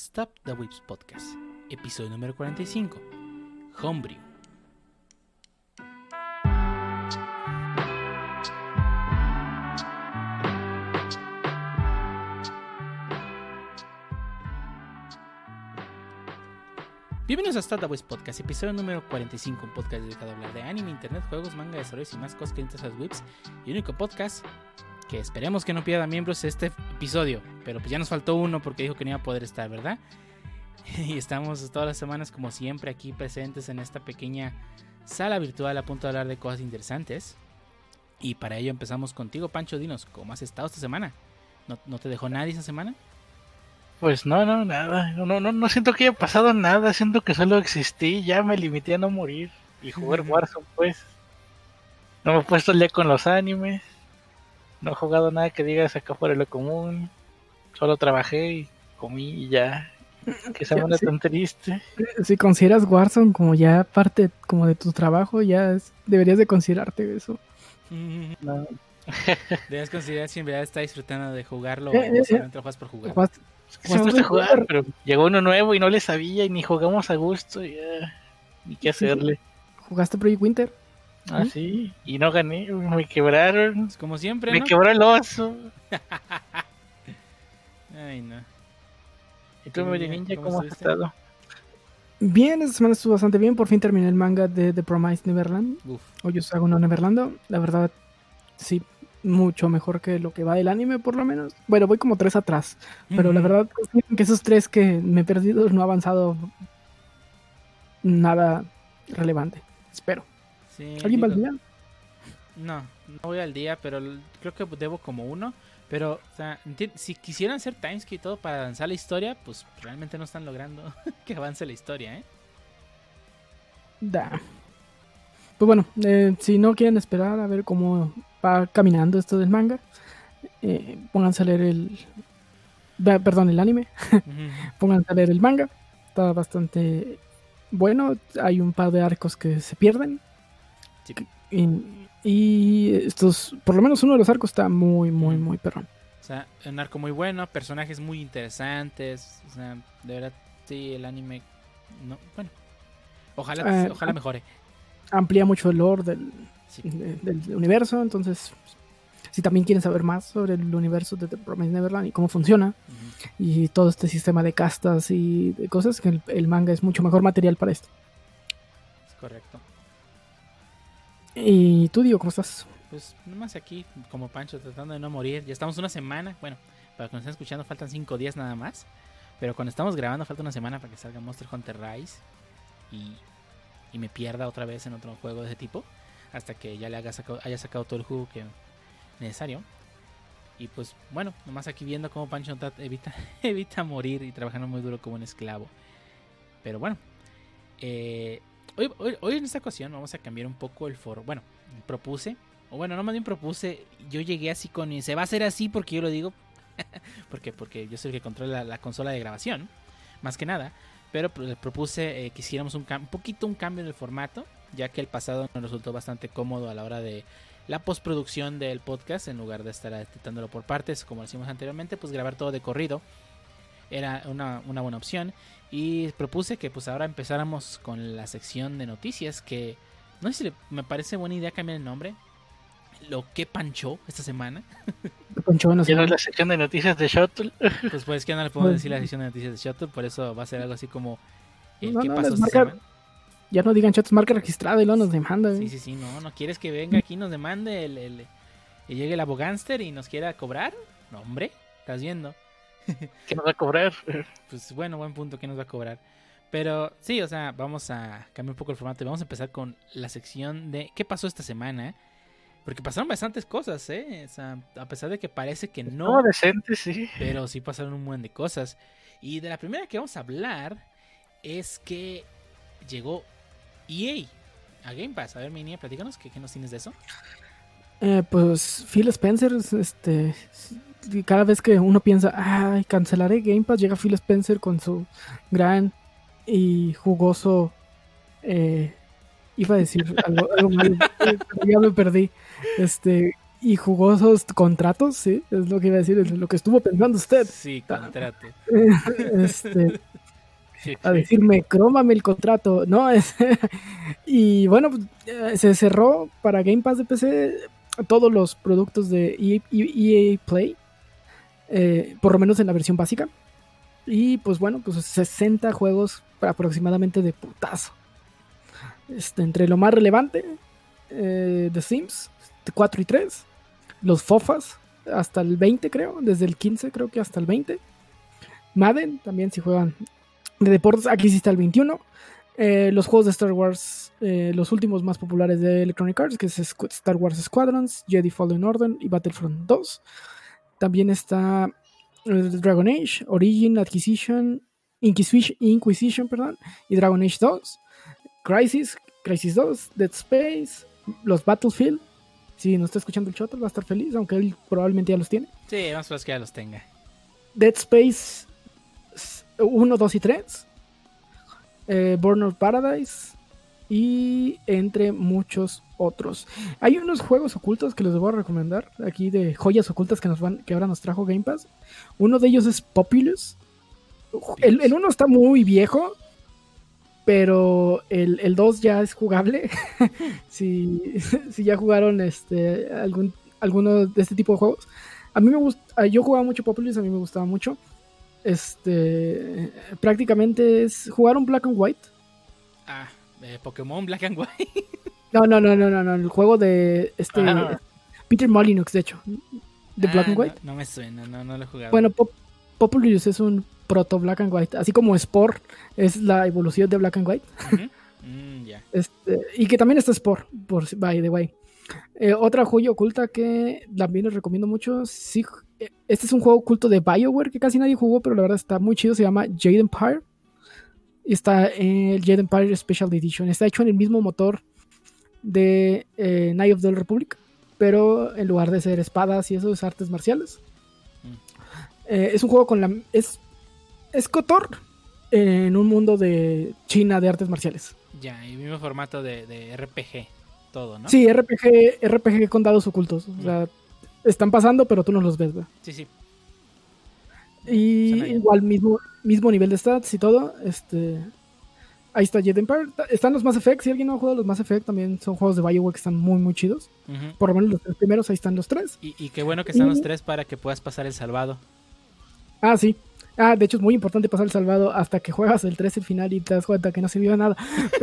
Stop the Whips Podcast, episodio número 45, Homebrew. Bienvenidos a Stop the Whips Podcast, episodio número 45, un podcast dedicado a hablar de anime, internet, juegos, manga, desarrollos y más cosas que interesan a los whips, y el único podcast que esperemos que no pierda miembros este episodio, pero pues ya nos faltó uno porque dijo que no iba a poder estar, ¿verdad? Y estamos todas las semanas como siempre aquí presentes en esta pequeña sala virtual a punto de hablar de cosas interesantes. Y para ello empezamos contigo, Pancho. Dinos, ¿cómo has estado esta semana? ¿No te dejó nadie esa semana? Pues nada. No siento que haya pasado nada. Siento que solo existí. Ya me limité a no morir y jugar Warzone, pues. No me he puesto al día con los animes. No he jugado nada que digas acá fuera de lo común. Solo trabajé y comí y ya. Qué semana tan triste. Si consideras Warzone como ya parte como de tu trabajo, deberías de considerarte eso. No. Debes considerar si en verdad estás disfrutando de jugarlo o solamente lo juegas por jugar. Es que sí me gusta jugar, pero llegó uno nuevo y no le sabía y ni jugamos a gusto. Y ya, ni qué hacerle. ¿Jugaste Project Winter? Ah, sí, y no gané, me quebraron. Es como siempre, me ¿no? quebró el oso. Ay, no. ¿Y tú, Mary Ninja, cómo has estado? Bien, esta semana estuvo bastante bien. Por fin terminé el manga de The Promised Neverland. Oyusago no Neverlando. La verdad, sí, mucho mejor que lo que va del anime, por lo menos. Bueno, voy como 3 atrás. Pero la verdad, que esos 3 que me he perdido no ha avanzado nada relevante. Espero. Sí, ¿Alguien va al día? No voy al día, pero creo que debo como 1. Pero, o sea, si quisieran hacer timeskip y todo para avanzar la historia, pues realmente no están logrando que avance la historia, ¿eh? Pues bueno, si no quieren esperar a ver cómo va caminando esto del manga, pónganse a leer el anime. Pónganse a leer el manga. Está bastante bueno. Hay un par de arcos que se pierden. Sí. Y estos, por lo menos uno de los arcos está muy perrón. O sea, un arco muy bueno, personajes muy interesantes. O sea, de verdad, sí, el anime. No, bueno, ojalá mejore. Amplía mucho el lore del universo. Entonces, si también quieren saber más sobre el universo de The Promised Neverland y cómo funciona, y todo este sistema de castas y de cosas, que el manga es mucho mejor material para esto. Es correcto. ¿Y tú, Diego, cómo estás? Pues nomás aquí, como Pancho, tratando de no morir. Ya estamos una semana. Bueno, para que nos estén escuchando faltan 5 días nada más. Pero cuando estamos grabando falta una semana para que salga Monster Hunter Rise. Y me pierda otra vez en otro juego de ese tipo. Hasta que ya le haya sacado todo el jugo que necesario. Y pues bueno, nomás aquí viendo cómo Pancho evita morir y trabajando muy duro como un esclavo. Pero bueno, Hoy en esta ocasión vamos a cambiar un poco el foro. Bueno, propuse, yo llegué así con... Se va a hacer así porque yo lo digo. porque yo soy el que controla la consola de grabación, más que nada. Pero propuse que hiciéramos un cambio en el formato, ya que el pasado nos resultó bastante cómodo a la hora de la postproducción del podcast. En lugar de estar editándolo por partes, como decimos anteriormente, pues grabar todo de corrido era una buena opción. Y propuse que pues ahora empezáramos con la sección de noticias, que no sé si me parece buena idea cambiar el nombre. Lo que panchó esta semana. ¿Ya no es la sección de noticias de Shuttle? Pues que no le puedo decir la sección de noticias de Shuttle, por eso va a ser algo así como ¿qué pasó esta semana? Ya no digan Shuttle, marca registrada y luego nos demanda. Sí, no quieres que venga aquí y nos demande y llegue el abogánster y nos quiera cobrar. No, hombre, estás viendo. ¿Qué nos va a cobrar? Pues bueno, buen punto, ¿qué nos va a cobrar? Pero sí, o sea, vamos a cambiar un poco el formato y vamos a empezar con la sección de ¿qué pasó esta semana? Porque pasaron bastantes cosas, ¿eh? O sea, a pesar de que parece que no... No, decente, sí. Pero sí pasaron un buen de cosas. Y de la primera que vamos a hablar es que llegó EA a Game Pass. A ver, Minia, platícanos, ¿qué nos tienes de eso? Pues Phil Spencer, cada vez que uno piensa, cancelaré Game Pass, llega Phil Spencer con su gran y jugoso, iba a decir algo malo, ya me perdí, y jugosos contratos, sí, es lo que iba a decir, es lo que estuvo pensando usted. Sí, contrato. A decirme, crómame el contrato, ¿no? Y bueno, se cerró para Game Pass de PC todos los productos de EA Play, por lo menos en la versión básica. Y pues bueno, pues 60 juegos aproximadamente de putazo. Entre lo más relevante, The Sims 4 y 3, los FOFAs hasta el 20 creo, desde el 15 creo que hasta el 20. Madden también si juegan de deportes, aquí sí está el 21. Los juegos de Star Wars, los últimos más populares de Electronic Arts, que es Star Wars Squadrons, Jedi Fallen Order y Battlefront 2. También está Dragon Age, Origin, Inquisition, perdón, y Dragon Age 2, Crisis 2, Dead Space, los Battlefield. Si no está escuchando el Choto, va a estar feliz, aunque él probablemente ya los tiene. Sí, más fácil que ya los tenga. Dead Space 1, 2 y 3, Burnout Paradise y entre muchos otros. Hay unos juegos ocultos que les voy a recomendar aquí, de joyas ocultas que ahora nos trajo Game Pass. Uno de ellos es Populous. El 1 está muy viejo, pero el 2 ya es jugable. si ya jugaron alguno de este tipo de juegos. A mí me gusta, yo jugaba mucho Populous, a mí me gustaba mucho. Prácticamente es jugar un Black and White. Pokémon Black and White. No, el juego de Peter Molyneux, de hecho, de Black and White. No me suena, no lo he jugado. Bueno, Populous es un proto Black and White, así como Spore es la evolución de Black and White. Yeah. Y que también está Spore, by the way. Otra joya oculta que también les recomiendo mucho. Sí, este es un juego oculto de BioWare que casi nadie jugó, pero la verdad está muy chido. Se llama Jade Empire. Y está en el Jade Empire Special Edition. Está hecho en el mismo motor de Knight of the Republic, pero en lugar de ser espadas y eso, es artes marciales. Es un juego con es KOTOR en un mundo de China de artes marciales. Ya, y mismo formato de RPG, todo, ¿no? Sí, RPG con dados ocultos. O sea, están pasando, pero tú no los ves, ¿verdad? Sí. Y igual mismo nivel de stats y todo. Ahí está Jade Empire. Están los Mass Effect. Si alguien no ha jugado los Mass Effect, también son juegos de BioWare que están muy, muy chidos. Por lo menos los 3 primeros, ahí están los 3. Y qué bueno que están los 3 para que puedas pasar el salvado. Ah, sí. De hecho es muy importante pasar el salvado hasta que juegas el 3 el final y te das cuenta que no sirvió de nada.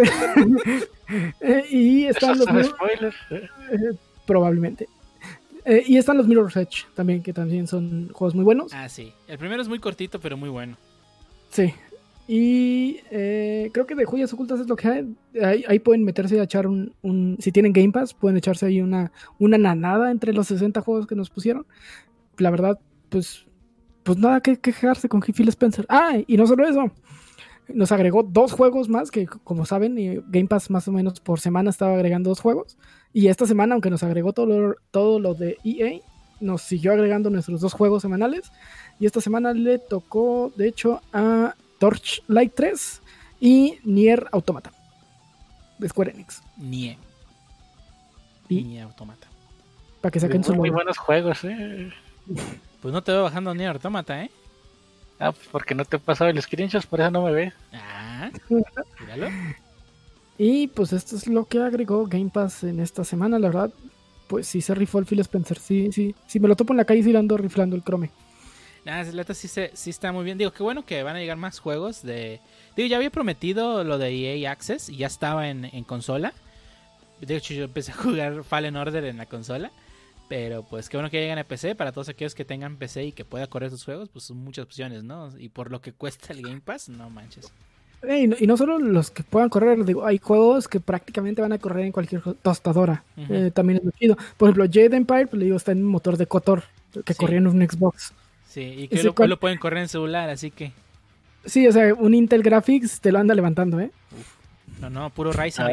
Y están los spoilers. Probablemente. Y están los Mirror's Edge también, que también son juegos muy buenos. Sí. El primero es muy cortito, pero muy bueno. Sí. Y creo que de joyas ocultas es lo que hay. Ahí pueden meterse a echar si tienen Game Pass, pueden echarse ahí una nanada entre los 60 juegos que nos pusieron. La verdad, pues nada que quejarse con Phil Spencer. Y no solo eso, nos agregó 2 juegos más, que como saben, Game Pass más o menos por semana estaba agregando 2 juegos. Y esta semana, aunque nos agregó todo lo de EA, nos siguió agregando nuestros 2 juegos semanales. Y esta semana le tocó, de hecho, a Torchlight 3 y Nier Automata de Square Enix. Nier Automata. Para que saquen muy buenos juegos, Pues no te veo bajando Nier Automata, pues porque no te he pasado el screenshot, por eso no me ves. Míralo. Y pues esto es lo que agregó Game Pass en esta semana, la verdad. Pues sí se rifó el Phil Spencer. Sí. Si me lo topo en la calle, sí le ando riflando el Chrome. Sí está muy bien. Digo, qué bueno que van a llegar más juegos ya había prometido lo de EA Access y ya estaba en consola. De hecho, yo empecé a jugar Fallen Order en la consola. Pero pues qué bueno que lleguen a PC. Para todos aquellos que tengan PC y que pueda correr sus juegos, pues son muchas opciones, ¿no? Y por lo que cuesta el Game Pass, no manches. Y no solo los que puedan correr, digo, hay juegos que prácticamente van a correr en cualquier tostadora. También es muy chido. Por ejemplo, Jade Empire, pues le digo, está en un motor de KOTOR que corría en un Xbox. Sí, y que lo pueden correr en celular, así que... Sí, o sea, un Intel Graphics te lo anda levantando, No, puro Ryzen.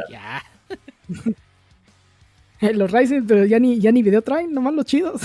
Los Ryzen, pero ya ni video traen, nomás los chidos.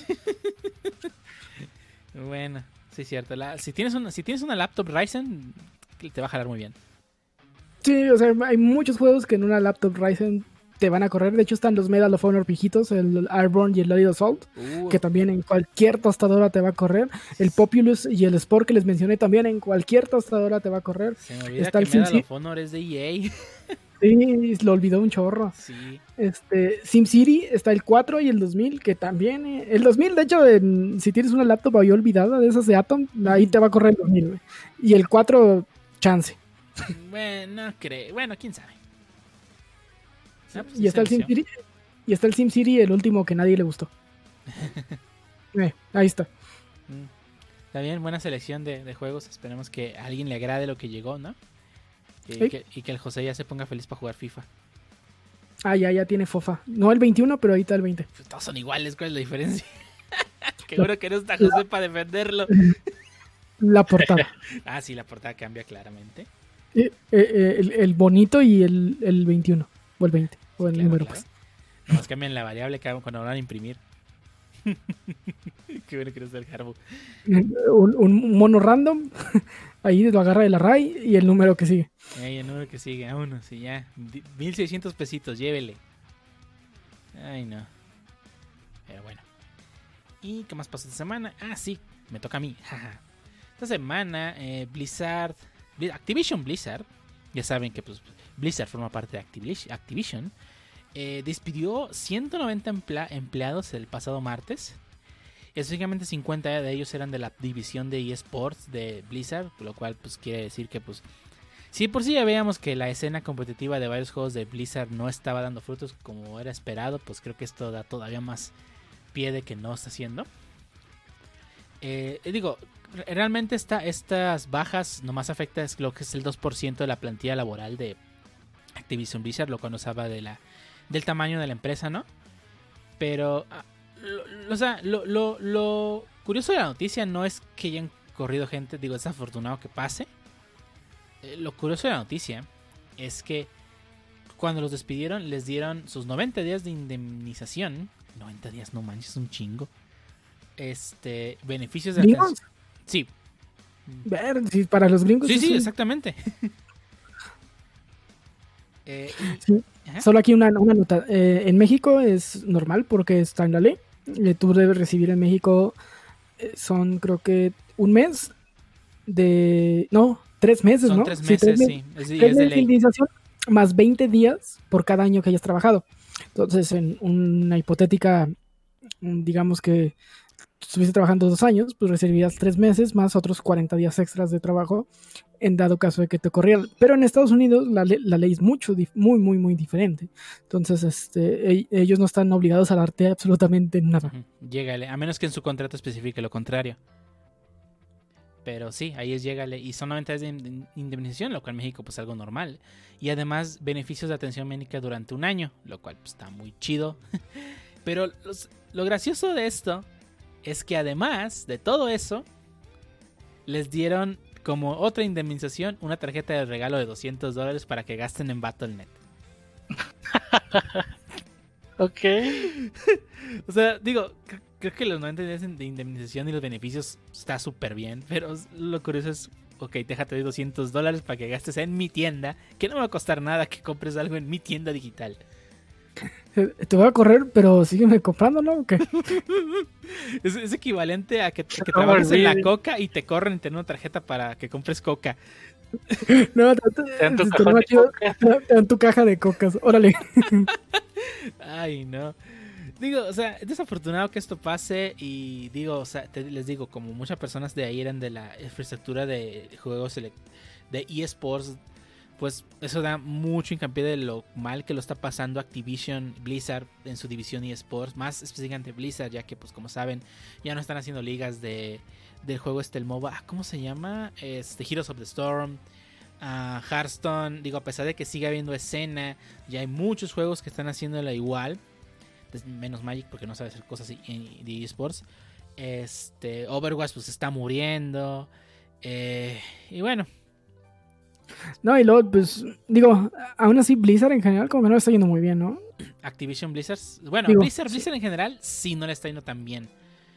Bueno, sí es cierto. Si tienes una laptop Ryzen, te va a jalar muy bien. Sí, o sea, hay muchos juegos que en una laptop Ryzen te van a correr. De hecho están los Medal of Honor viejitos, el Airborne y el Elite Assault, que también en cualquier tostadora te va a correr. El Populous y el Sport que les mencioné también en cualquier tostadora te va a correr. Se me olvida está que Medal of Honor es de EA. Sí, lo olvidó un chorro. Sí. SimCity está el 4 y el 2000, que también... el 2000, de hecho, si tienes una laptop ahí olvidada de esas de Atom, ahí te va a correr el 2000, güey. Y el 4, chance. Bueno, bueno, quién sabe. No, pues y está el SimCity. Y está el SimCity, el último que nadie le gustó. Ahí está. Está bien, buena selección de juegos. Esperemos que a alguien le agrade lo que llegó, ¿no? ¿Sí? Y que el José ya se ponga feliz para jugar FIFA. Ya tiene FOFA. No el 21, pero ahí está el 20. Pues todos son iguales, ¿cuál es la diferencia? Seguro que no está José para defenderlo. La portada. Sí, la portada cambia claramente. El bonito y el 21. O el 20. O el número, claro. pues. Nomás cambian la variable cuando van a imprimir. Qué bueno que no está el Harbo. Un mono random. Ahí lo agarra el array y el número que sigue. El número que sigue, a uno, sí, ya. 1,600 pesitos, llévele. Ay, no. Pero bueno. ¿Y qué más pasó esta semana? Sí, me toca a mí. Esta semana, Activision Blizzard, ya saben que pues Blizzard forma parte de Activision, despidió 190 empleados el pasado martes. Específicamente 50 de ellos eran de la división de eSports de Blizzard, lo cual pues quiere decir que pues si por sí ya veíamos que la escena competitiva de varios juegos de Blizzard no estaba dando frutos como era esperado, pues creo que esto da todavía más pie de que no está haciendo. Realmente estas bajas nomás afectan lo que es el 2% de la plantilla laboral de Activision Blizzard, lo cual nos habla del tamaño de la empresa, ¿no? Pero lo curioso de la noticia no es que hayan corrido gente, es desafortunado que pase. Lo curioso de la noticia es que cuando los despidieron les dieron sus 90 días de indemnización. 90 días, no manches, es un chingo. Beneficios de atención. Sí. Sí, para los gringos. Sí, exactamente. Sí. Solo aquí una nota. En México es normal porque está en la ley. Tú debes recibir en México son creo que un mes de... No, 3 meses, son ¿no? 3 meses, sí. 3 meses de indemnización más 20 días por cada año que hayas trabajado. Entonces, en una hipotética, digamos que estuviste trabajando 2 años, pues recibirías 3 meses más otros 40 días extras de trabajo en dado caso de que te corrieran. Pero en Estados Unidos la ley es muy diferente. Entonces ellos no están obligados a darte absolutamente nada. Llégale, a menos que en su contrato especifique lo contrario. Pero sí, ahí es llégale. Y son 90 días de indemnización, lo cual en México pues algo normal. Y además beneficios de atención médica durante 1 año, lo cual pues, está muy chido. Pero lo gracioso de esto es que además de todo eso, les dieron como otra indemnización una tarjeta de regalo de $200 para que gasten en Battle.net. Ok. O sea, creo que los 90 días de indemnización y los beneficios está súper bien, pero lo curioso es, ok, déjate de $200 para que gastes en mi tienda, que no me va a costar nada que compres algo en mi tienda digital. Te voy a correr, pero sígueme comprando, ¿no? ¿O qué? Es equivalente a que trabajes en la Coca y te corren y te dan una tarjeta para que compres Coca. No, te dan tu caja de cocas. Órale. Ay, no. O sea, es desafortunado que esto pase y les digo, como muchas personas de ahí eran de la infraestructura de juegos de eSports, pues eso da mucho hincapié de lo mal que lo está pasando Activision Blizzard en su división eSports, más específicamente Blizzard, ya que pues como saben ya no están haciendo ligas del juego el MOBA, ¿cómo se llama? Heroes of the Storm, Hearthstone, a pesar de que sigue habiendo escena, ya hay muchos juegos que están haciéndola igual, menos Magic porque no sabe hacer cosas de eSports. Overwatch pues está muriendo, y bueno. No, y luego, pues, aún así Blizzard en general como que no le está yendo muy bien, ¿no? Activision Blizzard, Blizzard en general sí no le está yendo tan bien.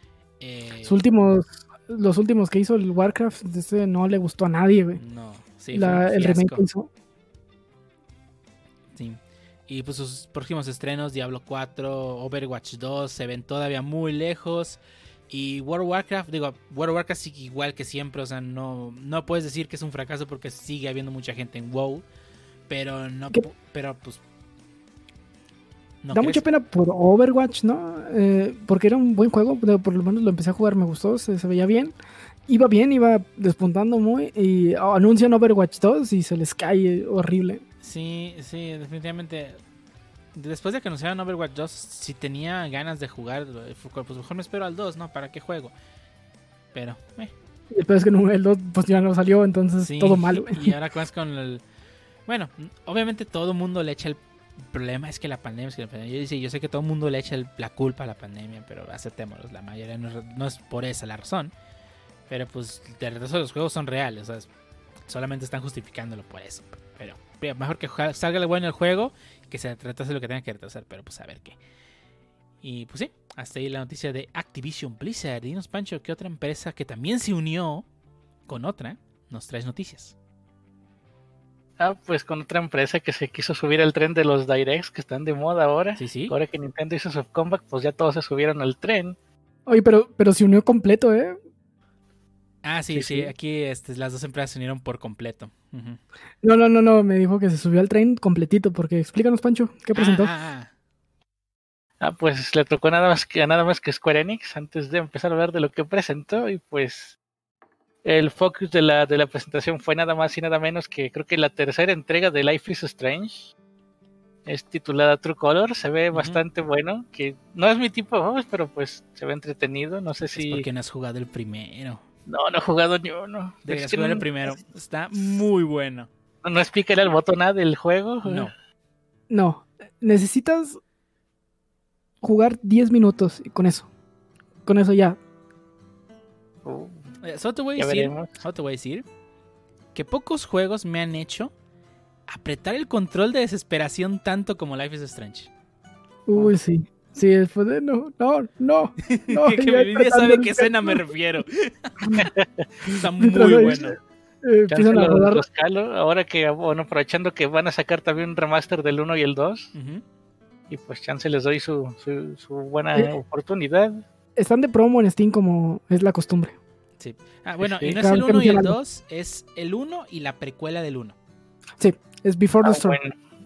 Los últimos que hizo el Warcraft, no le gustó a nadie, güey. No, sí, el remake que hizo. Sí. Y pues sus próximos estrenos, Diablo 4, Overwatch 2, se ven todavía muy lejos. Y World of Warcraft, World of Warcraft sigue igual que siempre, o sea, no puedes decir que es un fracaso porque sigue habiendo mucha gente en WoW, pero no, pero pues ¿no da mucha pena por Overwatch, ¿no? Porque era un buen juego, por lo menos lo empecé a jugar, me gustó, se veía bien, iba despuntando muy, y anuncian Overwatch 2 y se les cae horrible. Sí, definitivamente. Después de que anunciaron Overwatch 2, si tenía ganas de jugar, pues mejor me espero al 2, ¿no? ¿Para qué juego? Pero, El peor es que el 2 pues ya no salió, entonces sí, todo mal, güey. Y ahora más con el... Bueno, obviamente todo el mundo le echa el problema, es que la pandemia, yo sé que todo el mundo le echa la culpa a la pandemia, pero aceptémoslo, la mayoría no es por esa la razón. Pero pues de retraso los juegos son reales, o sea, solamente están justificándolo por eso. Pero mejor que salga bueno el juego, que se retrase lo que tenga que retrasar, pero pues a ver qué. Y pues sí, hasta ahí la noticia de Activision Blizzard. Dinos, Pancho, ¿qué otra empresa que también se unió con otra nos traes noticias? Pues con otra empresa que se quiso subir al tren de los Directs que están de moda ahora. Sí. Ahora que Nintendo hizo su comeback, pues ya todos se subieron al tren. Oye, pero se unió completo, ¿eh? Ah, sí. Aquí las dos empresas se unieron por completo. Uh-huh. No, me dijo que se subió al tren completito, porque explícanos, Pancho, ¿qué presentó? Pues le tocó nada más que Square Enix antes de empezar a hablar de lo que presentó, y pues el focus de la presentación fue nada más y nada menos que creo que la tercera entrega de Life is Strange. Es titulada True Color, se ve bastante bueno, que no es mi tipo de juegos, pero pues se ve entretenido, no sé si... Es porque no has jugado el primero. No he jugado ni uno. Deberías jugar el primero, está muy bueno. ¿No explícale al botón nada del juego? No, necesitas jugar 10 minutos y con eso ya. Solo te voy a decir que pocos juegos me han hecho apretar el control de desesperación tanto como Life is Strange. Uy, sí. Sí, después de no. Que mi vida sabe qué escena me refiero. Está muy bueno. Empiezan a rodar. Ahora que, bueno, aprovechando que van a sacar también un remaster del 1 y el 2. Uh-huh. Y pues chance les doy su buena oportunidad. Están de promo en Steam como es la costumbre. Sí. Bueno, y no es el 1 y el 2, es el 1 y la precuela del 1. Sí, es Before the Storm.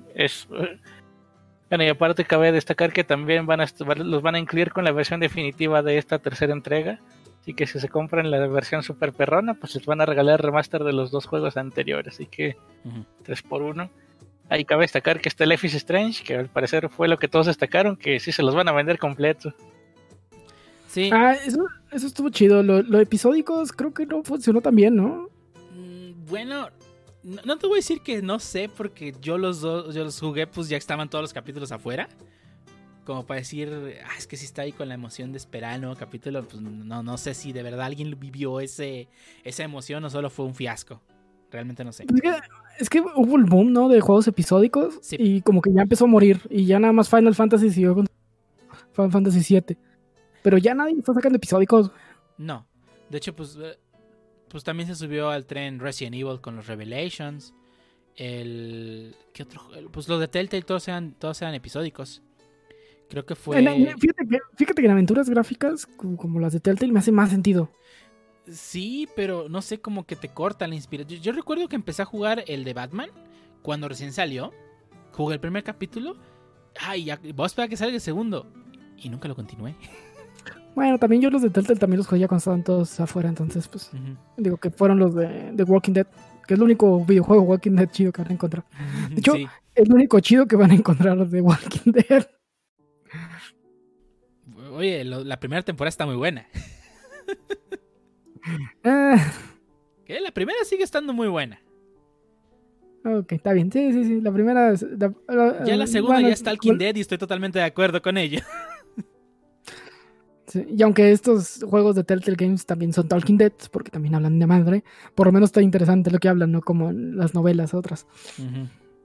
Bueno, y aparte cabe destacar que también los van a incluir con la versión definitiva de esta tercera entrega. Así que si se compran la versión super perrona, pues les van a regalar el remaster de los dos juegos anteriores. Así que 3x1. Ahí cabe destacar que está Life is Strange, que al parecer fue lo que todos destacaron, que sí se los van a vender completo. Sí. Eso estuvo chido. Lo episódicos creo que no funcionó tan bien, ¿no? Bueno, no te voy a decir que no sé, porque yo los jugué, pues ya estaban todos los capítulos afuera. Como para decir, es que sí está ahí con la emoción de esperar el nuevo capítulo. Pues no sé si de verdad alguien vivió esa emoción o solo fue un fiasco. Realmente no sé. Es que hubo el boom, ¿no? De juegos episódicos. Sí. Y como que ya empezó a morir. Y ya nada más Final Fantasy siguió con Final Fantasy VII. Pero ya nadie está sacando episódicos. No. De hecho, pues también se subió al tren Resident Evil con los Revelations. ¿Qué otro? Pues los de Telltale todos eran episódicos. Creo que fue... Fíjate que en aventuras gráficas, como las de Telltale, me hace más sentido. Sí, pero no sé, como que te corta la inspiración. Yo recuerdo que empecé a jugar el de Batman cuando recién salió. Jugué el primer capítulo. Ya, voy a esperar a que salga el segundo. Y nunca lo continué. Bueno, también yo los de Telltale también los jugué cuando estaban todos afuera. Entonces, pues, digo que fueron los de Walking Dead. Que es el único videojuego Walking Dead chido que van a encontrar. De hecho, sí. Es el único chido que van a encontrar de Walking Dead. Oye, la primera temporada está muy buena. Que la primera sigue estando muy buena. Ok, está bien. Sí. La primera... Ya la segunda ya está Talking Dead y estoy totalmente de acuerdo con ella. Sí, y aunque estos juegos de Telltale Games también son Talking Dead, porque también hablan de madre, por lo menos está interesante lo que hablan, no como en las novelas otras. Uh-huh.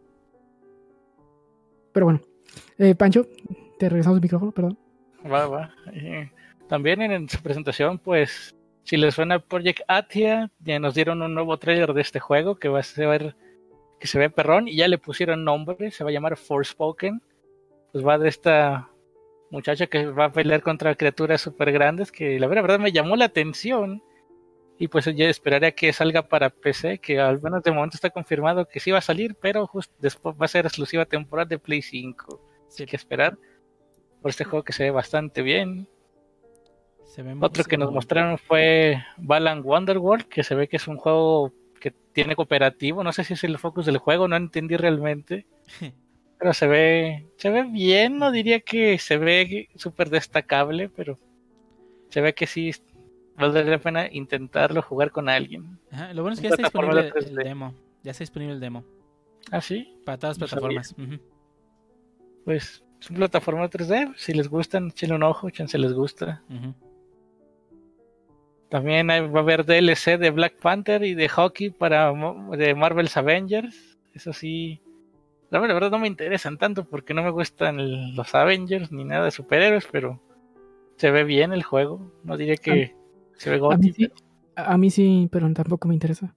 Pero bueno, Pancho, te regresamos el micrófono, perdón. Va. También en su presentación, pues, si les suena Project Athia, ya nos dieron un nuevo trailer de este juego que va a ser que se ve perrón, y ya le pusieron nombre, se va a llamar Forspoken. Pues va de esta muchacha que va a pelear contra criaturas súper grandes, que la verdad me llamó la atención. Y pues ya esperaré a que salga para PC, que al menos de momento está confirmado que sí va a salir, pero justo después va a ser exclusiva temporal de Play 5. Sí, hay que esperar por este juego que se ve bastante bien. Otro que nos mostraron fue Balan Wonderworld, que se ve que es un juego que tiene cooperativo. No sé si es el focus del juego, no entendí realmente. Pero se ve bien, no diría que se ve súper destacable, pero se ve que sí valdría la pena intentarlo jugar con alguien. Ajá, lo bueno es que ya está disponible el demo. Ya está disponible el demo. ¿Ah, sí? Para todas las plataformas. Pues es una plataforma 3D. Si les gustan, échenle un ojo, si les gusta. También va a haber DLC de Black Panther y de Hockey de Marvel's Avengers. Eso sí, la verdad no me interesan tanto porque no me gustan los Avengers ni nada de superhéroes, pero se ve bien el juego. No diría que se ve gótico. A mí sí, pero tampoco me interesa.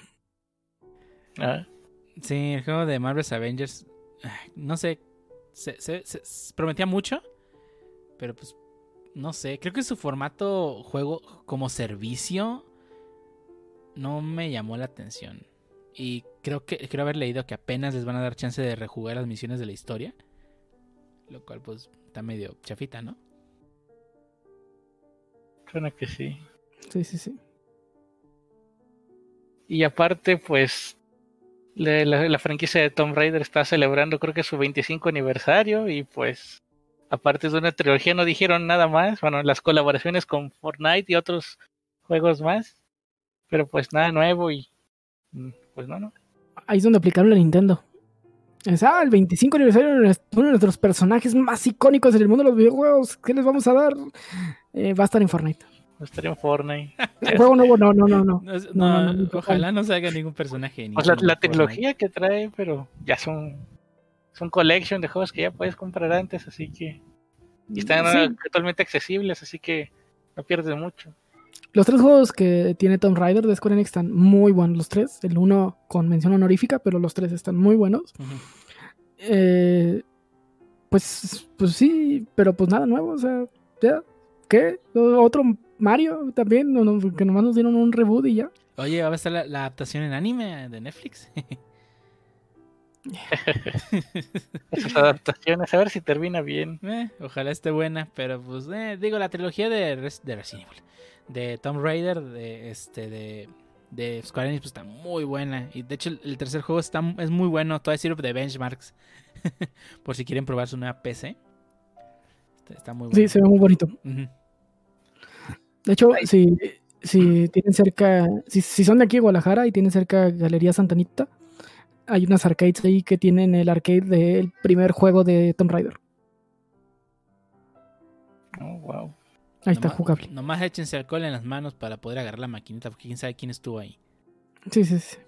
Sí, el juego de Marvel's Avengers, no sé, se prometía mucho, pero pues no sé, creo que su formato juego como servicio no me llamó la atención. Y creo haber leído que apenas les van a dar chance de rejugar las misiones de la historia, lo cual pues está medio chafita, ¿no? Suena que sí. Sí. Y aparte, pues la franquicia de Tomb Raider está celebrando, creo que su 25 aniversario, y pues aparte de una trilogía no dijeron nada más. Bueno, las colaboraciones con Fortnite y otros juegos más, pero pues nada nuevo y pues no. Ahí es donde aplicaron la Nintendo. El 25 aniversario de uno de nuestros personajes más icónicos en el mundo de los videojuegos. ¿Qué les vamos a dar? Va a estar en Fortnite. Va a estar en Fortnite. El juego nuevo no. Ojalá no salga ningún personaje. Pues la tecnología que trae, pero ya son collection de juegos que ya puedes comprar antes, así que y están totalmente accesibles, así que no pierdes mucho. Los 3 juegos que tiene Tomb Raider de Square Enix están muy buenos, los 3. El 1 con mención honorífica, pero los 3 están muy buenos. Pues sí, pero pues nada nuevo, o sea, ya. ¿Qué? ¿Otro Mario también? Que nomás nos dieron un reboot y ya. Oye, ¿va a estar la adaptación en anime de Netflix? Esas adaptaciones, a ver si termina bien. Ojalá esté buena, pero pues digo, la trilogía de Resident Evil, de Tomb Raider, de Square Enix, pues está muy buena. Y de hecho el tercer juego es muy bueno, todavía sirve de benchmarks por si quieren probar su nueva PC. Está muy bueno. Sí, se ve muy bonito. De hecho, si tienen cerca, si son de aquí de Guadalajara y tienen cerca Galería Santa Anita, hay unas arcades ahí que tienen el arcade del primer juego de Tomb Raider. Oh, wow. Ahí está jugable. Nomás échense alcohol en las manos para poder agarrar la maquinita, porque quién sabe quién estuvo ahí. Sí.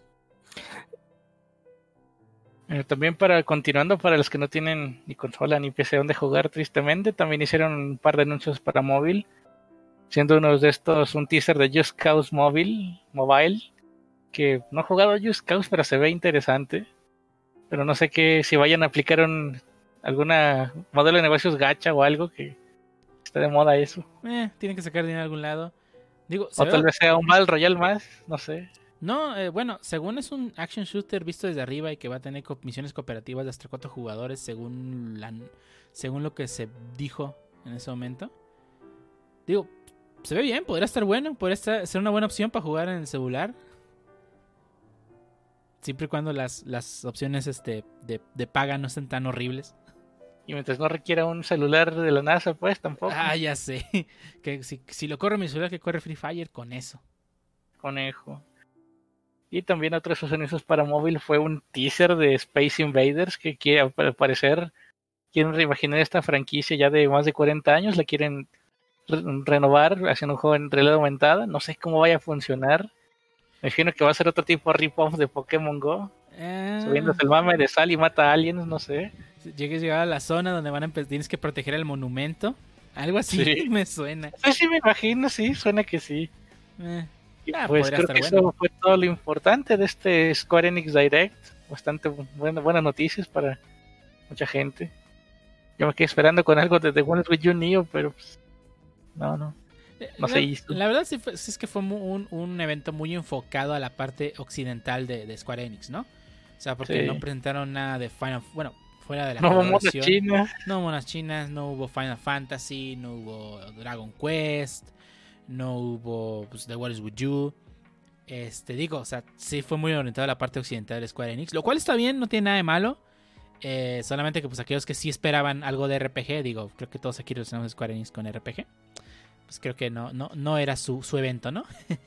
También continuando para los que no tienen ni consola ni PC donde jugar, tristemente, también hicieron un par de anuncios para móvil, siendo uno de estos un teaser de Just Cause Mobile, que no he jugado a Just Cause, pero se ve interesante. Pero no sé si vayan a aplicar alguna modelo de negocios gacha o algo, que está de moda eso. Tienen que sacar dinero de algún lado. Digo, o tal vez sea un Battle Royale más, no sé. No, bueno, según es un action shooter visto desde arriba y que va a tener misiones cooperativas de hasta 4 jugadores, según lo que se dijo en ese momento. Digo, se ve bien, podría estar bueno, podría ser una buena opción para jugar en el celular. Siempre y cuando las opciones de paga no estén tan horribles. Y mientras no requiera un celular de la NASA, pues tampoco. Ya sé. Que si lo corre mi celular, que corre Free Fire con eso. Conejo. Y también otro de esos anuncios para móvil fue un teaser de Space Invaders, que al parecer quieren reimaginar esta franquicia ya de más de 40 años, la quieren renovar haciendo un juego en realidad aumentada. No sé cómo vaya a funcionar. Me imagino que va a ser otro tipo de rip-off de Pokémon Go. Subiéndose el mame de sal y mata aliens, no sé. Llegar a la zona donde tienes que proteger el monumento. Algo así sí. Me suena. Sí, me imagino, sí, suena que sí. Pues creo que bueno. eso fue todo lo importante de este Square Enix Direct. bastante buenas noticias para mucha gente. Yo me quedé esperando con algo de The One With You Neo, pero pues, no se hizo. La verdad sí es que fue un evento muy enfocado a la parte occidental de Square Enix, ¿no? O sea, porque no presentaron nada de Final... Bueno, fuera de la colaboración. No hubo monas chinas, no hubo Final Fantasy, no hubo Dragon Quest, no hubo pues, The What Is With You. Digo, o sea, sí fue muy orientado a la parte occidental de Square Enix, lo cual está bien, no tiene nada de malo. Solamente que pues aquellos que sí esperaban algo de RPG, digo, creo que todos aquí relacionamos Square Enix con RPG. Pues creo que no era su evento, ¿no?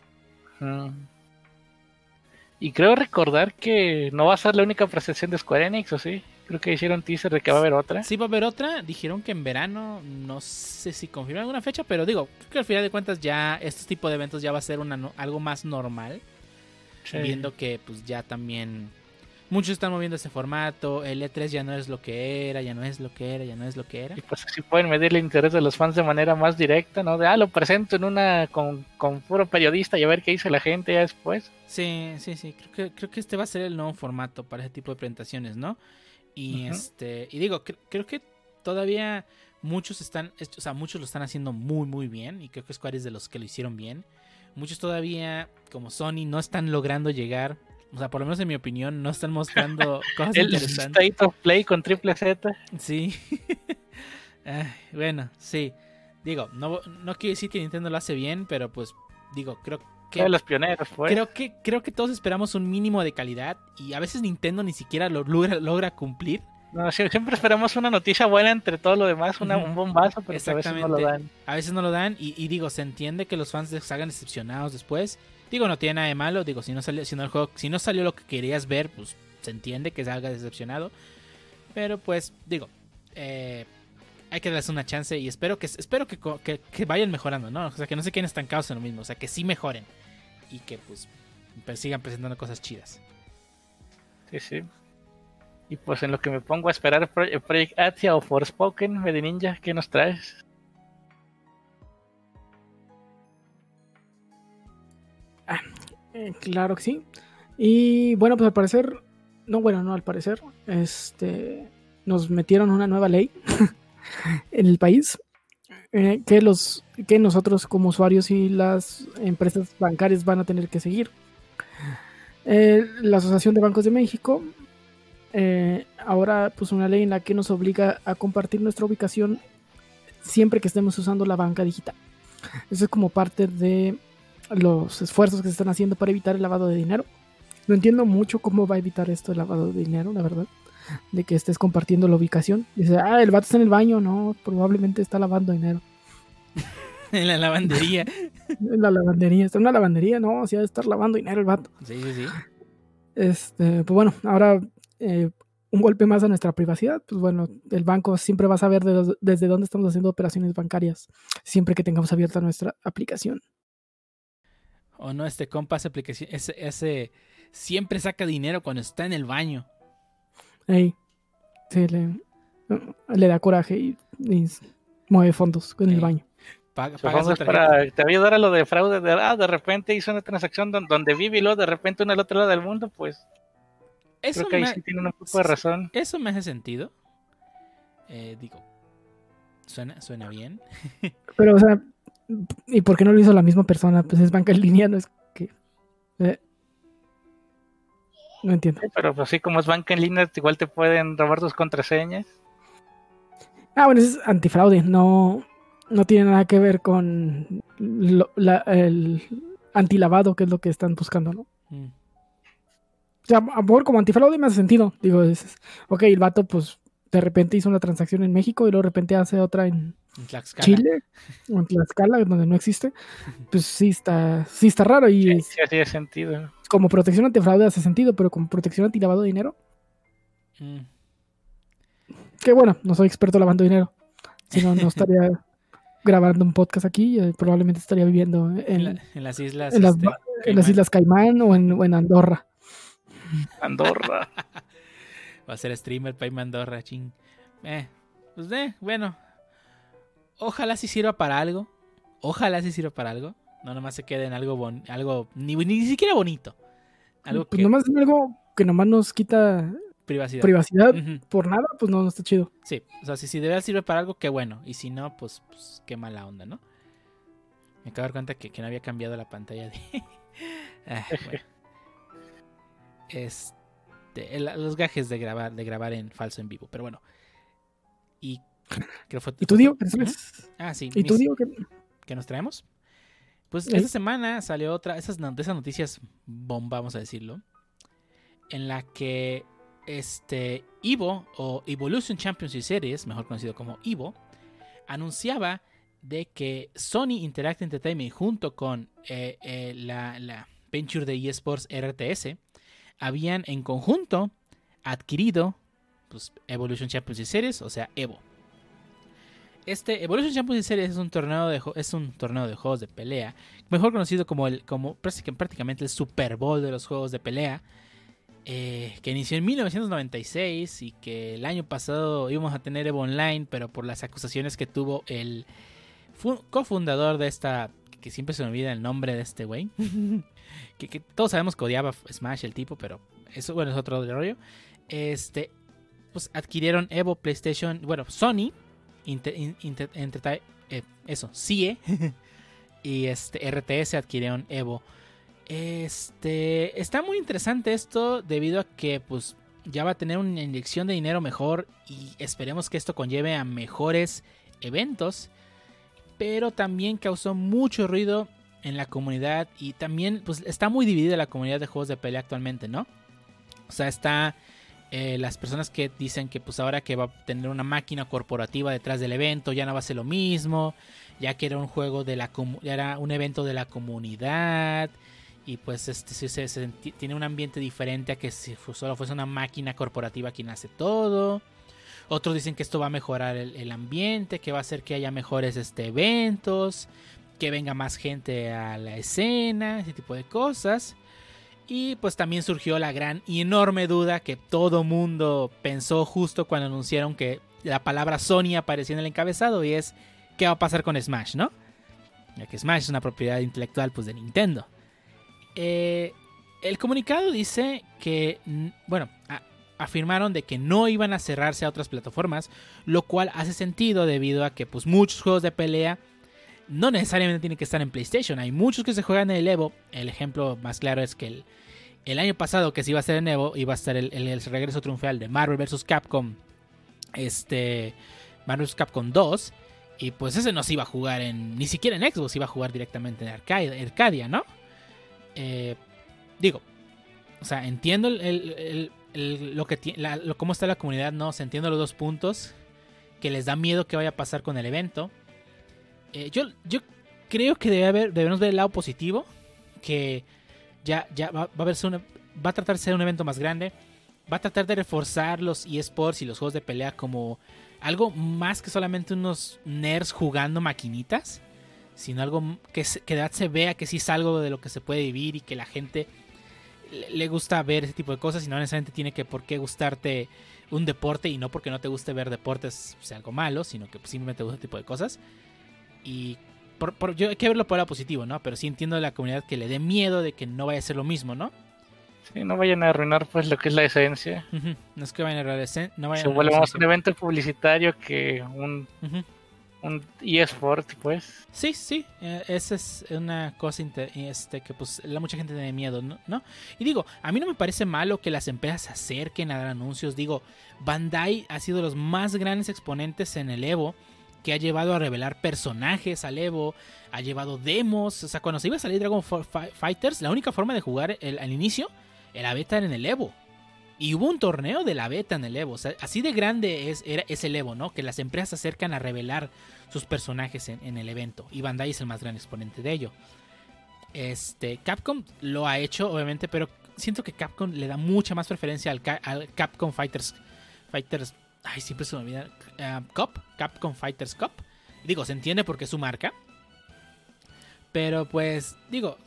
Y creo recordar que no va a ser la única presentación de Square Enix, ¿o sí? Creo que hicieron teaser de que va a haber otra. Sí, va a haber otra. Dijeron que en verano, no sé si confirman alguna fecha, pero digo, creo que al final de cuentas ya este tipo de eventos ya va a ser algo más normal. Sí. Viendo que pues ya también muchos están moviendo ese formato. El E3 ya no es lo que era, ya no es lo que era. Y pues así pueden medir el interés de los fans de manera más directa, ¿no? De, lo presento en una con puro periodista y a ver qué dice la gente ya después. Sí. Creo que este va a ser el nuevo formato para ese tipo de presentaciones, ¿no? Y y digo, creo que todavía muchos lo están haciendo muy muy bien, y creo que Square es de los que lo hicieron bien. Muchos todavía, como Sony, no están logrando llegar, o sea, por lo menos en mi opinión, no están mostrando cosas interesantes. El State of Play con Triple Z. Sí. Bueno, sí. Digo, no quiero decir que Nintendo lo hace bien, pero pues digo, creo que los pioneros, pues. Creo que todos esperamos un mínimo de calidad y a veces Nintendo ni siquiera lo logra cumplir. No, siempre esperamos una noticia buena entre todo lo demás, un bombazo, pero a veces no lo dan. A veces no lo dan y digo, se entiende que los fans se hagan decepcionados después. Digo, no tiene nada de malo, digo, si no salió lo que querías ver, pues se entiende que salga decepcionado. Pero pues, digo, hay que darles una chance y espero que vayan mejorando, ¿no? O sea, que no se queden estancados en lo mismo, o sea, que sí mejoren y que pues sigan presentando cosas chidas. Sí. Y pues en lo que me pongo a esperar Project Atia o Forspoken, Medinninja, ¿qué nos traes? Claro que sí. Y bueno, pues al parecer, al parecer, nos metieron una nueva ley en el país que nosotros como usuarios y las empresas bancarias van a tener que seguir. La Asociación de Bancos de México ahora puso una ley en la que nos obliga a compartir nuestra ubicación siempre que estemos usando la banca digital. Eso es como parte de los esfuerzos que se están haciendo para evitar el lavado de dinero. No entiendo mucho cómo va a evitar esto el lavado de dinero, la verdad, de que estés compartiendo la ubicación. Dice, el vato está en el baño. No, probablemente está lavando dinero. En la lavandería. En la lavandería, está en una lavandería, no, sí ha de estar lavando dinero el vato. Sí. Pues bueno, ahora un golpe más a nuestra privacidad. Pues bueno, el banco siempre va a saber desde dónde estamos haciendo operaciones bancarias, siempre que tengamos abierta nuestra aplicación. O no, compa, esa aplicación, ese siempre saca dinero cuando está en el baño. Sí, le da coraje y mueve fondos en el baño. Te va a ayudar a lo de fraude. De repente hizo una transacción donde vive y luego de repente uno al otro lado del mundo, pues creo que ahí sí tiene un poco de razón. Eso me hace sentido. Digo, suena bien. Pero, o sea, ¿y por qué no lo hizo la misma persona? Pues es banca en línea, no es que... no entiendo. Sí, pero así como es banca en línea, igual te pueden robar tus contraseñas. Bueno, eso es antifraude, no tiene nada que ver con el antilavado, que es lo que están buscando, ¿no? O sea, amor, como antifraude me hace sentido. Digo, ok, el vato pues de repente hizo una transacción en México y luego de repente hace otra en Chile o en Tlaxcala, donde no existe. Pues sí está raro y sí hace sentido. Como protección antifraude hace sentido, pero como protección antilavado de dinero, que bueno, no soy experto lavando dinero, si no estaría grabando un podcast aquí, probablemente estaría viviendo en las islas en las Islas Caimán o en Andorra. Va a ser streamer para irme a Andorra, ching. Bueno, ojalá sí sirva para algo. No nomás se quede en algo ni siquiera bonito. Algo pues nomás en algo que nomás nos quita privacidad por nada, pues no está chido. Sí, o sea, si de verdad sirve para algo, qué bueno. Y si no, pues qué mala onda, ¿no? Me acabo de dar cuenta que no había cambiado la pantalla de... bueno. Los gajes de grabar en falso en vivo, pero bueno. Y tú, Dio? Sí. ¿Y tú, Dio? ¿Qué nos traemos? Pues esta semana salió otra, de esas noticias bomba, vamos a decirlo, en la que EVO, o Evolution Championship Series, mejor conocido como EVO, anunciaba de que Sony Interactive Entertainment junto con la Venture de eSports RTS habían en conjunto adquirido pues, Evolution Championship Series, o sea, EVO. Evolution Championship Series es un torneo de juegos de pelea, mejor conocido como prácticamente el Super Bowl de los juegos de pelea, que inició en 1996 y que el año pasado íbamos a tener EVO Online, pero por las acusaciones que tuvo el cofundador de esta, que siempre se me olvida el nombre de este güey, que todos sabemos que odiaba Smash el tipo, pero eso bueno es otro rollo. Pues adquirieron EVO, PlayStation, bueno, Sony CIE y RTS adquirieron EVO. Está muy interesante esto debido a que pues ya va a tener una inyección de dinero mejor y esperemos que esto conlleve a mejores eventos, pero también causó mucho ruido en la comunidad y también pues está muy dividida la comunidad de juegos de pelea actualmente, ¿no? O sea, está las personas que dicen que pues ahora que va a tener una máquina corporativa detrás del evento ya no va a ser lo mismo, ya que era un juego ya era un evento de la comunidad y pues tiene un ambiente diferente a que si solo fuese una máquina corporativa quien hace todo. Otros dicen que esto va a mejorar el ambiente, que va a hacer que haya mejores eventos, que venga más gente a la escena, ese tipo de cosas. Y pues también surgió la gran y enorme duda que todo mundo pensó justo cuando anunciaron que la palabra Sony apareció en el encabezado, y es ¿qué va a pasar con Smash, no? Ya que Smash es una propiedad intelectual pues de Nintendo. El comunicado dice que, bueno, afirmaron de que no iban a cerrarse a otras plataformas, lo cual hace sentido debido a que pues muchos juegos de pelea no necesariamente tienen que estar en PlayStation. Hay muchos que se juegan en el EVO. El ejemplo más claro es que el año pasado que se iba a hacer en EVO iba a estar el regreso triunfal de Marvel vs. Capcom, Marvel vs. Capcom 2, y pues ese no se iba a jugar ni siquiera en Xbox, se iba a jugar directamente en Arcadia, ¿no? Digo, o sea, entiendo cómo está la comunidad, ¿no? O sea, entiendo los dos puntos, que les da miedo que vaya a pasar con el evento. Yo creo que debemos ver el lado positivo, que ya va a tratar de ser un evento más grande, va a tratar de reforzar los eSports y los juegos de pelea como algo más que solamente unos nerds jugando maquinitas, sino algo que de verdad se vea que sí es algo de lo que se puede vivir y que la gente le gusta ver ese tipo de cosas, y no necesariamente tiene por qué gustarte un deporte, y no porque no te guste ver deportes sea algo malo, sino que simplemente te gusta ese tipo de cosas. Y yo hay que verlo por el lado positivo, ¿no? Pero sí entiendo de la comunidad que le dé miedo de que no vaya a ser lo mismo, ¿no? Sí, no vayan a arruinar pues lo que es la esencia. No es que vayan a arruinar la esencia. No se vuelve más un evento publicitario que un eSport, pues. Sí. Esa es una cosa que pues mucha gente tiene miedo, ¿no? Y digo, a mí no me parece malo que las empresas se acerquen a dar anuncios. Digo, Bandai ha sido los más grandes exponentes en el EVO, que ha llevado a revelar personajes al EVO, ha llevado demos. O sea, cuando se iba a salir Dragon Fighters, la única forma de jugar al inicio, la beta era en el EVO. Y hubo un torneo de la beta en el EVO. O sea, así de grande es el EVO, ¿no? Que las empresas se acercan a revelar sus personajes en el evento. Y Bandai es el más gran exponente de ello. Capcom lo ha hecho, obviamente, pero siento que Capcom le da mucha más preferencia al Capcom Fighters. Ay, siempre se me olvida. Capcom Fighters Cup. Digo, se entiende porque es su marca. Pero pues, digo,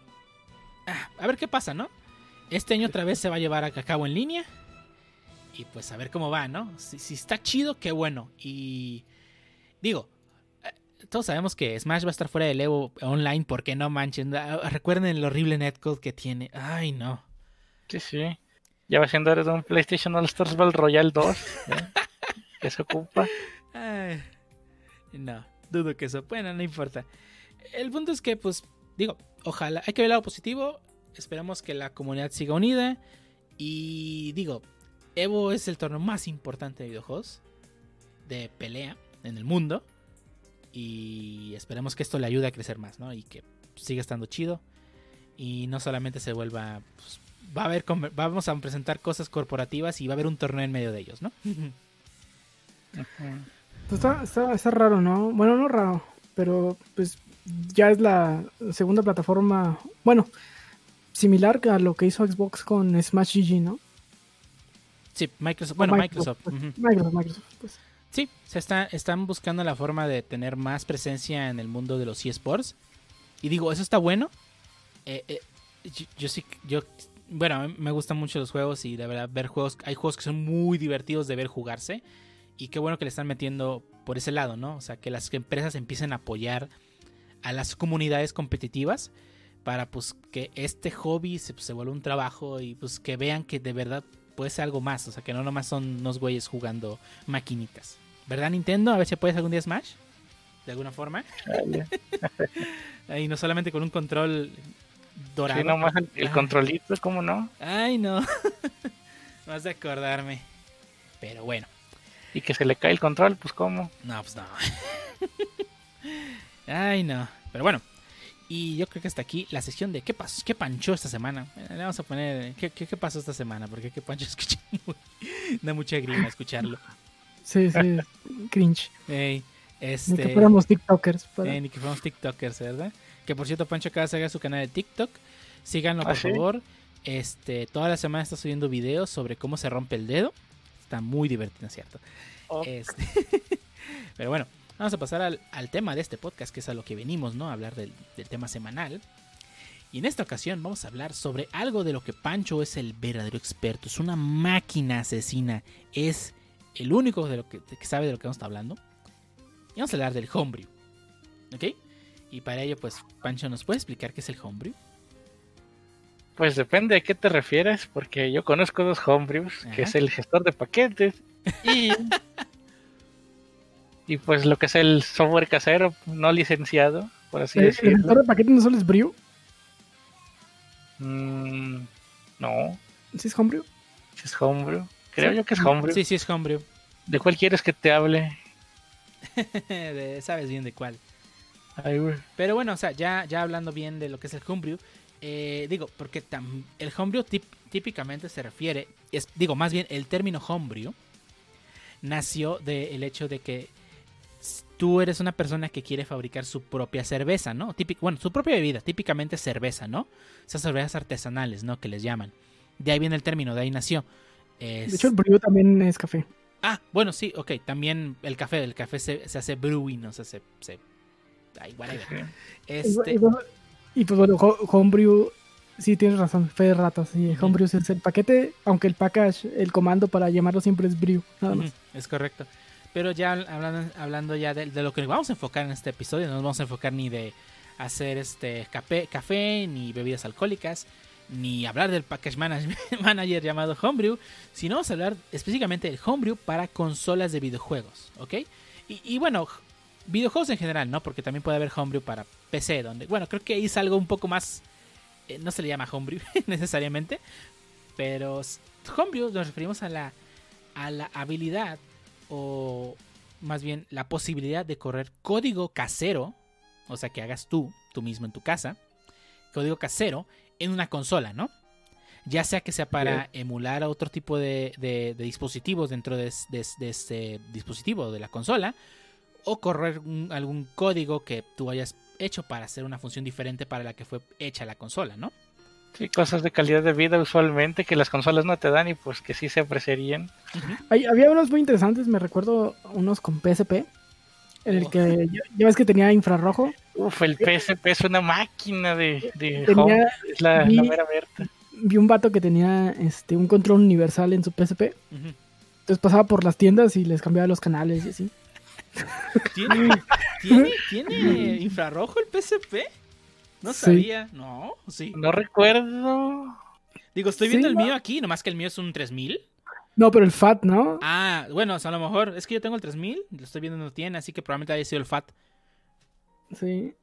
a ver qué pasa, ¿no? Este año otra vez se va a llevar a cabo en línea. Y pues a ver cómo va, ¿no? Si está chido, qué bueno. Y digo, todos sabemos que Smash va a estar fuera del EVO Online, porque no manchen. Recuerden el horrible netcode que tiene. Ay, no. Sí. Ya va siendo hora de un PlayStation All Stars Battle Royale 2. ¿Qué se ocupa? Ay, no, dudo que eso. Bueno, no importa. El punto es que, pues, digo, ojalá, hay que ver el lado positivo. Esperamos que la comunidad siga unida. Y digo, Evo es el torneo más importante de videojuegos de pelea en el mundo. Y esperemos que esto le ayude a crecer más, ¿no? Y que siga estando chido. Y no solamente se vuelva... Pues, vamos a presentar cosas corporativas y va a haber un torneo en medio de ellos, ¿no? Pues está raro, ¿no? Bueno, no raro, pero pues ya es la segunda plataforma, bueno, similar a lo que hizo Xbox con Smash GG, ¿no? Sí, Microsoft. Bueno, Microsoft. Pues, Uh-huh. Microsoft, pues. Sí, están buscando la forma de tener más presencia en el mundo de los eSports. Y digo, eso está bueno. Bueno, a mí me gustan mucho los juegos y de verdad ver juegos, hay juegos que son muy divertidos de ver jugarse. Y qué bueno que le están metiendo por ese lado, ¿no? O sea, que las empresas empiecen a apoyar a las comunidades competitivas para pues que este hobby se vuelva un trabajo y pues que vean que de verdad puede ser algo más. O sea, que no nomás son unos güeyes jugando maquinitas. ¿Verdad, Nintendo? A ver si puedes algún día Smash. De alguna forma. Y no solamente con un control dorado. Sí, nomás el controlito, ¿cómo no? Ay, no. Más de acordarme. Pero bueno. Y que se le cae el control, pues ¿cómo? No, pues no. Ay, no. Pero bueno. Y yo creo que hasta aquí la sección de ¿qué pasó? ¿Qué panchó esta semana? Le vamos a poner ¿qué pasó esta semana? Porque qué pancho escuché da mucha grima escucharlo. Sí, cringe. Ni que fuéramos TikTokers. Ni que fuéramos TikTokers, ¿verdad? Que por cierto, Pancho acaba de sacar su canal de TikTok. Síganlo, por favor. Toda la semana está subiendo videos sobre cómo se rompe el dedo. Está muy divertido, ¿cierto? Oh. Pero bueno, vamos a pasar al tema de este podcast, que es a lo que venimos, ¿no? A hablar del tema semanal. Y en esta ocasión vamos a hablar sobre algo de lo que Pancho es el verdadero experto. Es una máquina asesina. Es el único que sabe de lo que vamos a estar hablando. Y vamos a hablar del homebrew. ¿Ok? Y para ello, pues, Pancho, ¿nos puede explicar qué es el homebrew? Pues depende a qué te refieres, porque yo conozco dos homebrews, que es el gestor de paquetes y pues lo que es el software casero no licenciado, por así decirlo. ¿El gestor de paquetes no solo es brew? No. ¿Sí es homebrew? Sí es homebrew. Creo yo que es homebrew. Sí es homebrew. ¿De cuál quieres que te hable? Sabes bien de cuál. Ay, güey. Pero bueno, o sea, ya hablando bien de lo que es el homebrew, digo, porque el homebrew típicamente se refiere, más bien el término homebrew nació del hecho de que tú eres una persona que quiere fabricar su propia cerveza, ¿no? Su propia bebida, típicamente cerveza, ¿no? Esas cervezas artesanales, ¿no? Que les llaman. De ahí viene el término, de ahí nació. De hecho, el brew también es café. Ah, bueno, sí, ok. También el café se hace brewing, no se whatever. Y pues bueno, homebrew, sí tienes razón, fe de ratas. Sí, homebrew es el paquete, aunque el package, el comando para llamarlo siempre es brew, nada más. Es correcto. Pero ya hablando ya de lo que vamos a enfocar en este episodio, no nos vamos a enfocar ni de hacer café, ni bebidas alcohólicas, ni hablar del package manager llamado homebrew, sino vamos a hablar específicamente del homebrew para consolas de videojuegos, ¿ok? Y bueno, videojuegos en general, ¿no? Porque también puede haber homebrew para PC, donde, bueno, creo que ahí es algo un poco más, no se le llama homebrew necesariamente, pero homebrew nos referimos a la habilidad, o más bien la posibilidad de correr código casero, o sea, que hagas tú mismo en tu casa, código casero en una consola, ¿no? Ya sea que sea para emular a otro tipo de dispositivos dentro de este dispositivo de la consola, o correr algún código que tú hayas hecho para hacer una función diferente para la que fue hecha la consola, ¿no? Sí, cosas de calidad de vida usualmente que las consolas no te dan y pues que sí se apreciarían. Había unos muy interesantes, me recuerdo unos con PSP, en el que ya ves que tenía infrarrojo. El PSP es una máquina de home, es la mera verta. Vi un vato que tenía un control universal en su PSP. Entonces pasaba por las tiendas y les cambiaba los canales y así. ¿Tiene infrarrojo el PSP? No sabía. No, sí. No recuerdo. Digo, estoy viendo Sí, el ¿no? mío aquí, nomás que el mío es un 3000. No, pero el FAT, ¿no? Ah, bueno, o sea, a lo mejor es que yo tengo el 3000, lo estoy viendo no tiene, así que probablemente haya sido el FAT. Sí.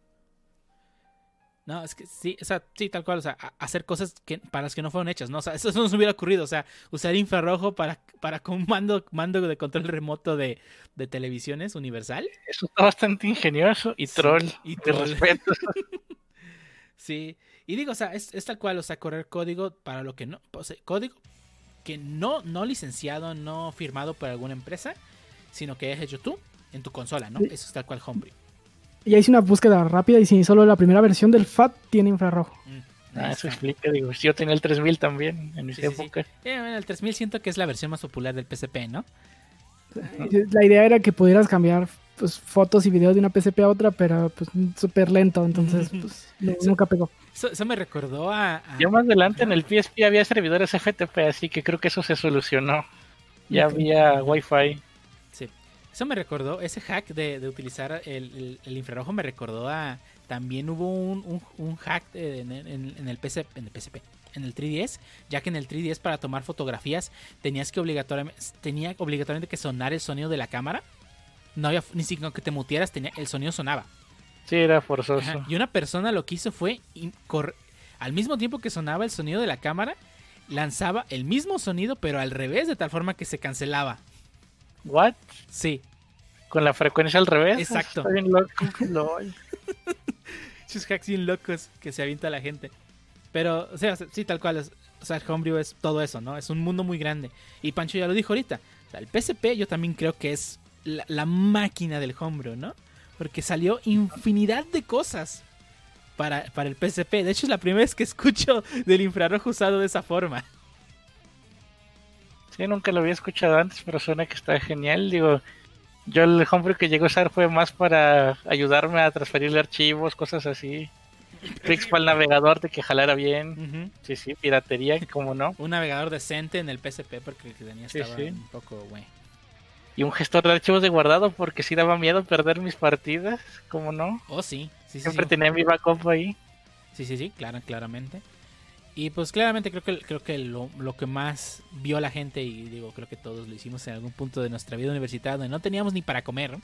No, es que sí, o sea, sí, tal cual, o sea, hacer cosas que, para las que no fueron hechas, ¿no? O sea, eso no nos hubiera ocurrido, o sea, usar infrarrojo para con mando de control remoto de televisiones universal. Eso está bastante ingenioso y Sí, troll. y De troll. respeto. Sí, y digo, o sea, es tal cual, o sea, correr código para lo que no, o sea, código que no licenciado, no firmado por alguna empresa, sino que has hecho tú en tu consola, ¿no? Sí. Eso es tal cual Homebrew. Ya hice una búsqueda rápida y sí, solo la primera versión del FAT tiene infrarrojo. Ahí Eso está. explica, digo, yo tenía el 3000 también en mis Sí, sí, sí. épocas. Bueno, el 3000 siento que es la versión más popular del PSP, ¿no? La idea era que pudieras cambiar pues, fotos y videos de una PSP a otra, pero pues súper lento, entonces pues nunca pegó. Eso me recordó a... Ya más adelante en el PSP había servidores FTP, así que creo que eso se solucionó. Ya Ok. había Wi-Fi. Sí. Eso me recordó, ese hack de utilizar el infrarrojo me recordó a... También hubo un hack en el PSP, en el 3DS, ya que en el 3DS para tomar fotografías tenía obligatoriamente que sonar el sonido de la cámara. No había, ni siquiera que te mutearas, el sonido sonaba. Sí, era forzoso. Ajá. Y una persona lo que hizo fue, al mismo tiempo que sonaba el sonido de la cámara, lanzaba el mismo sonido, pero al revés, de tal forma que se cancelaba. ¿What? Sí, ¿Con la frecuencia al revés? exacto. Está bien loco. Lol. Esos hacks bien locos que se avienta la gente. Pero, o sea, sí, tal cual. O sea, el Homebrew es todo eso, ¿no? Es un mundo muy grande. Y Pancho ya lo dijo ahorita. O sea, el PSP yo también creo que es la máquina del Homebrew, ¿no? Porque salió infinidad de cosas para el PSP. De hecho, es la primera vez que escucho del infrarrojo usado de esa forma. Sí, nunca lo había escuchado antes, pero suena que está genial. Digo, yo el Homebrew que llego a usar fue más para ayudarme a transferirle archivos, cosas así. Tricks para el navegador de que jalara bien. Uh-huh. Sí, sí, piratería, cómo no. Un navegador decente en el PSP porque el que tenía Sí, estaba sí. un poco, güey. Y un gestor de archivos de guardado porque sí daba miedo perder mis partidas, ¿cómo no? Oh, sí. Sí, sí, Siempre sí. tenía mi backup ahí. Sí, claramente. Y pues claramente creo que lo que más vio la gente, y digo, creo que todos lo hicimos en algún punto de nuestra vida universitaria, donde no teníamos ni para comer,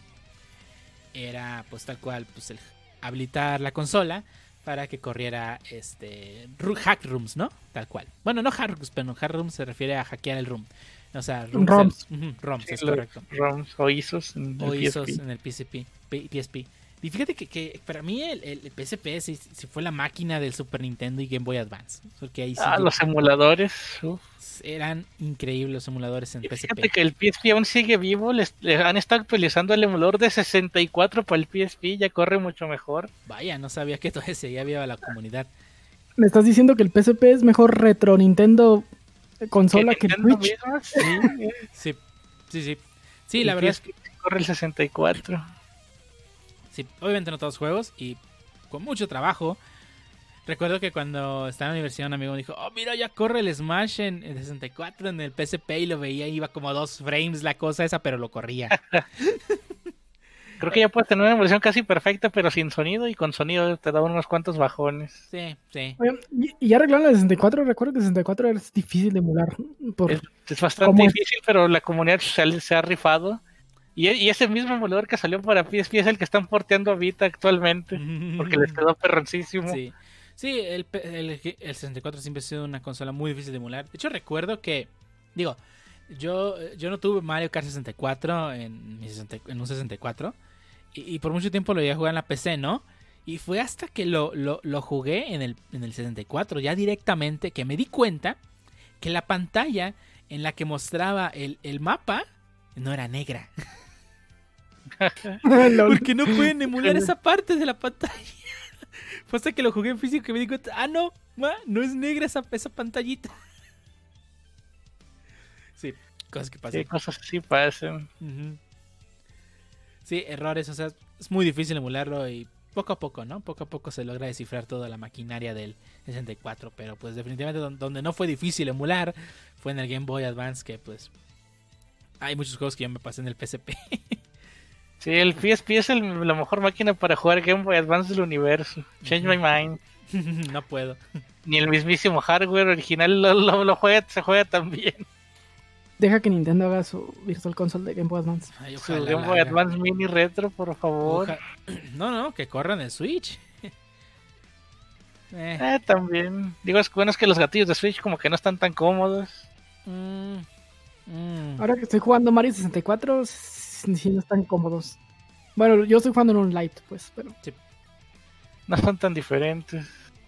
era pues tal cual, pues el habilitar la consola para que corriera hack rooms, ¿no? Tal cual. Bueno, no hack rooms, pero hack rooms se refiere a hackear el room. O sea, ROMs. ROMs, Sí, es los correcto. ROMs o ISOs en O el ISOs PSP. en el PSP. Y fíjate que para mí el PSP sí fue la máquina del Super Nintendo y Game Boy Advance. Porque ahí sí Los emuladores. Uf. eran increíbles los emuladores en Y PSP. fíjate que el PSP aún sigue vivo. Le han estado actualizando el emulador de 64 para el PSP. Ya corre mucho mejor. Vaya, no sabía que todavía seguía viva la comunidad. ¿Me estás diciendo que el PSP es mejor retro Nintendo consola que el Nintendo Switch? mismo, sí. Sí. Sí, la verdad es que corre el 64. sí, obviamente no todos los juegos y con mucho trabajo. Recuerdo que cuando estaba en la universidad un amigo me dijo, oh mira, ya corre el Smash en el 64 en el PSP y lo veía, iba como a 2 frames la cosa esa, pero lo corría. Creo que ya puedes tener una versión casi perfecta, pero sin sonido, y con sonido te da unos cuantos bajones. Sí. Oye, y ya arreglaron la 64, recuerdo que 64 es difícil de emular. Es bastante ¿Cómo es? difícil, pero la comunidad se ha rifado. Y ese mismo emulador que salió para PSP es el que están porteando a Vita actualmente, porque les quedó perroncísimo. Sí, el 64 siempre ha sido una consola muy difícil de emular. De hecho, recuerdo que, digo, yo no tuve Mario Kart 64 en un 64. Y por mucho tiempo lo iba a jugar en la PC, ¿no? Y fue hasta que lo jugué en el 64, ya directamente, que me di cuenta que la pantalla en la que mostraba el mapa no era negra. Porque no pueden emular esa parte de la pantalla. Fue hasta que lo jugué en físico que me di cuenta, no es negra esa pantallita. Sí, cosas que pasan. Sí, cosas así pasan. Uh-huh. Sí, errores, o sea, es muy difícil emularlo y poco a poco, ¿no? Poco a poco se logra descifrar toda la maquinaria del 64, pero pues definitivamente donde no fue difícil emular fue en el Game Boy Advance, que pues hay muchos juegos que yo me pasé en el PSP. Sí, el PSP es la mejor máquina para jugar Game Boy Advance del universo. Change my mind. No puedo. ni el mismísimo hardware original lo juega, se juega tan bien. Deja que Nintendo haga su Virtual Console de Game Boy Advance. Ay, Su Game Boy Advance Mini Retro, por favor. No, que corran el Switch. También. Digo, es bueno, es que los gatillos de Switch como que no están tan cómodos. Ahora que estoy jugando Mario 64, sí no están cómodos. Bueno, yo estoy jugando en un Lite, pues, pero... Sí. No son tan diferentes.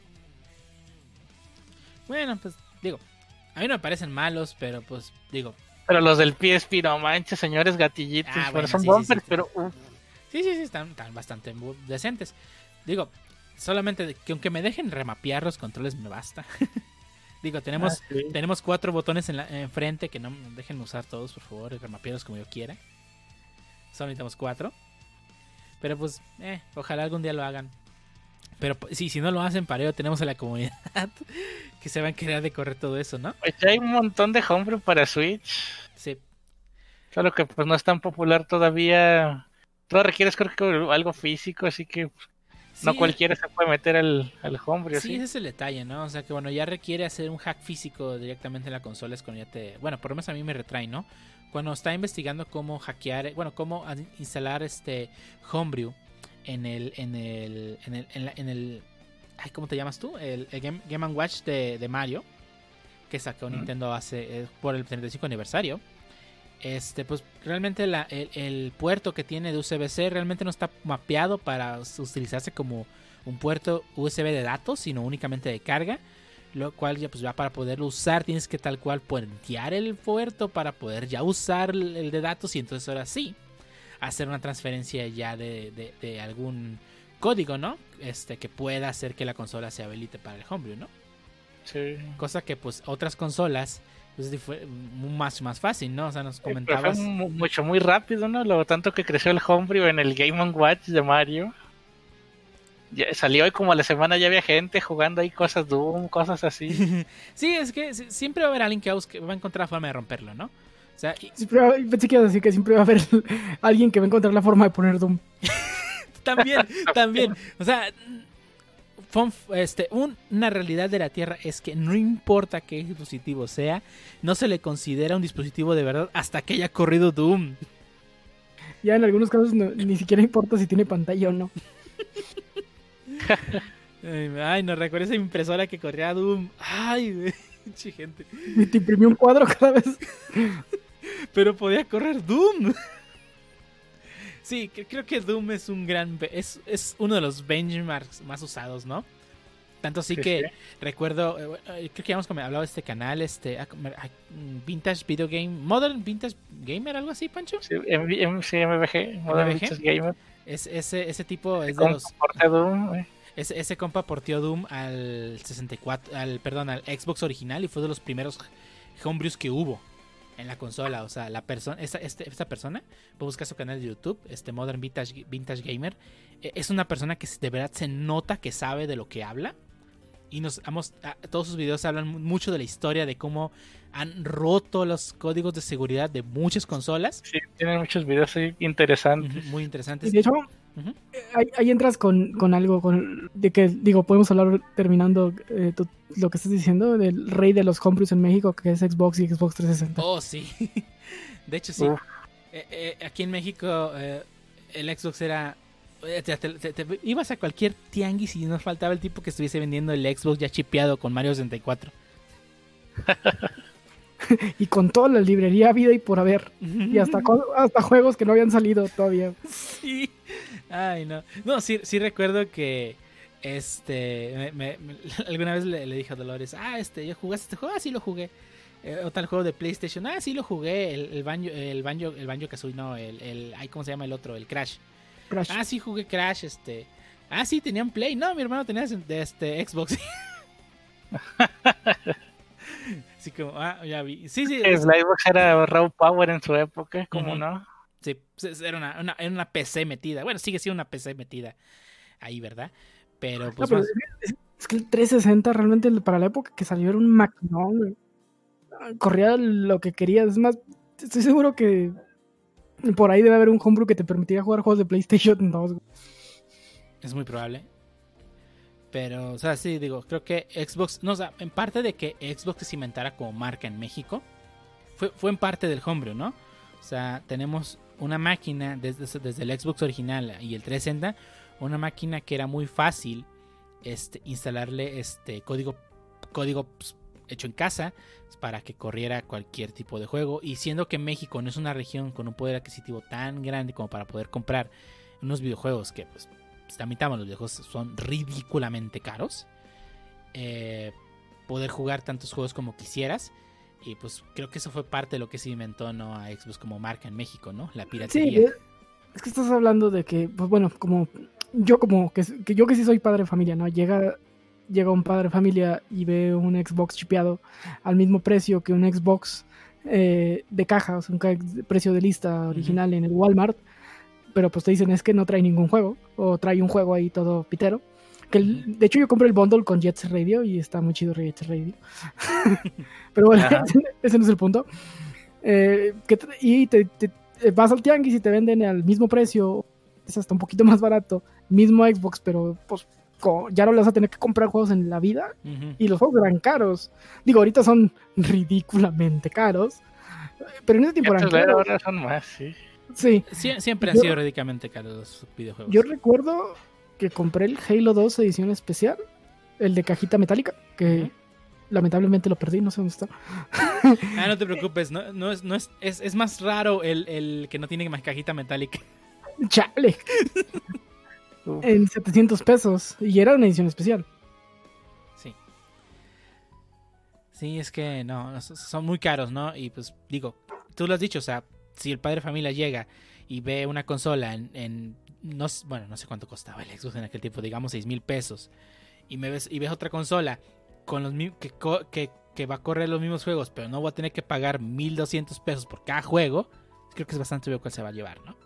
Bueno, pues, digo, a mí no me parecen malos, pero pues, digo... Pero los del PSP, no manches, señores gatillitos. Bueno, son bumpers, pero... Sí, están bastante decentes. Digo, solamente que aunque me dejen remapear los controles me basta. Digo, tenemos 4 botones en frente, que no me dejen usar todos, por favor, y remapearlos como yo quiera. Solo necesitamos 4. Pero pues, ojalá algún día lo hagan. Pero sí, si no lo hacen, para ello tenemos a la comunidad que se va a encargar de correr todo eso, ¿no? Pues ya hay un montón de homebrew para Switch. Sí. Solo que pues no es tan popular todavía. Todo requieres, creo que algo físico, así que no cualquiera se puede meter al homebrew. Sí, ese es el detalle, ¿no? O sea que bueno, ya requiere hacer un hack físico directamente en la consola. Es cuando ya te... Bueno, por lo menos a mí me retrae, ¿no? Cuando está investigando cómo hackear, bueno, cómo instalar homebrew en el ay, ¿cómo te llamas tú? El Game & Watch de Mario, que sacó Nintendo hace por el 35 aniversario. Pues realmente el puerto que tiene de USB-C realmente no está mapeado para utilizarse como un puerto USB de datos, sino únicamente de carga, lo cual ya pues ya para poderlo usar tienes que tal cual puentear el puerto para poder ya usar el de datos, y entonces ahora sí hacer una transferencia ya de algún código, ¿no? Que pueda hacer que la consola se habilite para el homebrew, ¿no? Sí. Cosa que pues otras consolas pues fue más fácil, ¿no? O sea, nos comentabas... Fue muy rápido, ¿no? Lo tanto que creció el homebrew en el Game & Watch de Mario. Ya salió y como a la semana ya había gente jugando ahí cosas Doom, cosas así. Sí, es que siempre va a haber alguien que va a encontrar la forma de romperlo, ¿no? O sea, pensé que ibas a decir que siempre va a haber alguien que va a encontrar la forma de poner Doom. También. O sea, una realidad de la Tierra es que no importa qué dispositivo sea, no se le considera un dispositivo de verdad hasta que haya corrido Doom. Ya en algunos casos ni siquiera importa si tiene pantalla o no. Ay, no recuerdo esa impresora que corría Doom. Ay, gente. Y te imprimió un cuadro cada vez. Pero podía correr Doom. Sí, creo que Doom es es uno de los benchmarks más usados, ¿no? Tanto así que recuerdo, creo que ya hemos hablado de este canal, Vintage Video Game, Modern Vintage Gamer, algo así, Pancho. Sí, MVG, Modern Vintage Gamer. Ese tipo es de los... Doom, ese compa porteó Doom al 64, al Xbox original, y fue de los primeros homebrews que hubo en la consola. O sea, esta persona, puede buscar su canal de YouTube, Modern Vintage Gamer, es una persona que de verdad se nota que sabe de lo que habla, y todos sus videos hablan mucho de la historia de cómo han roto los códigos de seguridad de muchas consolas. Sí, tienen muchos videos interesantes. Muy interesantes. Y de hecho, ahí entras con algo de que, digo, podemos hablar terminando lo que estás diciendo del rey de los homebrews en México, que es Xbox y Xbox 360. Oh, sí. De hecho, sí. Aquí en México el Xbox era... Te ibas a cualquier tianguis y nos faltaba el tipo que estuviese vendiendo el Xbox ya chipeado con Mario 64. Y con toda la librería vida y por haber. Y hasta juegos que no habían salido todavía. Sí. Ay, no. No, sí recuerdo que alguna vez le dije a Dolores, ¿yo jugaste este juego? Ah, sí lo jugué. O tal juego de PlayStation, sí lo jugué. El Banjo Kazooie, no, ay, ¿cómo se llama el otro? El Crash. Ah, sí jugué Crash, sí, tenían Play. No, mi hermano tenía Xbox. Así como, ya vi. Sí. El Xbox era raw power en su época, ¿cómo no? Sí, era una PC metida. Bueno, sigue siendo una PC metida ahí, ¿verdad? Pero pues no, es que el 360 realmente para la época que salió era un maquinón, güey. Corría lo que querías. Es más, estoy seguro que por ahí debe haber un homebrew que te permitía jugar juegos de PlayStation 2, güey. Es muy probable. Pero, o sea, sí, digo, creo que Xbox, no, o sea, en parte de que Xbox se cimentara como marca en México, fue en parte del homebrew, ¿no? O sea, tenemos una máquina desde el Xbox original y el 360, una máquina que era muy fácil instalarle código pues, hecho en casa para que corriera cualquier tipo de juego. Y siendo que México no es una región con un poder adquisitivo tan grande como para poder comprar unos videojuegos que, pues, admitamos, los videojuegos son ridículamente caros, poder jugar tantos juegos como quisieras. Y pues creo que eso fue parte de lo que se inventó, ¿no?, a Xbox como marca en México, ¿no? La piratería. Sí, es que estás hablando de que, pues bueno, como yo que sí soy padre de familia, ¿no? Llega un padre de familia y ve un Xbox chipeado al mismo precio que un Xbox de caja, o sea, un precio de lista original en el Walmart, pero pues te dicen es que no trae ningún juego, o trae un juego ahí todo pitero. De hecho yo compré el bundle con Jet Set Radio y está muy chido Jet Set Radio. Pero bueno, ese no es el punto. Y te vas al tianguis y te venden al mismo precio, es hasta un poquito más barato, mismo Xbox, pero pues ya no le vas a tener que comprar juegos en la vida. Y los juegos eran caros. Digo, ahorita son ridículamente caros, pero en ese tiempo eran caros. Ahora son más, sí. Sí. Siempre han sido ridículamente caros los videojuegos. Yo recuerdo que compré el Halo 2 edición especial, el de cajita metálica, que lamentablemente lo perdí, no sé dónde está. No te preocupes, es más raro el que no tiene más cajita metálica. ¡Chale! En 700 pesos, y era una edición especial. Sí, es que no, son muy caros, ¿no? Y pues digo, tú lo has dicho, o sea, si el padre de familia llega y ve una consola no sé cuánto costaba el Xbox en aquel tiempo, digamos 6,000 pesos, y ves otra consola con los que va a correr los mismos juegos, pero no voy a tener que pagar 1,200 pesos por cada juego, creo que es bastante obvio cuál se va a llevar, ¿no?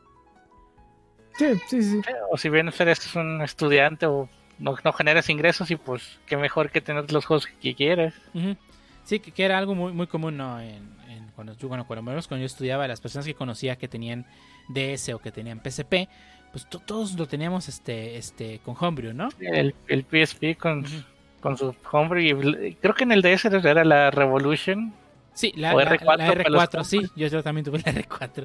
Sí. O si bien eres un estudiante o no generas ingresos, y pues qué mejor que tener los juegos que quieras. Sí, que era algo muy, muy común, ¿no? Cuando yo estudiaba, las personas que conocía que tenían DS o que tenían PSP, pues todos lo teníamos con Homebrew, ¿no? El PSP con su Homebrew, y creo que en el DS era la Revolution. Sí, la R4, sí, yo también tuve la R4.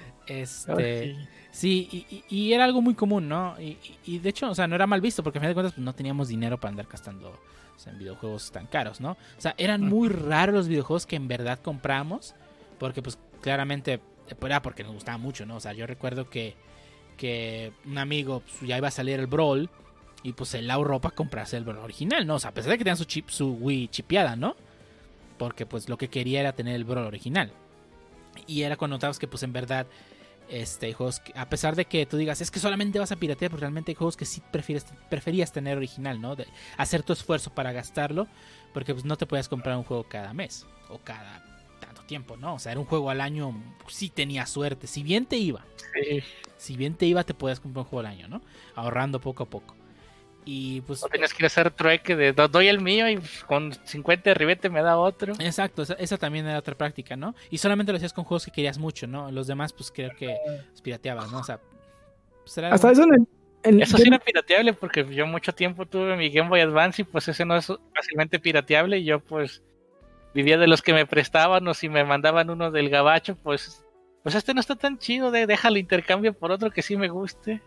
Sí, y era algo muy común, ¿no? Y de hecho, o sea, no era mal visto, porque a fin de cuentas pues, no teníamos dinero para andar gastando en videojuegos tan caros, ¿no? O sea, eran muy raros los videojuegos que en verdad compramos, porque pues claramente era porque nos gustaba mucho, ¿no? O sea, yo recuerdo que un amigo pues, ya iba a salir el Brawl y pues él ahorró para comprarse el Brawl original, ¿no? O sea, a pesar de que tenían su Wii chipeada, ¿no? Porque pues lo que quería era tener el Brawl original. Y era cuando notabas que pues en verdad juegos que, a pesar de que tú digas es que solamente vas a piratear, porque realmente hay juegos que sí preferías tener original, ¿no? De hacer tu esfuerzo para gastarlo, porque pues no te podías comprar un juego cada mes o cada tanto tiempo, ¿no? O sea, era un juego al año, sí tenías suerte, si bien te iba, te podías comprar un juego al año, ¿no? Ahorrando poco a poco. Y pues, o tenías que ir a hacer trueque de doy el mío y con 50 de ribete me da otro. Exacto, esa también era otra práctica, ¿no? Y solamente lo hacías con juegos que querías mucho, ¿no? Los demás pues creo que los pirateabas, ¿no? O sea, pues hasta eso eso sí era pirateable, porque yo mucho tiempo tuve mi Game Boy Advance y pues ese no es fácilmente pirateable, y yo pues vivía de los que me prestaban, o si me mandaban uno del gabacho, pues este no está tan chido, déjalo intercambio por otro que sí me guste.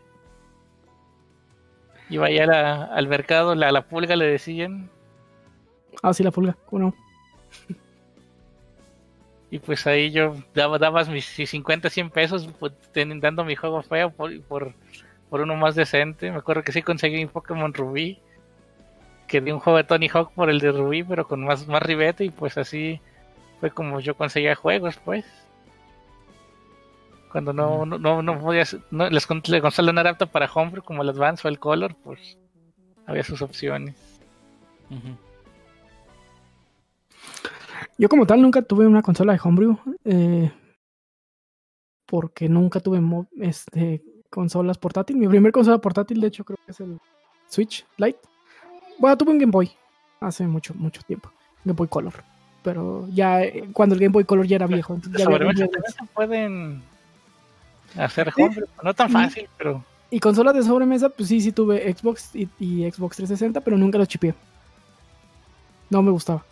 Iba allá al mercado, la pulga le decían. Ah, sí, la pulga, ¿cómo no? Y pues ahí yo dabas mis 50, 100 pesos pues, dando mi juego feo por uno más decente. Me acuerdo que sí conseguí mi Pokémon Rubí, que di un juego de Tony Hawk por el de Rubí, pero con más ribete, y pues así fue como yo conseguía juegos, pues. Cuando no podías, la consola no era apta para Homebrew como el Advance o el Color, pues había sus opciones. Yo como tal nunca tuve una consola de Homebrew, porque nunca tuve consolas portátiles. Mi primer consola portátil, de hecho, creo que es el Switch Lite. Bueno, tuve un Game Boy hace mucho, mucho tiempo, Game Boy Color, pero ya cuando el Game Boy Color ya era viejo. Entonces ya sobre se pueden hacer Homebrew, no tan fácil, pero Y consolas de sobremesa, pues sí tuve Xbox y Xbox 360, pero nunca los chipié. No me gustaba.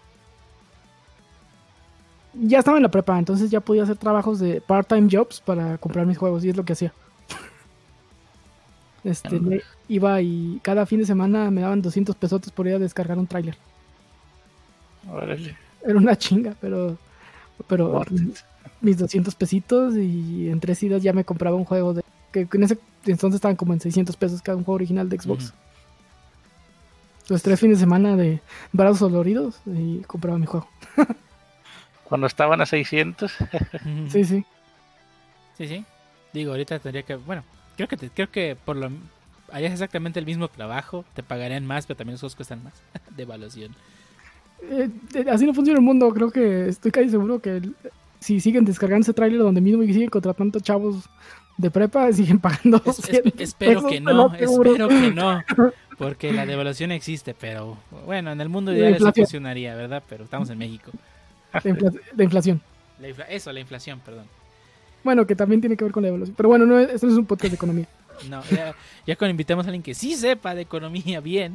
Ya estaba en la prepa, entonces ya podía hacer trabajos de part-time jobs para comprar mis juegos, y es lo que hacía. Iba y cada fin de semana me daban 200 pesotes por ir a descargar un tráiler. Órale. Era una chinga, pero mis 200 pesitos, y en 3 idas ya me compraba un juego que en ese entonces estaban como en 600 pesos cada un juego original de Xbox. Los 3 fines de semana de brazos doloridos y compraba mi juego. Cuando estaban a 600. Sí. Sí. Digo, ahorita tendría que... Bueno, creo que por lo... harías exactamente el mismo trabajo, te pagarían más, pero también los juegos cuestan más de evaluación. Así no funciona el mundo. Creo que estoy casi seguro que si siguen descargando ese tráiler donde mismo y siguen contratando chavos de prepa, siguen pagando. Espero que no, porque la devaluación existe, pero bueno, en el mundo ideal eso funcionaría, ¿verdad? Pero estamos en México. La inflación. La inflación, perdón. Bueno, que también tiene que ver con la devaluación. Pero bueno, esto no es un podcast de economía. No, ya cuando invitemos a alguien que sí sepa de economía bien.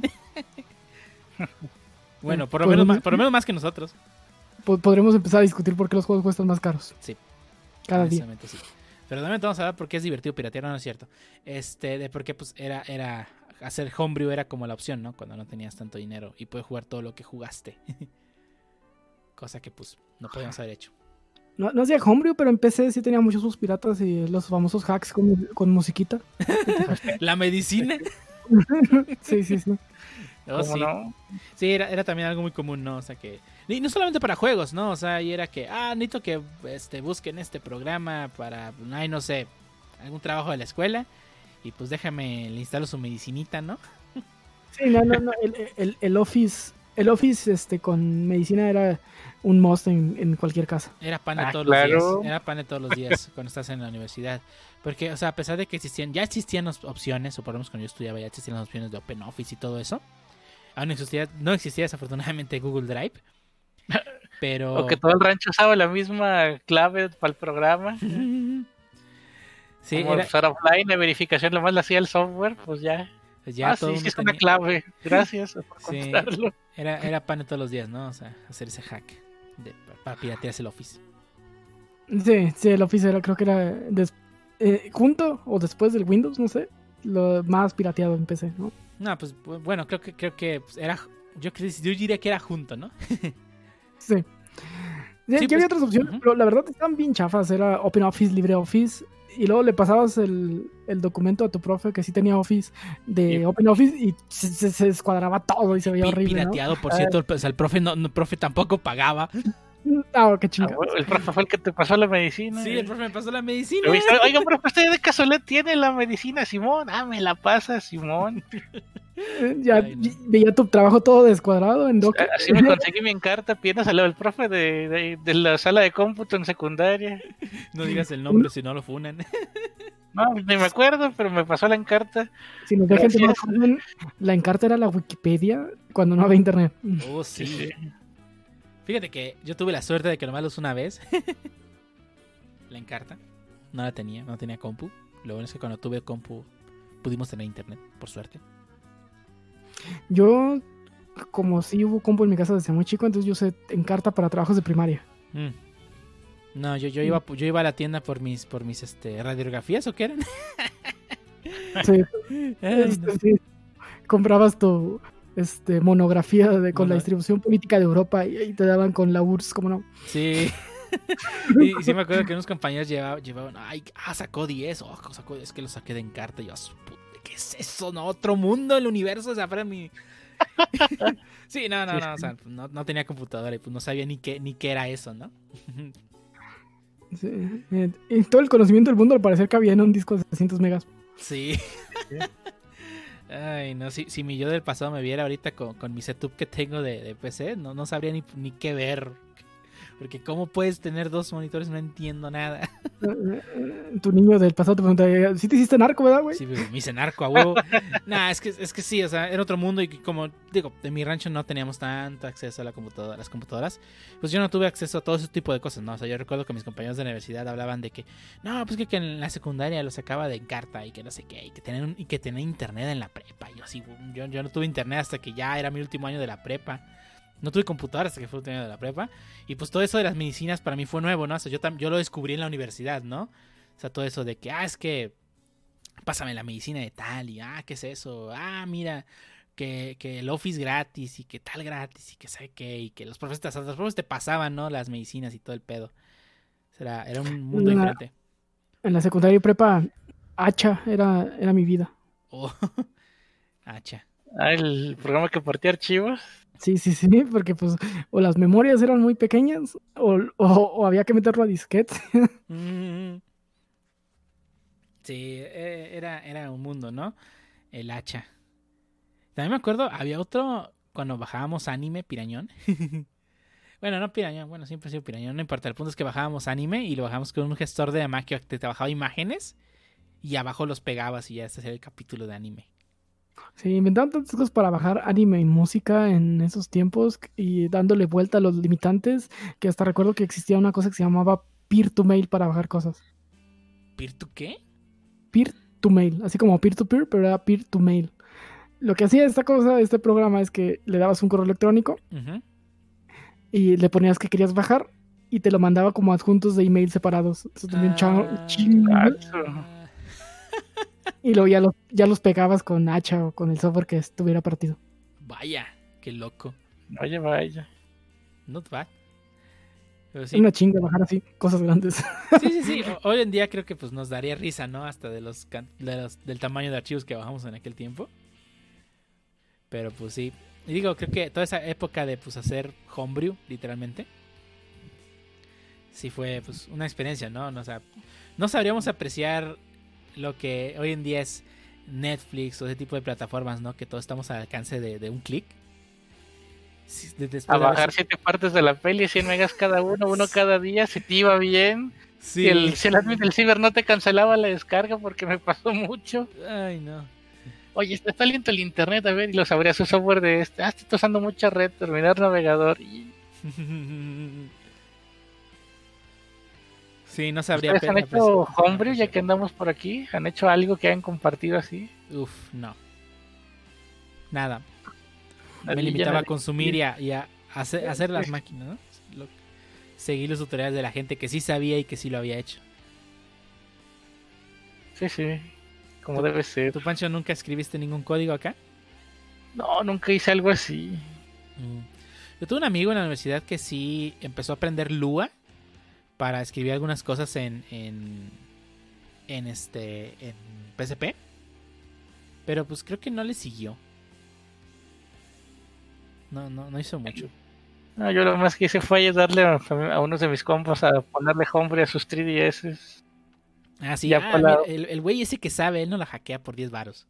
Bueno, por lo menos más que nosotros. Podremos empezar a discutir por qué los juegos cuestan más caros. Sí. Cada día. Sí. Pero también vamos a ver por qué es divertido piratear, no es cierto. De por qué pues era hacer homebrew era como la opción, ¿no? Cuando no tenías tanto dinero y puedes jugar todo lo que jugaste. Cosa que pues no podíamos haber hecho. No hacía homebrew, pero en PC sí tenía muchos juegos piratas y los famosos hacks con musiquita. La medicina. Sí. Oh, sí. No? Sí, era también algo muy común, ¿no? O sea que... Y no solamente para juegos, ¿no? O sea, y era que, necesito que busquen este programa para, no sé, algún trabajo de la escuela. Y pues déjame, le instalo su medicinita, ¿no? Sí, no. El Office con medicina era un must en cualquier casa. Era pan de todos los días. Era pan de todos los días cuando estás en la universidad. Porque, o sea, a pesar de que ya existían opciones, o por lo menos cuando yo estudiaba ya existían las opciones de OpenOffice y todo eso. Aún no existía desafortunadamente Google Drive. Pero... O que todo el rancho usaba la misma clave para el programa. Sí, como era offline, la verificación lo más la hacía el software, pues ya. Todo sí, es una clave. Gracias por contarlo. Era pan de todos los días, ¿no? O sea, hacer ese hack para piratearse el Office. Sí, el Office creo que era junto o después del Windows, no sé, lo más pirateado en PC, ¿no? No, pues bueno, creo que era... Yo diría que era junto, ¿no? Sí. Ya había otras opciones, pero la verdad estaban bien chafas. Era OpenOffice, LibreOffice, y luego le pasabas el documento a tu profe que sí tenía Office de OpenOffice y se descuadraba todo y se veía horrible, pirateado, ¿no? Por cierto, el profe tampoco pagaba. Qué chingada. El profe fue el que te pasó la medicina. Sí, el profe me pasó la medicina. Oiga, profe, ¿usted de casualidad tiene la medicina, Simón? Me la pasa, Simón. Veía tu trabajo todo descuadrado en Docker. Así me conseguí mi encarta apenas al profe de la sala de cómputo en secundaria. No digas el nombre, si no lo funan. No, ni me acuerdo, pero me pasó la encarta. Si nos dejan tomar, la encarta era la Wikipedia cuando no había internet. Oh, sí. Fíjate que yo tuve la suerte de que nomás lo usé una vez. La encarta. No tenía compu. Lo bueno es que cuando tuve compu pudimos tener internet, por suerte. Yo, como sí hubo compu en mi casa desde muy chico, entonces yo usé encarta para trabajos de primaria. No, yo iba a la tienda por mis radiografías, ¿o qué eran? Sí. Sí. Comprabas tu monografía con la distribución política de Europa y te daban con la URSS, ¿cómo no? Sí. Y sí me acuerdo que unos compañeros llevaban, sacó 10, sacó 10, que lo saqué de encarta. Y yo, ¿qué es eso? ¿No? Otro mundo, el universo, o sea, para mí. Sí, no, o sea, no tenía computadora y pues no sabía ni qué era eso, ¿no? Sí. Y todo el conocimiento del mundo al parecer cabía en un disco de 600 megas. Sí. Ay, no, si mi yo del pasado me viera ahorita con mi setup que tengo de PC, no sabría ni qué ver. Porque ¿cómo puedes tener 2 monitores? No entiendo nada. Tu niño del pasado te pregunta, ¿sí te hiciste narco, verdad, güey? Sí, me hice narco a huevo. Nah, es que sí, o sea, era otro mundo y como digo, en mi rancho no teníamos tanto acceso a las computadoras. Pues yo no tuve acceso a todo ese tipo de cosas, ¿no? O sea, yo recuerdo que mis compañeros de la universidad hablaban de que, no, pues que en la secundaria lo sacaba de Encarta y que no sé qué, y que tener internet en la prepa. Y yo así, yo no tuve internet hasta que ya era mi último año de la prepa. No tuve computadora hasta que fue el último año de la prepa. Y pues todo eso de las medicinas para mí fue nuevo, ¿no? O sea, yo lo descubrí en la universidad, ¿no? O sea, todo eso de que, es que pásame la medicina de tal y, ¿qué es eso? Mira, que el Office gratis y que tal gratis y que sabe qué, y que los profes te pasaban, ¿no? Las medicinas y todo el pedo. O sea, era un mundo diferente. En la secundaria y prepa, Hacha era mi vida. Oh, Hacha. El programa que partía archivos. Sí, porque pues o las memorias eran muy pequeñas o había que meterlo a disquete. Sí, era un mundo, ¿no? El Hacha. También me acuerdo, había otro cuando bajábamos anime, Pirañón. Bueno, no Pirañón, bueno, siempre ha sido Pirañón, no importa. El punto es que bajábamos anime y lo bajábamos con un gestor de Mac que te bajaba imágenes y abajo los pegabas y ya este era el capítulo de anime. Sí, inventaron tantas cosas para bajar anime y música en esos tiempos y dándole vuelta a los limitantes, que hasta recuerdo que existía una cosa que se llamaba peer-to-mail para bajar cosas. ¿Peer-to qué? Peer-to-mail, así como peer-to-peer, pero era peer-to-mail. Lo que hacía este programa es que le dabas un correo electrónico y le ponías que querías bajar y te lo mandaba como adjuntos de email separados. Eso tenía un chingo. Y luego ya los pegabas con Hacha o con el software que estuviera partido. Vaya, qué loco. Vaya. Not bad. Pero sí. Una chinga bajar así, cosas grandes. Sí. Hoy en día creo que pues nos daría risa, ¿no? Hasta del tamaño de archivos que bajamos en aquel tiempo. Pero pues sí. Y digo, creo que toda esa época de pues hacer homebrew, literalmente, sí fue pues una experiencia, ¿no? O sea, no sabríamos apreciar lo que hoy en día es Netflix o ese tipo de plataformas, ¿no? Que todos estamos al alcance de un clic. A bajar 7 partes de la peli, 100 megas cada uno cada día, si te iba bien. Sí. Si el admin del ciber no te cancelaba la descarga, porque me pasó mucho. Ay, no. Oye, está lento el internet, a ver, y lo sabría su software de estoy usando mucha red, terminar navegador. Sí, no sabría. ¿Ustedes han hecho homebrew ya que andamos por aquí? ¿Han hecho algo que hayan compartido así? No. Nada. Me limitaba a consumir y a hacer las máquinas, ¿no? Seguir los tutoriales de la gente que sí sabía y que sí lo había hecho. Sí. Como debe ser. ¿Tú, Pancho, nunca escribiste ningún código acá? No, nunca hice algo así. Yo tuve un amigo en la universidad que sí empezó a aprender Lua para escribir algunas cosas en PSP. Pero pues creo que no le siguió. No hizo mucho. No, yo lo más que hice fue ayudarle a unos de mis compas a ponerle hombre a sus 3DS. Sí, mira, el güey ese que sabe, él no la hackea por 10 varos.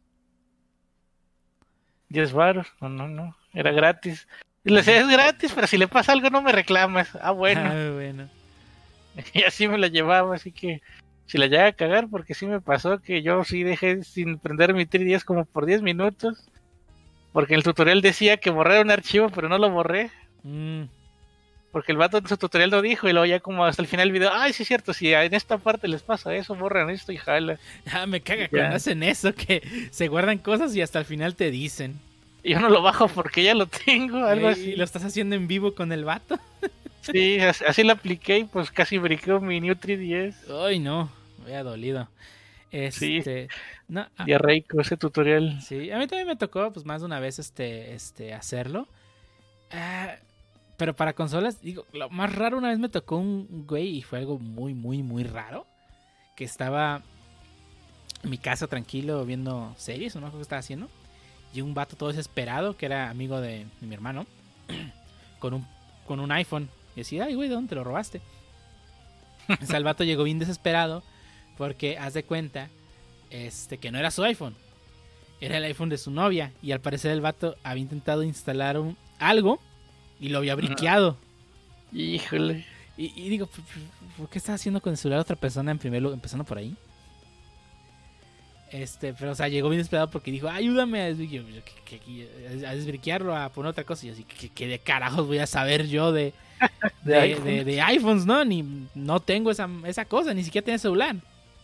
10 varos, no, era gratis. Y le decía, es gratis, pero si le pasa algo no me reclamas. Bueno. Bueno. Y así me la llevaba, así que si la llega a cagar, porque sí me pasó que yo sí dejé sin prender mi 3DS como por 10 minutos. Porque el tutorial decía que borrar un archivo, pero no lo borré. Porque el vato en su tutorial lo dijo y luego ya como hasta el final del video, sí es cierto, si en esta parte les pasa eso, borran esto y jala. Me caga cuando hacen eso, que se guardan cosas y hasta el final te dicen. Y yo no lo bajo porque ya lo tengo, algo así. ¿Y lo estás haciendo en vivo con el vato? Sí, así lo apliqué y pues casi briqueo mi New 3DS. Ay, no, me había dolido. Sí, diarreico ese tutorial. Sí, a mí también me tocó pues más de una vez hacerlo. Pero para consolas, digo, lo más raro, una vez me tocó un güey y fue algo muy, muy, muy raro. Que estaba en mi casa tranquilo viendo series, o no sé qué estaba haciendo. Y un vato todo desesperado, que era amigo de mi hermano, con un iPhone. Y decía, ay güey, ¿de dónde te lo robaste? O sea, el vato llegó bien desesperado porque haz de cuenta que no era su iPhone. Era el iPhone de su novia. Y al parecer el vato había intentado instalar algo y lo había briqueado. Híjole. Y digo, ¿por qué estás haciendo con el celular de otra persona en primer lugar, empezando por ahí? Pero, o sea, llegó bien esperado porque dijo, ayúdame a desbriquearlo, a poner otra cosa. Y yo así, ¿qué de carajos voy a saber yo de iPhones, no? No tengo esa cosa, ni siquiera tengo celular.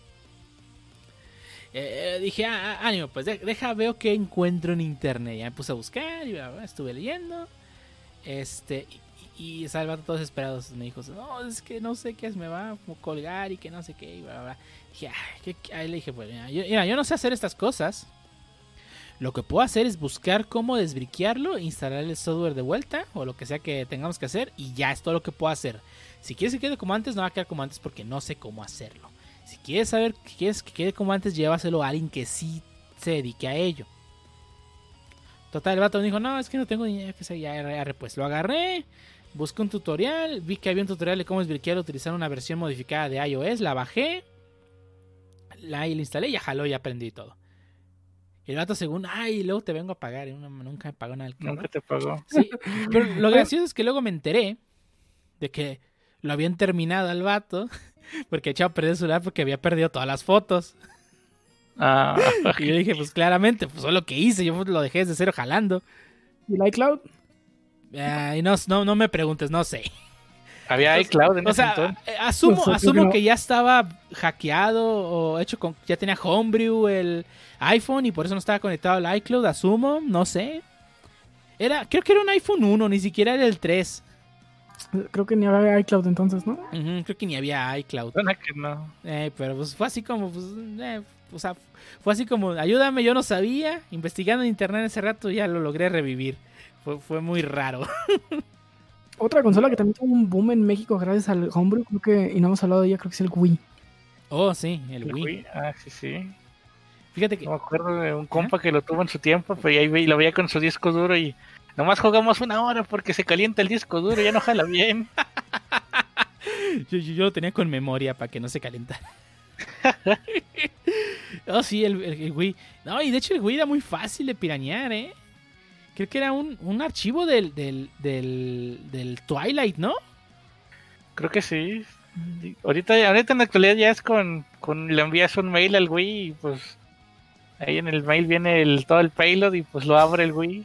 Dije, ánimo, pues veo qué encuentro en internet. Ya me puse a buscar y estuve leyendo. Y Salvato todos esperados me dijo, no, es que no sé qué es, me va a colgar y que no sé qué, y bla, bla, bla. Dije, ahí le dije, pues mira, yo no sé hacer estas cosas. Lo que puedo hacer es buscar cómo desbriquearlo, instalar el software de vuelta o lo que sea que tengamos que hacer y ya es todo lo que puedo hacer. Si quieres que quede como antes, no va a quedar como antes porque no sé cómo hacerlo. Si quieres saber que quieres que quede como antes, llévaselo a alguien que sí se dedique a ello. Total, el vato me dijo, no, es que no tengo ni idea, que sé, ya, pues lo agarré, busqué un tutorial, vi que había un tutorial de cómo desbriquear utilizar una versión modificada de iOS, la bajé, la instalé, ya jaló, ya aprendí todo. Y el vato según, luego te vengo a pagar, y nunca me pagó nada. Nunca te pagó. Sí, pero lo gracioso es que luego me enteré de que lo habían terminado al vato, porque echaba a perder el celular porque había perdido todas las fotos. Y yo dije, pues claramente, pues fue lo que hice, yo lo dejé desde cero jalando. ¿Y el iCloud? Y no me preguntes, no sé. Había iCloud en ese entonces. Asumo que ya estaba hackeado o hecho con, ya tenía Homebrew el iPhone y por eso no estaba conectado al iCloud, asumo, no sé. Creo que era un iPhone 1, ni siquiera era el 3. Creo que ni había iCloud entonces, ¿no? Creo que ni había iCloud. Suena que no. Pero pues fue así como, o sea, fue así como, ayúdame, yo no sabía. Investigando en internet ese rato ya lo logré revivir. Fue muy raro. Otra consola que también tuvo un boom en México gracias al Homebrew, creo que, y no hemos hablado de ella, creo que es el Wii. Oh, sí, el Wii. Sí. Fíjate que... No me acuerdo de un compa que lo tuvo en su tiempo, pero ahí lo veía con su disco duro y nomás jugamos 1 hora porque se calienta el disco duro y ya no jala bien. yo lo tenía con memoria para que no se calentara. Oh, sí, el Wii. No, y de hecho el Wii era muy fácil de pirañear, ¿eh? Creo que era un archivo del Twilight, ¿no? Creo que sí. Ahorita en la actualidad ya es con le envías un mail al Wii y pues ahí en el mail viene todo el payload y pues lo abre el Wii.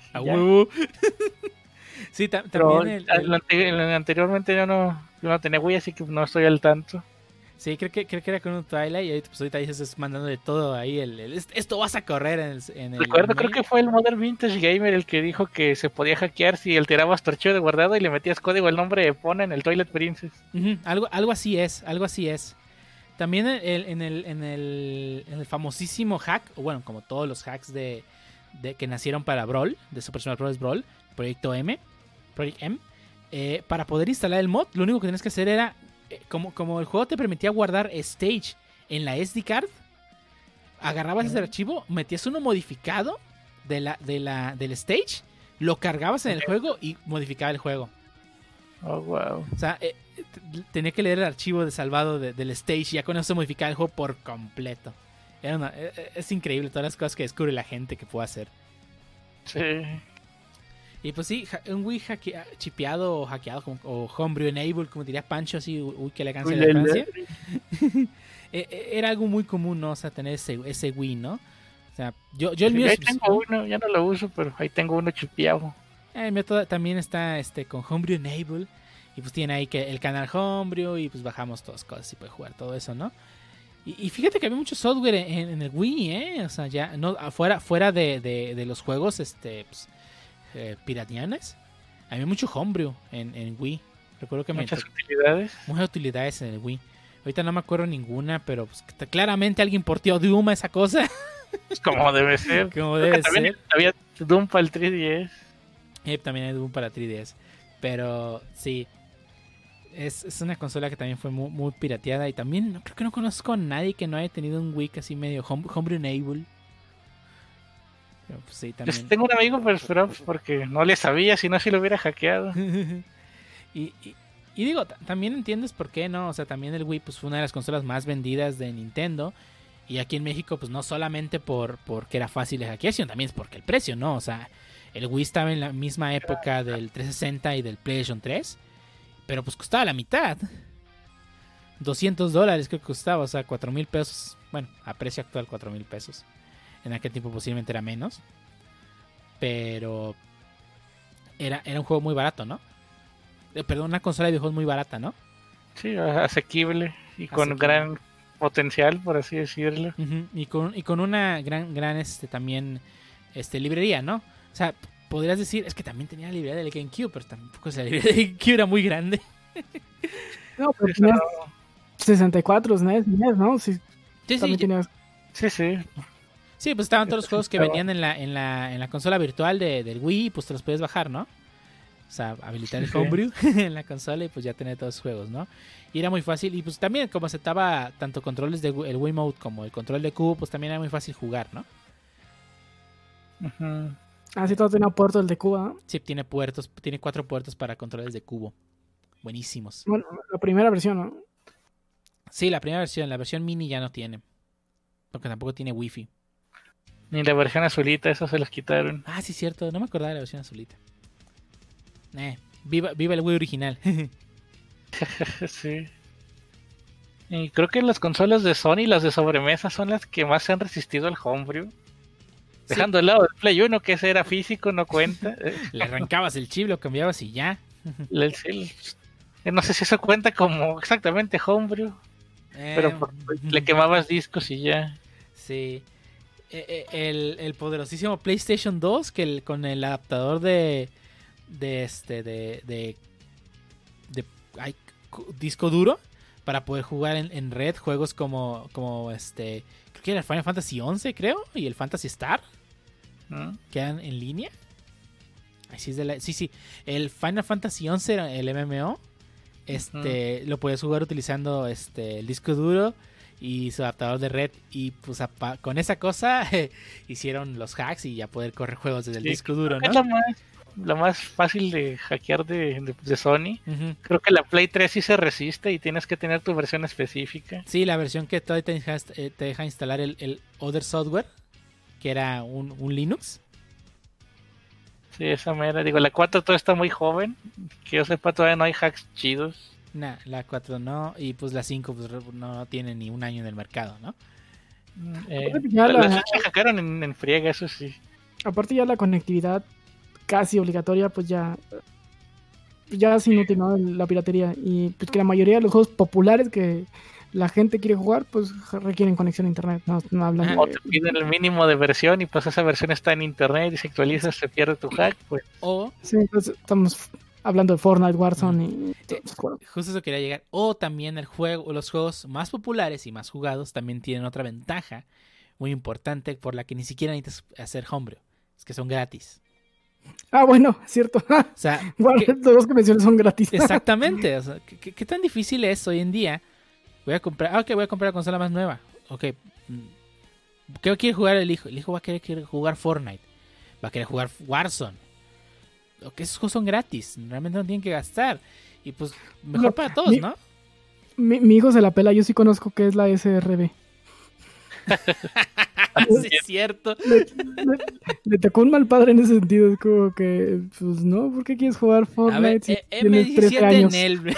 Sí, también anteriormente yo no tenía Wii, así que no estoy al tanto. Sí, creo que era con un Twilight y ahorita dices mandando de todo ahí esto vas a correr en el recuerdo, creo que fue el Modern Vintage Gamer el que dijo que se podía hackear si alterabas tu archivo de guardado y le metías código el nombre de Epona en el Twilight Princess. Algo así es. También en el famosísimo hack, o bueno, como todos los hacks de que nacieron para Brawl, de Super Smash Bros. Brawl, Project M, para poder instalar el mod, lo único que tenías que hacer era como el juego te permitía guardar stage en la SD card, agarrabas ese archivo, metías uno modificado del stage, lo cargabas en el juego y modificaba el juego. Oh, wow. O sea, tenía que leer el archivo de salvado del stage y ya con eso se modificaba el juego por completo. Es increíble todas las cosas que descubre la gente que puede hacer. Sí. Y pues sí, un Wii chipeado o hackeado o homebrew enabled, como diría Pancho, así, que le canse la Francia. Era algo muy común, ¿no? O sea, tener ese Wii, ¿no? O sea, yo el mío... Ahí tengo uno, ya no lo uso, pero ahí tengo uno chipeado. El mío también está con homebrew enabled. Y pues tiene ahí que el canal homebrew y pues bajamos todas cosas y puede jugar todo eso, ¿no? Y fíjate que había mucho software en el Wii, ¿eh? O sea, ya no fuera de los juegos, pues, piratianas, había mucho homebrew en Wii. Recuerdo que muchas utilidades en el Wii. Ahorita no me acuerdo ninguna, pero pues, claramente alguien porteó Doom a esa cosa. Como debe ser. También había Doom para el 3DS. También hay Doom para 3DS. Pero sí, es una consola que también fue muy, muy pirateada. Y también creo que no conozco a nadie que no haya tenido un Wii así medio homebrew enable. Pero, pues, sí, también. Yo tengo un amigo, pero porque no le sabía, si no, si lo hubiera hackeado. y digo, también entiendes por qué, ¿no? O sea, también el Wii pues, fue una de las consolas más vendidas de Nintendo. Y aquí en México, pues no solamente porque era fácil de hackear, sino también es porque el precio, ¿no? O sea, el Wii estaba en la misma época del 360 y del PlayStation 3. Pero pues costaba la mitad. $200 creo que costaba, o sea, 4,000 pesos. Bueno, a precio actual 4,000 pesos. En aquel tiempo posiblemente era menos. Pero era un juego muy barato, ¿no? Perdón, una consola de videojuegos muy barata, ¿no? Sí, asequible y con gran potencial, por así decirlo. Uh-huh. Y con una gran también librería, ¿no? O sea, podrías decir, es que también tenía la librería del GameCube, pero tampoco, o sea, la librería del GameCube era muy grande. No, pero tenías 64 SNES, ¿no? Sí, sí. Tenías... Sí. Sí, pues estaban todos los juegos que venían en la consola virtual del Wii, pues te los puedes bajar, ¿no? O sea, habilitar el homebrew en la consola y pues ya tener todos los juegos, ¿no? Y era muy fácil. Y pues también como aceptaba tanto controles de el Wiimote como el control de cubo, pues también era muy fácil jugar, ¿no? Uh-huh. Ah, sí, todo tenía puertos el de cubo, ¿no? Sí, tiene 4 puertos para controles de cubo. Buenísimos. Bueno, la primera versión, ¿no? Sí, la versión mini ya no tiene. Porque tampoco tiene wifi. Ni la versión azulita, eso se los quitaron. Ah, sí, cierto, no me acordaba de la versión azulita. Viva el Wii original. Sí. Y creo que las consolas de Sony, las de sobremesa, son las que más se han resistido al homebrew. Dejando de lado el Play 1, que ese era físico, no cuenta. Le arrancabas el chip, lo cambiabas y ya. No sé si eso cuenta como exactamente homebrew. Pero le quemabas discos y ya. Sí. El poderosísimo PlayStation 2, que con el adaptador de disco duro para poder jugar en red juegos como creo que era el Final Fantasy 11, creo, y el Phantasy Star, quedan en línea. Sí, el Final Fantasy 11 era el MMO. Lo puedes jugar utilizando el disco duro y su adaptador de red, y pues con esa cosa hicieron los hacks y ya poder correr juegos desde el disco duro, ¿no? Es la más fácil de hackear de Sony. Uh-huh. Creo que la Play 3 sí se resiste y tienes que tener tu versión específica. Sí, la versión que todavía te deja instalar el Other Software, que era un Linux. Sí, esa mera. Digo, la 4 todavía está muy joven. Que yo sepa, todavía no hay hacks chidos. Nah, la 4 no. Y pues la 5 pues, no tiene ni un año en el mercado, ¿no? La hackearon en friega, eso sí. Aparte ya la conectividad casi obligatoria, pues ya es inútil, ¿no? La piratería. Y pues que la mayoría de los juegos populares que la gente quiere jugar, pues requieren conexión a internet. No hablan o te piden el mínimo de versión y pues esa versión está en internet y si actualizas se pierde tu hack, pues. Sí, entonces estamos hablando de Fortnite, Warzone y justo eso quería llegar. O también los juegos más populares y más jugados también tienen otra ventaja muy importante por la que ni siquiera necesitas hacer homebrew. Es que son gratis. Ah, bueno, es cierto. O sea, los dos que mencioné son gratis. Exactamente. O sea, ¿qué tan difícil es hoy en día? Voy a comprar la consola más nueva. Ok. ¿Qué quiere jugar el hijo? El hijo va a querer jugar Fortnite. Va a querer jugar Warzone. Esos juegos son gratis. Realmente no tienen que gastar. Y pues, mejor para todos, ¿no? Mi hijo se la pela. Yo sí conozco qué es la SRB. Sí, es cierto. Le tocó un mal padre en ese sentido. Es como que, pues no, ¿por qué quieres jugar Fortnite? A ver, si tienes 13 años. En él.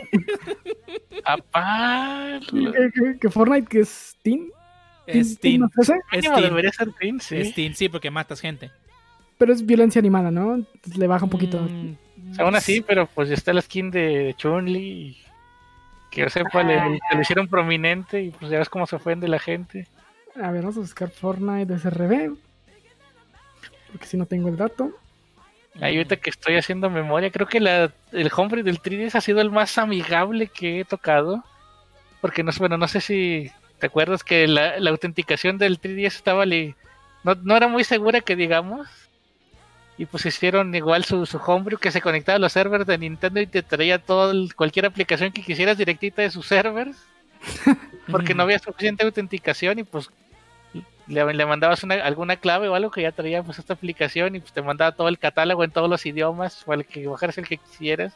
que Fortnite, que es Steam. Steam. Debería ser Steam, sí. Steam, sí, porque matas gente. Pero es violencia animada, ¿no? Entonces le baja un poquito. Aún así, pero pues está la skin de Chun-Li. Que yo sepa, le hicieron prominente y pues ya ves cómo se ofende la gente. A ver, vamos a buscar Fortnite SRB. Porque si no tengo el dato. Ahorita que estoy haciendo memoria, creo que el homebrew del 3DS ha sido el más amigable que he tocado. Porque no sé si te acuerdas que la autenticación del 3DS estaba no era muy segura, que digamos. Y pues hicieron igual su homebrew, que se conectaba a los servers de Nintendo y te traía cualquier aplicación que quisieras directita de sus servers. Porque no había suficiente autenticación y pues le mandabas alguna clave o algo que ya traía pues esta aplicación y pues te mandaba todo el catálogo en todos los idiomas para que bajaras el que quisieras.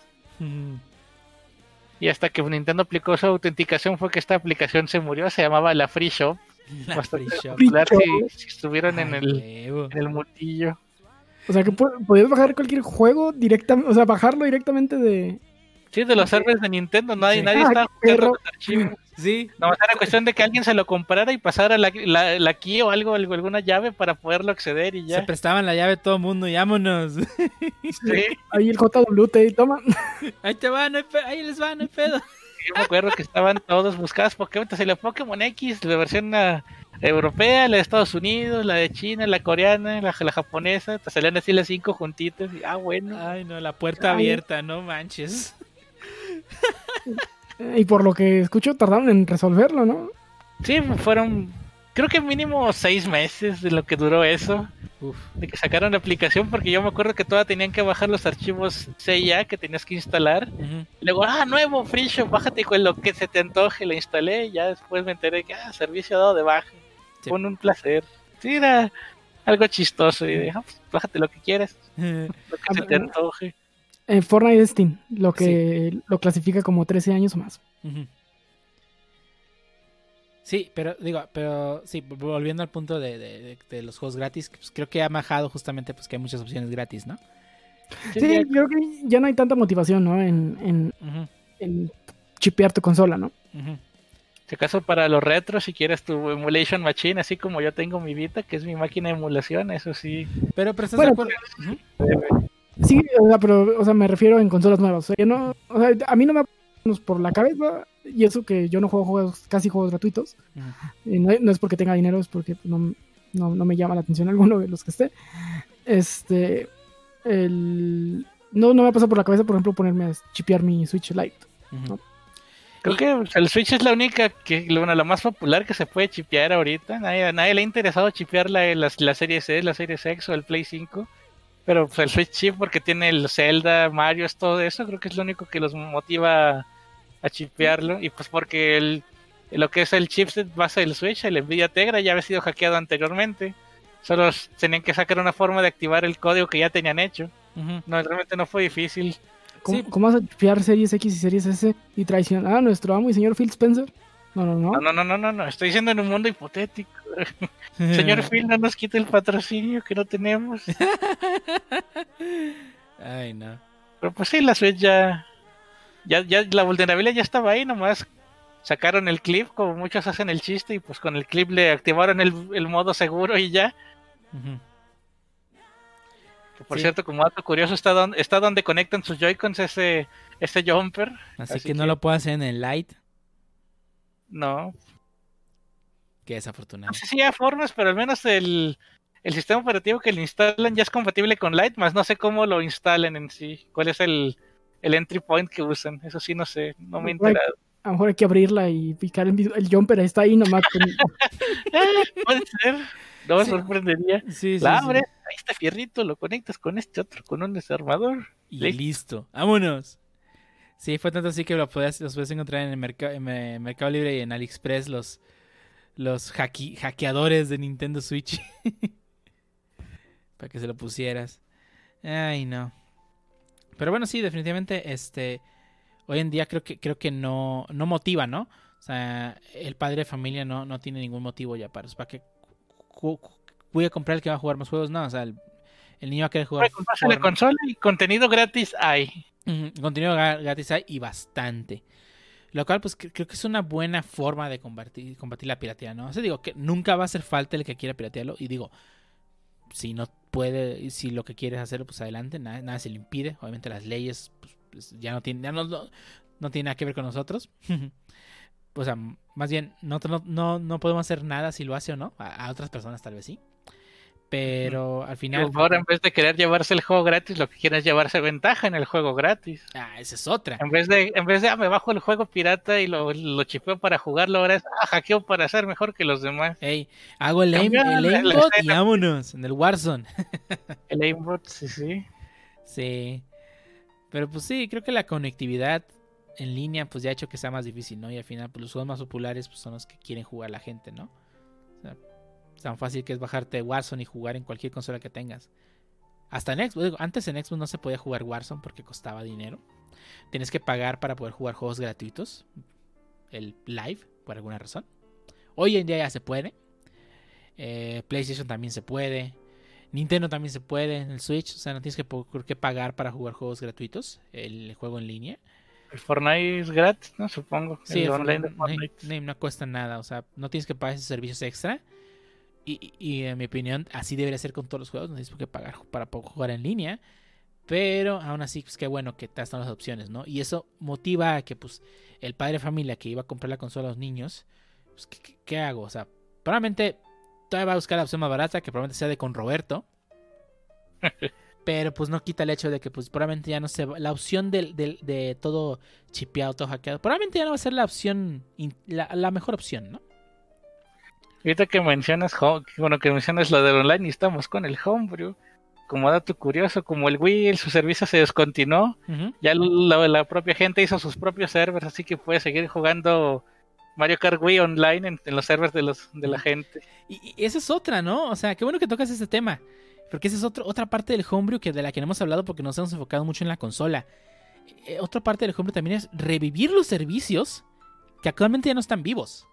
Y hasta que Nintendo aplicó su autenticación fue que esta aplicación se murió. Se llamaba la Free Shop. Bastante popular si estuvieron en el mundillo. O sea que podías bajar cualquier juego directamente, o sea, bajarlo directamente de Sí, de los servers de Nintendo, nadie estaba perro. buscando los archivos. Sí. No, era cuestión de que alguien se lo comprara y pasara la key o alguna llave para poderlo acceder y ya. Se prestaban la llave todo el mundo y vámonos. Sí. Ahí el JWT, toma. Ahí te va, ahí les va, no hay pedo. Yo me acuerdo que estaban todos buscados Pokémon, entonces la Pokémon X, la versión europea, la de Estados Unidos, la de China, la coreana, la japonesa, te salían así las 5 juntitas y bueno. Ay, no, la puerta abierta, no manches. Y por lo que escucho, tardaron en resolverlo, ¿no? Sí, fueron, creo que mínimo 6 meses de lo que duró eso. Uf. De que sacaron la aplicación, porque yo me acuerdo que todavía tenían que bajar los archivos CIA que tenías que instalar. Uh-huh. Luego, nuevo, free shop, bájate con lo que se te antoje, lo instalé y ya después me enteré que, servicio dado de baja. Sí. Fue un placer. Sí, era algo chistoso y dije, pues, bájate lo que quieras, lo que se te antoje. Fortnite es Steam, lo que lo clasifica como 13 años o más. Uh-huh. Sí, pero sí, volviendo al punto de los juegos gratis, pues creo que ha bajado justamente pues que hay muchas opciones gratis, ¿no? Sí, creo que ya no hay tanta motivación, ¿no? Uh-huh. En chipear tu consola, ¿no? Uh-huh. Si acaso para los retros, si quieres tu emulation machine, así como yo tengo mi Vita, que es mi máquina de emulación, eso sí. Pero estás de acuerdo. Uh-huh. Sí, o sea, me refiero en consolas nuevas. O sea, a mí no me por la cabeza, y eso que yo no juego casi juegos gratuitos. Uh-huh. No es porque tenga dinero, es porque no me llama la atención alguno de los que esté. No me ha pasado por la cabeza, por ejemplo, ponerme a chipear mi Switch Lite. Uh-huh. ¿No? Creo que el Switch es la única, la más popular que se puede chipear ahorita. Nadie le ha interesado chipear la Series S, la Series X o el Play 5. Pero pues, el Switch chip, porque tiene el Zelda, Mario, es todo eso, creo que es lo único que los motiva a chipearlo. Y pues porque lo que es el chipset base del Switch, el Nvidia Tegra, ya había sido hackeado anteriormente. Solo tenían que sacar una forma de activar el código que ya tenían hecho. Uh-huh. No, realmente no fue difícil. ¿Cómo vas a chipear Series X y Series S y traicionar a nuestro amo y señor Phil Spencer? No, estoy diciendo en un mundo hipotético. Señor Phil, no nos quite el patrocinio que no tenemos. Ay, no. Pero pues sí, la Switch ya la vulnerabilidad ya estaba ahí, nomás sacaron el clip, como muchos hacen el chiste, y pues con el clip le activaron el modo seguro y ya. Uh-huh. Que por cierto, como dato curioso, está donde conectan sus Joy-Cons ese jumper. Así que no lo puedo hacer en el Lite. No. Qué desafortunado. No sé si hay formas, pero al menos el sistema operativo que le instalan ya es compatible con Lite, más no sé cómo lo instalen en sí. ¿Cuál es el entry point que usan? Eso sí, no sé, no me he enterado. A lo mejor hay que abrirla y picar el jumper, está ahí nomás. Puede ser, no me sorprendería. Sí, la abres, ahí está fierrito, lo conectas con este otro, con un desarmador. Y listo. ¡Vámonos! Sí, fue tanto así que los puedes encontrar en el Mercado Libre y en AliExpress los hackeadores de Nintendo Switch. Para que se lo pusieras. Ay, no. Pero bueno, sí, definitivamente hoy en día creo que no motiva, ¿no? O sea, el padre de familia no tiene ningún motivo ya para que voy a comprar el que va a jugar más juegos. No, o sea, el niño va a querer jugar. La consola y contenido gratis hay. Contenido gratis hay y bastante. Lo cual, pues, creo que es una buena forma de combatir la piratería, ¿no? O sea, digo que nunca va a hacer falta el que quiera piratearlo. Y digo, si no puede, si lo que quieres hacerlo, pues adelante, nada se le impide. Obviamente las leyes pues, ya no tienen nada que ver con nosotros. O sea, más bien, no podemos hacer nada si lo hace o no. A otras personas tal vez sí. Pero al final... Ahora en vez de querer llevarse el juego gratis, lo que quieren es llevarse ventaja en el juego gratis. Esa es otra. En vez de me bajo el juego pirata y lo chipeo para jugarlo, ahora es hackeo para ser mejor que los demás. Ey, hago el aimbot y vámonos, en el Warzone. El aimbot, sí. Sí. Pero pues sí, creo que la conectividad en línea pues ya ha hecho que sea más difícil, ¿no? Y al final pues los juegos más populares pues son los que quieren jugar la gente, ¿no? O sea, tan fácil que es bajarte Warzone y jugar en cualquier consola que tengas. Hasta en Xbox. Antes en Xbox no se podía jugar Warzone porque costaba dinero. Tienes que pagar para poder jugar juegos gratuitos. El live, por alguna razón. Hoy en día ya se puede. PlayStation también se puede. Nintendo también se puede. En el Switch, o sea, no tienes que pagar para jugar juegos gratuitos. El juego en línea. El Fortnite es gratis, ¿no? Supongo. Sí, el el online de Fortnite Fortnite. no cuesta nada, o sea, no tienes que pagar esos servicios extra. Y en mi opinión, así debería ser con todos los juegos, no tienes que pagar para poder jugar en línea. Pero aún así, pues qué bueno que te están las opciones, ¿no? Y eso motiva a que, pues, el padre de familia que iba a comprar la consola a los niños, pues, ¿qué hago? O sea, probablemente todavía va a buscar la opción más barata, que probablemente sea de con Roberto. Pero pues no quita el hecho de que pues probablemente ya no se va, la opción de todo chipeado, todo hackeado, probablemente ya no va a ser la opción, la mejor opción, ¿no? Ahorita que mencionas, que mencionas lo del online y estamos con el homebrew. Como dato curioso, como el Wii, su servicio se descontinuó, ya la propia gente hizo sus propios servers, así que puedes seguir jugando Mario Kart Wii online en los servers de la gente. Y esa es otra, ¿no? O sea, qué bueno que tocas ese tema, porque esa es otra parte del homebrew de la que no hemos hablado porque nos hemos enfocado mucho en la consola. Otra parte del homebrew también es revivir los servicios que actualmente ya no están vivos.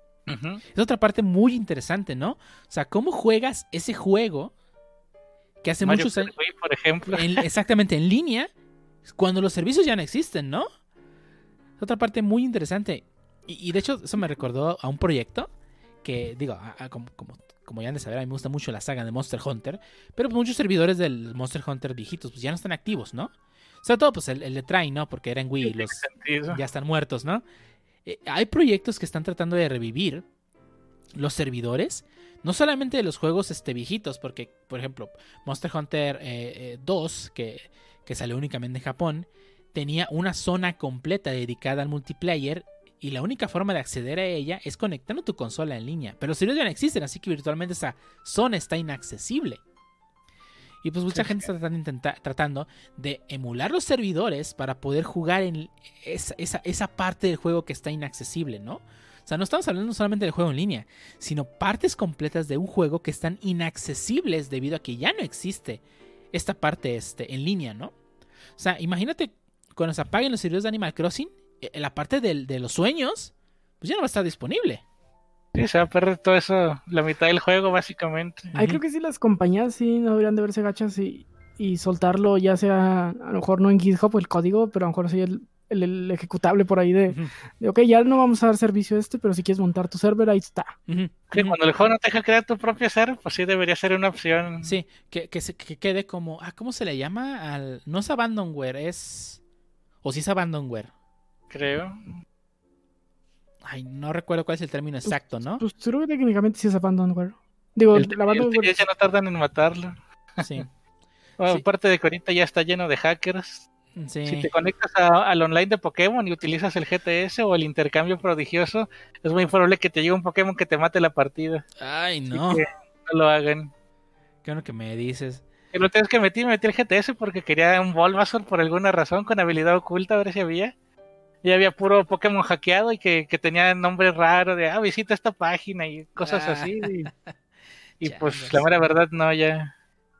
Es otra parte muy interesante, ¿no? O sea, ¿cómo juegas ese juego que hace Mario muchos años, Wii, por ejemplo, exactamente en línea, cuando los servicios ya no existen, ¿no? Es otra parte muy interesante. Y de hecho, eso me recordó a un proyecto que, digo, como ya han de saber, a mí me gusta mucho la saga de Monster Hunter, pero pues muchos servidores del Monster Hunter viejitos pues ya no están activos, ¿no? Sobre todo pues el de Try, ¿no? Porque era en Wii, los ya están muertos, ¿no? Hay proyectos que están tratando de revivir los servidores, no solamente de los juegos viejitos, porque, por ejemplo, Monster Hunter 2, que salió únicamente en Japón, tenía una zona completa dedicada al multiplayer y la única forma de acceder a ella es conectando tu consola en línea. Pero los servidores ya no existen, así que virtualmente esa zona está inaccesible. Y pues mucha gente está tratando de emular los servidores para poder jugar en esa parte del juego que está inaccesible, ¿no? O sea, no estamos hablando solamente del juego en línea, sino partes completas de un juego que están inaccesibles debido a que ya no existe esta parte en línea, ¿no? O sea, imagínate cuando se apaguen los servidores de Animal Crossing, la parte de los sueños, pues ya no va a estar disponible. Sí, se va a perder todo eso, la mitad del juego básicamente. Ahí creo que sí las compañías sí no deberían de verse gachas y soltarlo, ya sea a lo mejor no en GitHub el código, pero a lo mejor sí el ejecutable por ahí de ok, ya no vamos a dar servicio pero si quieres montar tu server, ahí está. Sí, cuando el juego no te deja crear tu propio server, pues sí debería ser una opción. Sí, que quede como, ¿cómo se le llama? No es abandonware, o sí es abandonware. Creo. Ay, no recuerdo cuál es el término exacto, ¿no? Pues creo que técnicamente sí es abandonware. Digo, la abandonware ya no tardan en matarlo. Sí. Bueno, aparte de que ahorita ya está lleno de hackers. Sí. Si te conectas al online de Pokémon y utilizas el GTS o el intercambio prodigioso, es muy probable que te llegue un Pokémon que te mate la partida. Ay, no. Así que no lo hagan. Qué bueno que me dices. Y lo tienes que metí el GTS porque quería un Bulbasaur por alguna razón con habilidad oculta, a ver si había. Y había puro Pokémon hackeado y que tenía nombre raro de, visita esta página y cosas así. Y pues la mera verdad no, ya.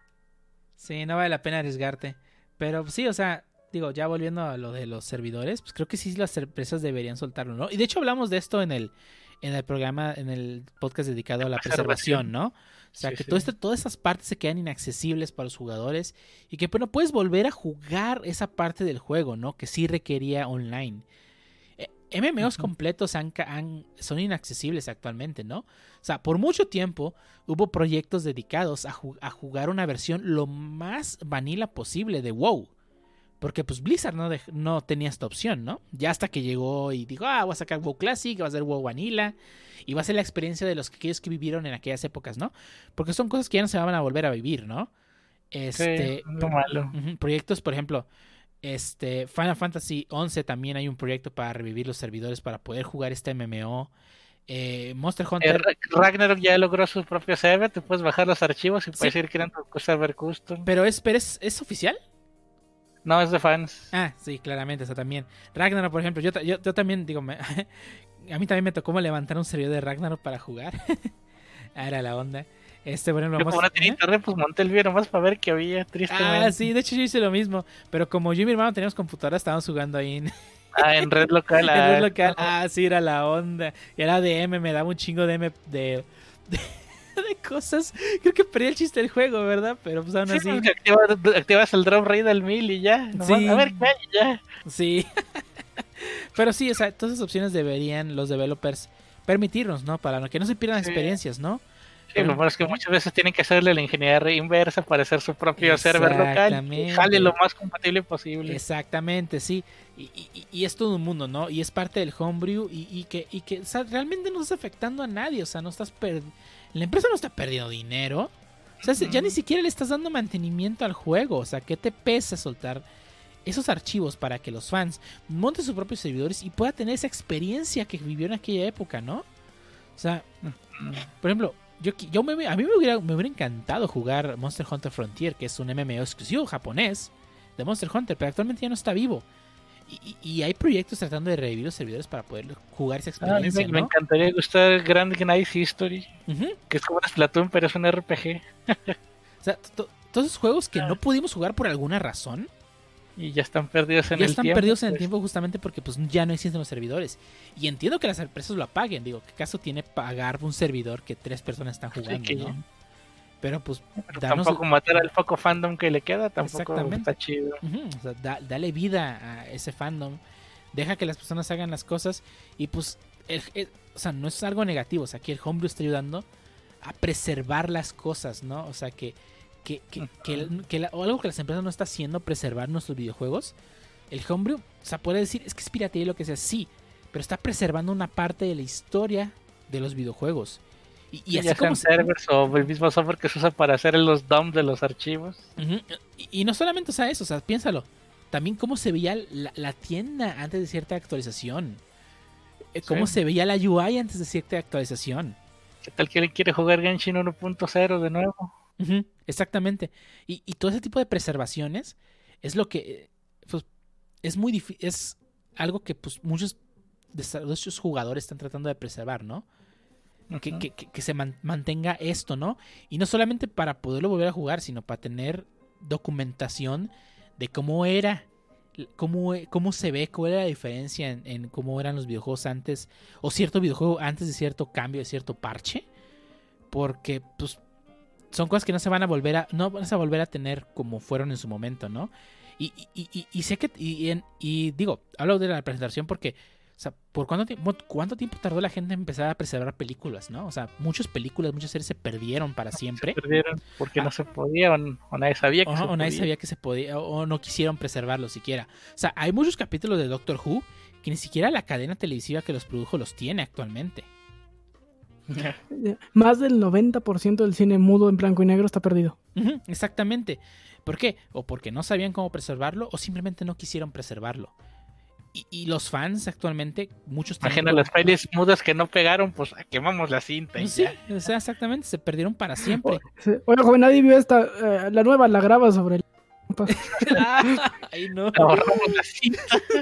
Sí, no vale la pena arriesgarte. Pero sí, o sea, digo, ya volviendo a lo de los servidores, pues creo que sí las empresas deberían soltarlo, ¿no? Y de hecho hablamos de esto en el programa, en el podcast dedicado a la preservación, ¿no? O sea, que todas esas partes se quedan inaccesibles para los jugadores y que bueno, puedes volver a jugar esa parte del juego, ¿no? Que sí requería online. MMOs completos son inaccesibles actualmente, ¿no? O sea, por mucho tiempo hubo proyectos dedicados a jugar una versión lo más vanilla posible de WoW. Porque pues Blizzard no tenía esta opción, ¿no? Ya hasta que llegó y dijo, voy a sacar WoW Classic, va a ser WoW Vanilla. Y va a ser la experiencia de aquellos que vivieron en aquellas épocas, ¿no? Porque son cosas que ya no se van a volver a vivir, ¿no? Sí, lo malo. Proyectos, por ejemplo, Final Fantasy XI también hay un proyecto para revivir los servidores para poder jugar este MMO. Monster Hunter Ragnarok ya logró su propio server, te puedes bajar los archivos y puedes ir creando tu server custom. Pero ¿es oficial? No, es de fans. Sí, claramente, eso también. Ragnarok, por ejemplo, yo también digo, a mí también me tocó levantar un servidor de Ragnarok para jugar. Era la onda. Por ejemplo, yo como no tenía internet, pues monté el video nomás para ver qué había, tristemente. Sí, de hecho yo hice lo mismo. Pero como yo y mi hermano teníamos computadora, estábamos jugando ahí en red local. En red local. Sí, era la onda. Era DM, me daba un chingo de cosas. Creo que perdí el chiste del juego, ¿verdad? Pero pues aún así. Activas el drop rate al 1000 y ya. Nomás, a ver qué hay, ya. Sí. Pero sí, o sea, todas esas opciones deberían los developers permitirnos, ¿no? Para que no se pierdan experiencias, ¿no? Sí, lo malo es que muchas veces tienen que hacerle la ingeniería inversa para hacer su propio server local y jale lo más compatible posible. Exactamente, sí. Y es todo un mundo, ¿no? Y es parte del homebrew y que o sea, realmente no estás afectando a nadie. O sea, no estás la empresa no está perdiendo dinero. O sea, ya ni siquiera le estás dando mantenimiento al juego. O sea, ¿qué te pesa soltar esos archivos para que los fans monten sus propios servidores y puedan tener esa experiencia que vivió en aquella época, ¿no? O sea, por ejemplo, a mí me hubiera encantado jugar Monster Hunter Frontier, que es un MMO exclusivo japonés de Monster Hunter, pero actualmente ya no está vivo. Y hay proyectos tratando de revivir los servidores para poder jugar esa experiencia. Me encantaría gustar Grand Knight History, que es como un Splatoon, pero es un RPG. O sea, todos esos juegos que no pudimos jugar por alguna razón. Y ya están perdidos en el tiempo. Ya están perdidos en el tiempo justamente porque pues ya no existen los servidores. Y entiendo que las empresas lo apaguen. Digo, ¿qué caso tiene pagar un servidor que 3 personas están jugando, sí, ¿no? Pero pues tampoco matar al poco fandom que le queda, tampoco está chido. O sea, dale vida a ese fandom. Deja que las personas hagan las cosas. Y pues, o sea, no es algo negativo. O sea, que el homebrew está ayudando a preservar las cosas, ¿no? O sea, o algo que las empresas no están haciendo, preservar nuestros videojuegos. El homebrew, o sea, puede decir, es que es piratería y lo que sea, sí, pero está preservando una parte de la historia de los videojuegos. Y así ya como servers o el mismo software que se usa para hacer los dumps de los archivos. Y no solamente, o sea, eso, o sea, piénsalo. También cómo se veía la tienda antes de cierta actualización. Cómo se veía la UI antes de cierta actualización. ¿Qué tal que alguien quiere jugar Genshin 1.0 de nuevo? Exactamente. Y todo ese tipo de preservaciones es lo que pues, es muy difícil. Es algo que pues muchos de esos jugadores están tratando de preservar, ¿no? Que se mantenga esto, ¿no? Y no solamente para poderlo volver a jugar, sino para tener documentación de cómo era, cómo se ve, cuál era la diferencia en cómo eran los videojuegos antes, o cierto videojuego antes de cierto cambio, de cierto parche. Porque, pues, son cosas que no van a volver a tener como fueron en su momento, ¿no? Y sé que, digo, hablo de la presentación porque, o sea, ¿por cuánto tiempo tardó la gente en empezar a preservar películas, ¿no? O sea, muchas series se perdieron para siempre. Se perdieron porque no se podía o nadie sabía que se podía. Nadie sabía que se podía o no quisieron preservarlo siquiera. O sea, hay muchos capítulos de Doctor Who que ni siquiera la cadena televisiva que los produjo los tiene actualmente. Más del 90% del cine mudo en blanco y negro está perdido. Exactamente. ¿Por qué? O porque no sabían cómo preservarlo o simplemente no quisieron preservarlo. Y los fans actualmente, muchos... Imagina las pelis mudas que no pegaron, pues quemamos la cinta. Y sí, o sea, exactamente, se perdieron para siempre. Oye, joven, nadie vio esta, la nueva, la graba sobre el... Ay, no. Ahorramos la cinta.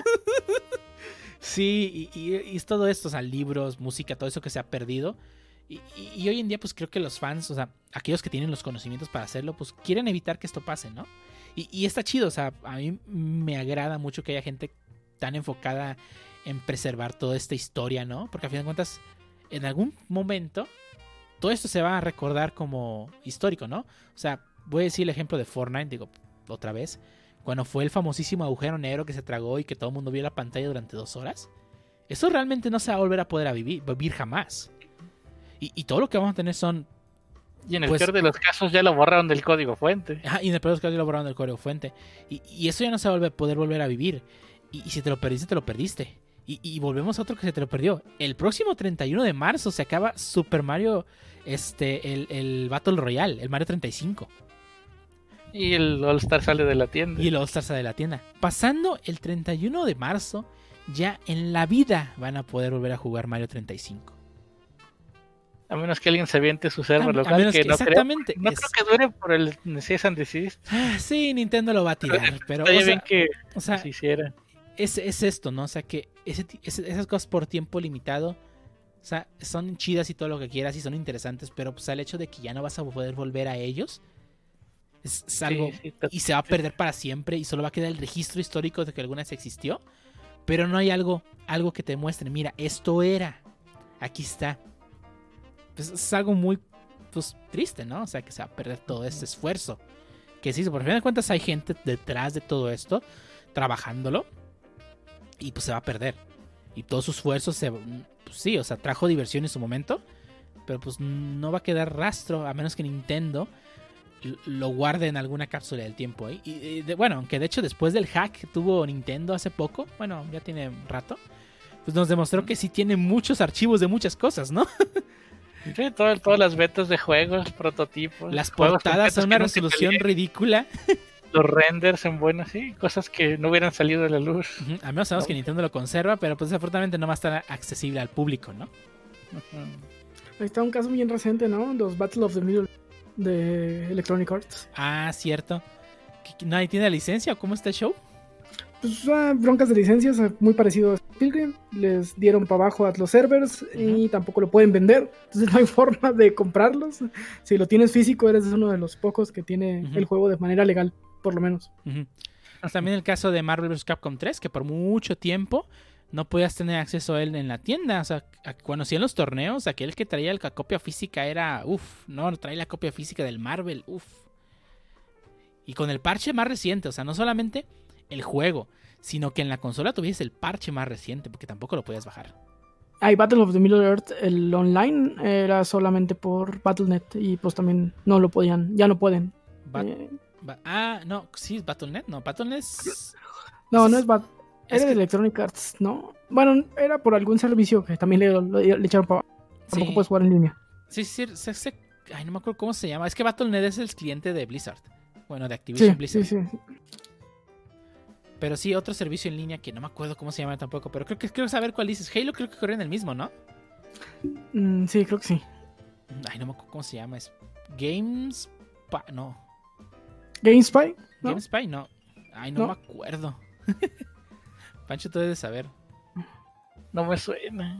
Sí, y es todo esto, o sea, libros, música, todo eso que se ha perdido. Y hoy en día, pues creo que los fans, o sea, aquellos que tienen los conocimientos para hacerlo, pues quieren evitar que esto pase, ¿no? Y está chido, o sea, a mí me agrada mucho que haya gente tan enfocada en preservar toda esta historia, ¿no? Porque a fin de cuentas, en algún momento, todo esto se va a recordar como histórico, ¿no? O sea, voy a decir el ejemplo de Fortnite, digo, otra vez. Cuando fue el famosísimo agujero negro que se tragó y que todo el mundo vio la pantalla durante 2 horas. Eso realmente no se va a volver a poder vivir jamás. Y todo lo que vamos a tener son... Y en el peor de los casos ya lo borraron del código fuente. Y en el peor de los casos ya lo borraron del código fuente. Y eso ya no se va a poder volver a vivir. Y si te lo perdiste, te lo perdiste. Y volvemos a otro que se te lo perdió. El próximo 31 de marzo se acaba Super Mario, el Battle Royale, el Mario 35. Y el All-Star sale de la tienda. Y el All-Star sale de la tienda. Pasando el 31 de marzo, ya en la vida van a poder volver a jugar Mario 35. A menos que alguien se aviente su server local, que no exactamente. Creo que dure por el Cease and Desist. Sí, Nintendo lo va a tirar, pero... Estaría bien que se hiciera. Es esto, ¿no? O sea, que esas cosas por tiempo limitado, o sea, son chidas y todo lo que quieras y son interesantes, pero pues el hecho de que ya no vas a poder volver a ellos... Es algo y se va a perder para siempre y solo va a quedar el registro histórico de que alguna vez existió, pero no hay algo que te muestre, mira, esto era, aquí está. Pues es algo muy pues triste, ¿no? O sea, que se va a perder todo este esfuerzo. Que sí, por fin de cuentas hay gente detrás de todo esto trabajándolo y pues se va a perder. y todo su esfuerzo pues sí, o sea, trajo diversión en su momento, pero pues no va a quedar rastro a menos que Nintendo lo guarde en alguna cápsula del tiempo. Bueno, aunque de hecho después del hack que tuvo Nintendo hace poco, bueno, ya tiene un rato, pues nos demostró que sí tiene muchos archivos de muchas cosas, ¿no? Sí, todas las betas de juegos, prototipos. Las portadas a una resolución ridícula. Los renders en buenos, sí, cosas que no hubieran salido de la luz. A menos sabemos que Nintendo lo conserva, pero pues desafortunadamente no va a estar accesible al público, ¿no? Ahí está un caso bien reciente, ¿no? Los Battle of the Middle de Electronic Arts. Ah, cierto. ¿Nadie tiene la licencia o cómo está el show? Pues broncas de licencias, muy parecido a Pilgrim. Les dieron para abajo a los servers y tampoco lo pueden vender. Entonces no hay forma de comprarlos. Si lo tienes físico, eres uno de los pocos que tiene el juego de manera legal, por lo menos. También el caso de Marvel vs. Capcom 3, que por mucho tiempo no podías tener acceso a él en la tienda. O sea, cuando hacían los torneos, aquel que traía la copia física era... no, traía la copia física del Marvel, Y con el parche más reciente, o sea, no solamente el juego, sino que en la consola tuviese el parche más reciente, porque tampoco lo podías bajar. Hay Battle of the Middle Earth, el online era solamente por Battle.net y pues también no lo podían, ya no pueden. No, sí es Battle.net, no, Battle.net es... No es Battle.net. Era de Electronic Arts, ¿no? Bueno, era por algún servicio que también le echaron para abajo. Tampoco puedes jugar en línea. Sí. Ay, no me acuerdo cómo se llama. Es que Battle.net es el cliente de Blizzard. Bueno, de Activision Blizzard. Sí. Pero sí, otro servicio en línea que no me acuerdo cómo se llama tampoco. Pero creo saber cuál dices. Halo creo que corre en el mismo, ¿no? Sí, creo que sí. Ay, no me acuerdo cómo se llama. Es GameSpy, no. ¿GameSpy? ¿No? GameSpy, no. Ay, no me acuerdo. Pancho, tú debes saber. No me suena.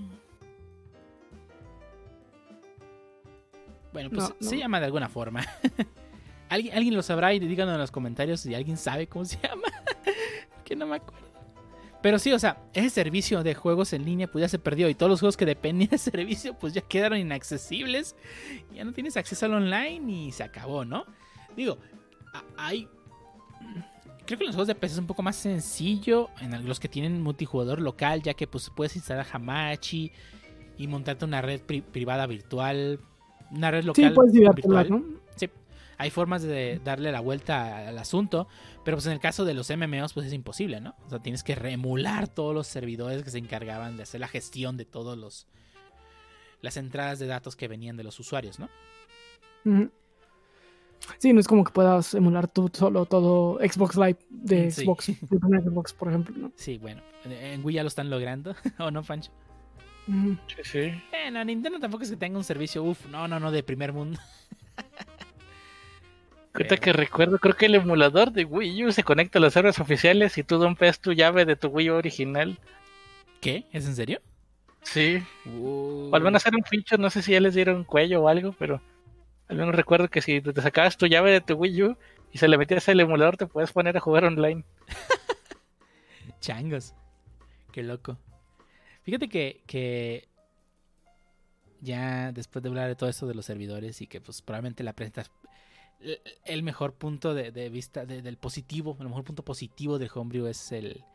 Bueno, pues se llama de alguna forma. ¿Alguien lo sabrá y díganos en los comentarios si alguien sabe cómo se llama? Que no me acuerdo. Pero sí, o sea, ese servicio de juegos en línea pues ya se perdió y todos los juegos que dependían de ese servicio pues ya quedaron inaccesibles. Ya no tienes acceso al online y se acabó, ¿no? Digo, creo que en los juegos de PC es un poco más sencillo, en los que tienen multijugador local, ya que pues puedes instalar Hamachi y montarte una red privada virtual, una red local. Sí, puedes virtual, ¿no? Sí, hay formas de darle la vuelta al asunto, pero pues en el caso de los MMOs pues es imposible, ¿no? O sea, tienes que reemular todos los servidores que se encargaban de hacer la gestión de todos las entradas de datos que venían de los usuarios, ¿no? Sí, no es como que puedas emular tú solo todo Xbox Live de Xbox, de primer Xbox, por ejemplo, ¿no? Sí, bueno, en Wii ya lo están logrando, ¿o no, Pancho? Sí. No, Nintendo tampoco es que tenga un servicio, no, de primer mundo. Ahorita que recuerdo, creo que el emulador de Wii U se conecta a los servers oficiales y tú dumpeas tu llave de tu Wii U original. ¿Qué? ¿Es en serio? Sí. O al menos hacer un feature, no sé si ya les dieron cuello o algo, pero al menos recuerdo que si te sacabas tu llave de tu Wii U y se le metías al emulador, te puedes poner a jugar online. Changos. Qué loco. Fíjate que ya después de hablar de todo esto de los servidores y que pues probablemente la presentación, el mejor punto de vista del positivo, el mejor punto positivo del homebrew es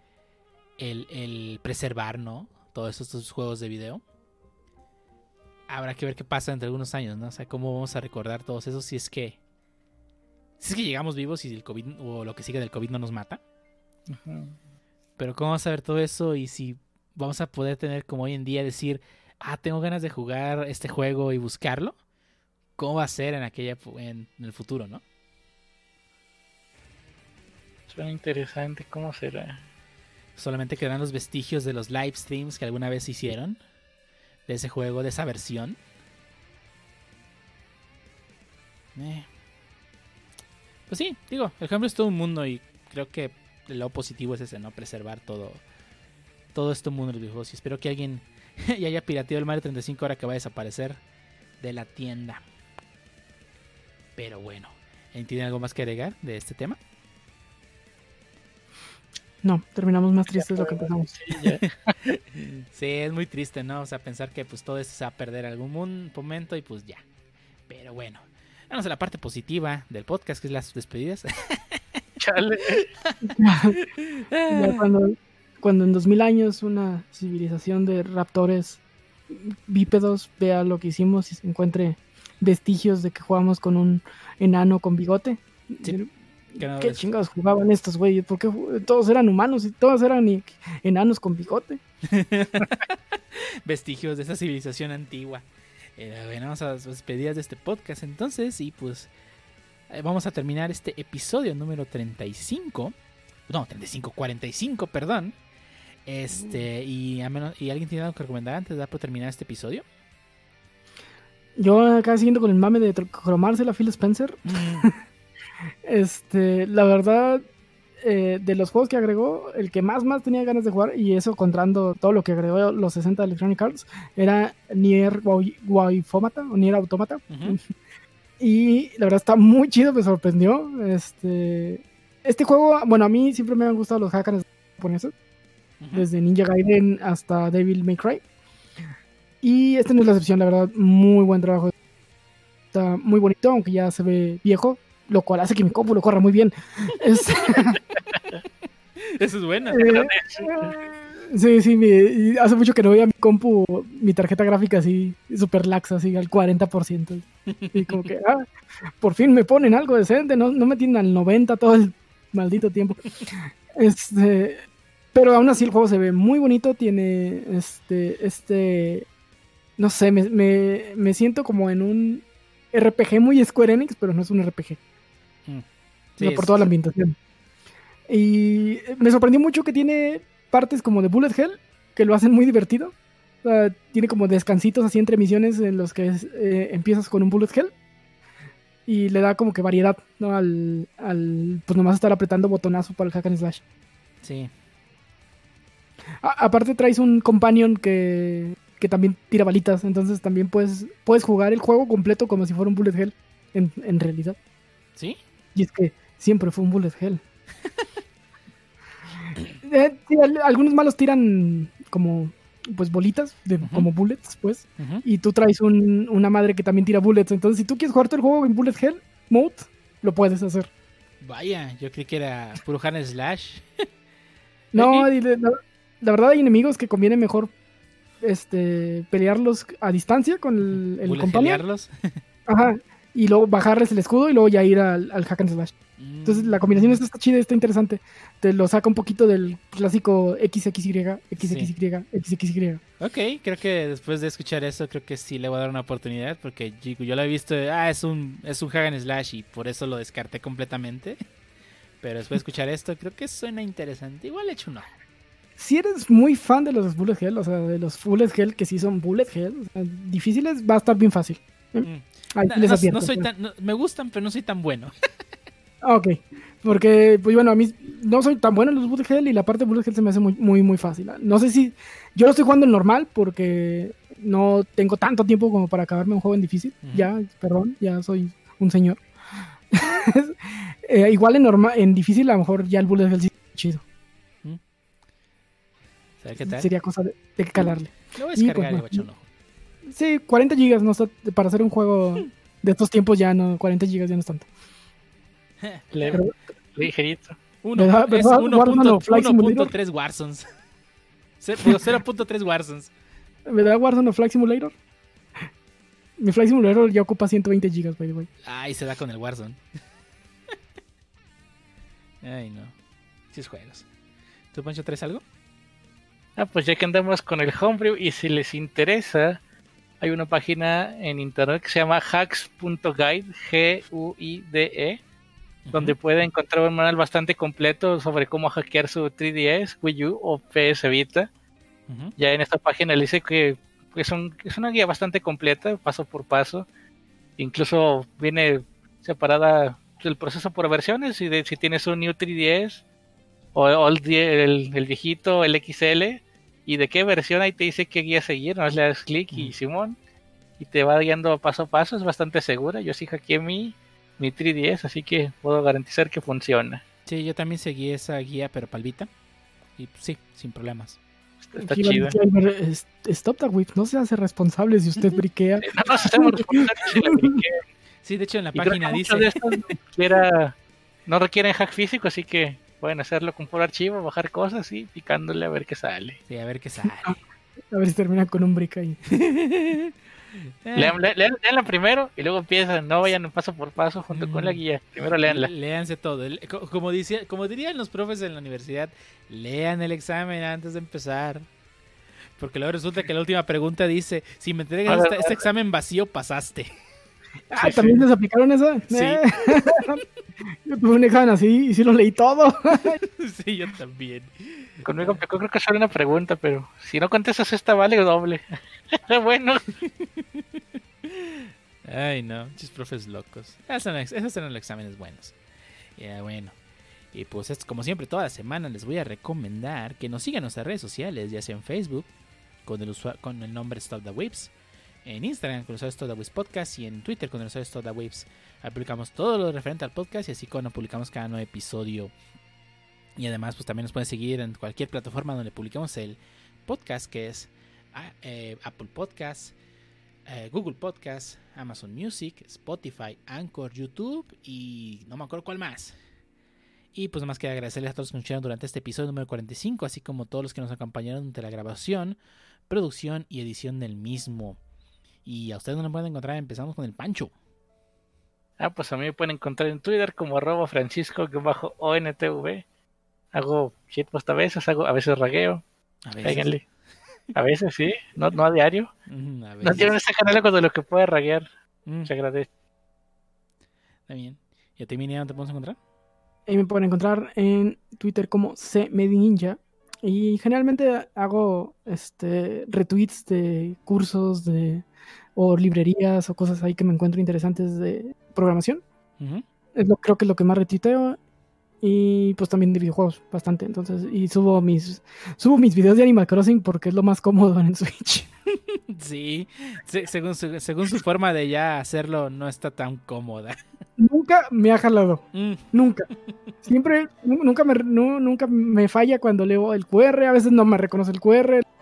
el preservar, ¿no? Todos estos juegos de video. Habrá que ver qué pasa entre algunos años, ¿no? O sea, cómo vamos a recordar todos esos si es que llegamos vivos y el COVID o lo que sigue del COVID no nos mata. Pero cómo vamos a ver todo eso y si vamos a poder tener como hoy en día decir, tengo ganas de jugar este juego y buscarlo. ¿Cómo va a ser en el futuro, no? Suena interesante, ¿cómo será? Solamente quedan los vestigios de los live streams que alguna vez hicieron de ese juego, de esa versión. Pues sí, digo, el homebrew es todo un mundo y creo que el lado positivo es ese, ¿no? Preservar todo este mundo de los videojuegos. Y espero que alguien ya haya pirateado el Mario 35 ahora que va a desaparecer de la tienda. Pero bueno, ¿tiene algo más que agregar de este tema? No, terminamos más tristes de lo que empezamos. Sí, es muy triste, ¿no? O sea, pensar que pues todo esto se va a perder algún momento y pues ya. Pero bueno, vamos a la parte positiva del podcast, que es las despedidas. Chale. Ya cuando en 2000 años una civilización de raptores bípedos vea lo que hicimos y se encuentre vestigios de que jugamos con un enano con bigote. Sí. ¿Qué chingados jugaban estos güeyes? Porque todos eran humanos y todos eran enanos con bigote. Vestigios de esa civilización antigua. Bueno, vamos a las despedidas de este podcast entonces. Y pues vamos a terminar este episodio número 45. No, 45, perdón. Y alguien tiene algo que recomendar antes de dar por terminar este episodio. Yo acá siguiendo con el mame de cromársela a Phil Spencer. La verdad, de los juegos que agregó, el que más tenía ganas de jugar, y eso contando todo lo que agregó los 60 de Electronic Arts, era Nier Automata, o Nier Automata. Uh-huh. Y la verdad está muy chido, me sorprendió. Este juego, bueno, a mí siempre me han gustado los hack and slash japoneses, uh-huh, desde Ninja Gaiden hasta Devil May Cry. Y no es la excepción, la verdad, muy buen trabajo. Está muy bonito, aunque ya se ve viejo, lo cual hace que mi compu lo corra muy bien. Eso es bueno. Sí, y hace mucho que no veía mi compu, mi tarjeta gráfica así, super laxa, así al 40%. Y como que, por fin me ponen algo decente, no me tienen al 90% todo el maldito tiempo. Pero aún así el juego se ve muy bonito, tiene no sé, me siento como en un RPG muy Square Enix, pero no es un RPG. Sí, por toda la ambientación. Y me sorprendió mucho que tiene partes como de Bullet Hell, que lo hacen muy divertido. O sea, tiene como descansitos así entre misiones en los que empiezas con un Bullet Hell y le da como que variedad, ¿no? al pues nomás estar apretando botonazo para el hack and slash. Sí. Aparte traes un companion que también tira balitas, entonces también puedes jugar el juego completo como si fuera un Bullet Hell en realidad. ¿Sí? Y es que siempre fue un Bullet Hell. Sí, algunos malos tiran como pues bolitas, uh-huh, como bullets, pues. Uh-huh. Y tú traes una madre que también tira bullets. Entonces, si tú quieres jugar todo el juego en Bullet Hell mode, lo puedes hacer. Vaya, yo creí que era puro hack and slash. No, la verdad hay enemigos que conviene mejor pelearlos a distancia con el compañero. Ajá. Y luego bajarles el escudo y luego ya ir al hack and slash. Entonces la combinación está chida, está interesante. Te lo saca un poquito del clásico XXY. Ok, creo que después de escuchar eso, creo que sí le voy a dar una oportunidad. Porque yo lo he visto, es un hack and slash y por eso lo descarté completamente. Pero después de escuchar esto, creo que suena interesante. Igual he hecho uno. Si eres muy fan de los Bullet Hell, o sea, de los Bullet Hell que sí son Bullet Hell, o sea, difíciles, va a estar bien fácil. No soy me gustan, pero no soy tan bueno. Ok, porque pues bueno, a mí no soy tan bueno en los Bullet Hell y la parte de Bullet Hell se me hace muy, muy, muy fácil. No sé si yo lo estoy jugando en normal porque no tengo tanto tiempo como para acabarme un juego en difícil. Uh-huh. Ya soy un señor. Igual en difícil a lo mejor ya el Bullet Hell sí es chido. ¿Sabes qué tal? Sería cosa de que calarle. Lo voy a descargar, y, pues, sí, 40 gigas no está, para hacer un juego de estos tiempos ya no, 40 gigas ya no es tanto. Ligerito. 1.3 Warzones. 0.3 Warzones. ¿Me da Warzone o Flight Simulator? Mi Flight Simulator ya ocupa 120 gigas, by the way. Ay, se da con el Warzone. Ay, no. Chis juegos. ¿Tú, Pancho, traes algo? Pues ya que andamos con el homebrew y si les interesa, hay una página en internet que se llama hacks.guide, Guide, uh-huh, donde puede encontrar un manual bastante completo sobre cómo hackear su 3DS, Wii U o PS Vita. Uh-huh. Ya en esta página le dice que es una guía bastante completa, paso por paso. Incluso viene separada el proceso por versiones, y si tienes un New 3DS o el viejito, el XL, y de qué versión, ahí te dice qué guía seguir, no le das clic y Simón, y te va guiando paso a paso, es bastante segura. Yo sí hackeé mi 3DS, así que puedo garantizar que funciona. Sí, yo también seguí esa guía, pero palvita, y sí, sin problemas. Está chido. Stop that whip, no se hace responsable si usted briquea. No nos hacemos responsables si la briquea. Sí, de hecho en la página dice no requieren hack físico, así que pueden hacerlo con puro archivo, bajar cosas y picándole a ver qué sale. Sí, a ver qué sale. A ver si termina con un brick ahí. Leanla primero y luego empiezan, no vayan paso por paso junto con la guía. Primero leanla. Léanse todo. Como dirían los profes en la universidad, lean el examen antes de empezar. Porque luego resulta que la última pregunta dice, si me entregas este examen vacío, pasaste. Ah, ¿también les aplicaron esa? Sí. Yo tuve un examen así y sí lo leí todo. Sí, yo también. Conmigo aplicó, creo que solo una pregunta, pero si no contestas esta vale doble. Bueno. Ay, no, muchos profes locos. Esos eran los exámenes buenos. Ya, bueno. Y pues como siempre, toda la semana les voy a recomendar que nos sigan en nuestras redes sociales, ya sea en Facebook, con el nombre Stop the Waves, en Instagram con el usuario Stop the Waves Podcast y en Twitter con el usuario Stop the Waves. Ahí publicamos todo lo referente al podcast y así cuando publicamos cada nuevo episodio. Y además pues también nos pueden seguir en cualquier plataforma donde publicamos el podcast, que es Apple Podcasts, Google Podcasts, Amazon Music, Spotify, Anchor, YouTube y no me acuerdo cuál más. Y pues nada más que agradecerles a todos los que nos escucharon durante este episodio número 45, así como a todos los que nos acompañaron durante la grabación, producción y edición del mismo. Y a ustedes no nos pueden encontrar, empezamos con el Pancho. Pues a mí me pueden encontrar en Twitter como @Francisco_ONTV. Hago shitpost a veces ragueo. Cáiganle. A veces sí, no a diario. A veces. No tienen ese canal con lo que puede raguear. Se agradece. Está bien. ¿Y a ti, Mini, dónde te podemos encontrar? Ahí me pueden encontrar en Twitter como CMedininja. Y generalmente hago retweets de cursos o librerías o cosas ahí que me encuentro interesantes de programación. Creo que es lo que más retuiteo. Y pues también de videojuegos bastante. Entonces, y subo mis videos de Animal Crossing porque es lo más cómodo en el Switch. Sí, según su forma de ya hacerlo, no está tan cómoda. Nunca me ha jalado. Nunca. Siempre, nunca me falla cuando leo el QR. A veces no me reconoce el QR. No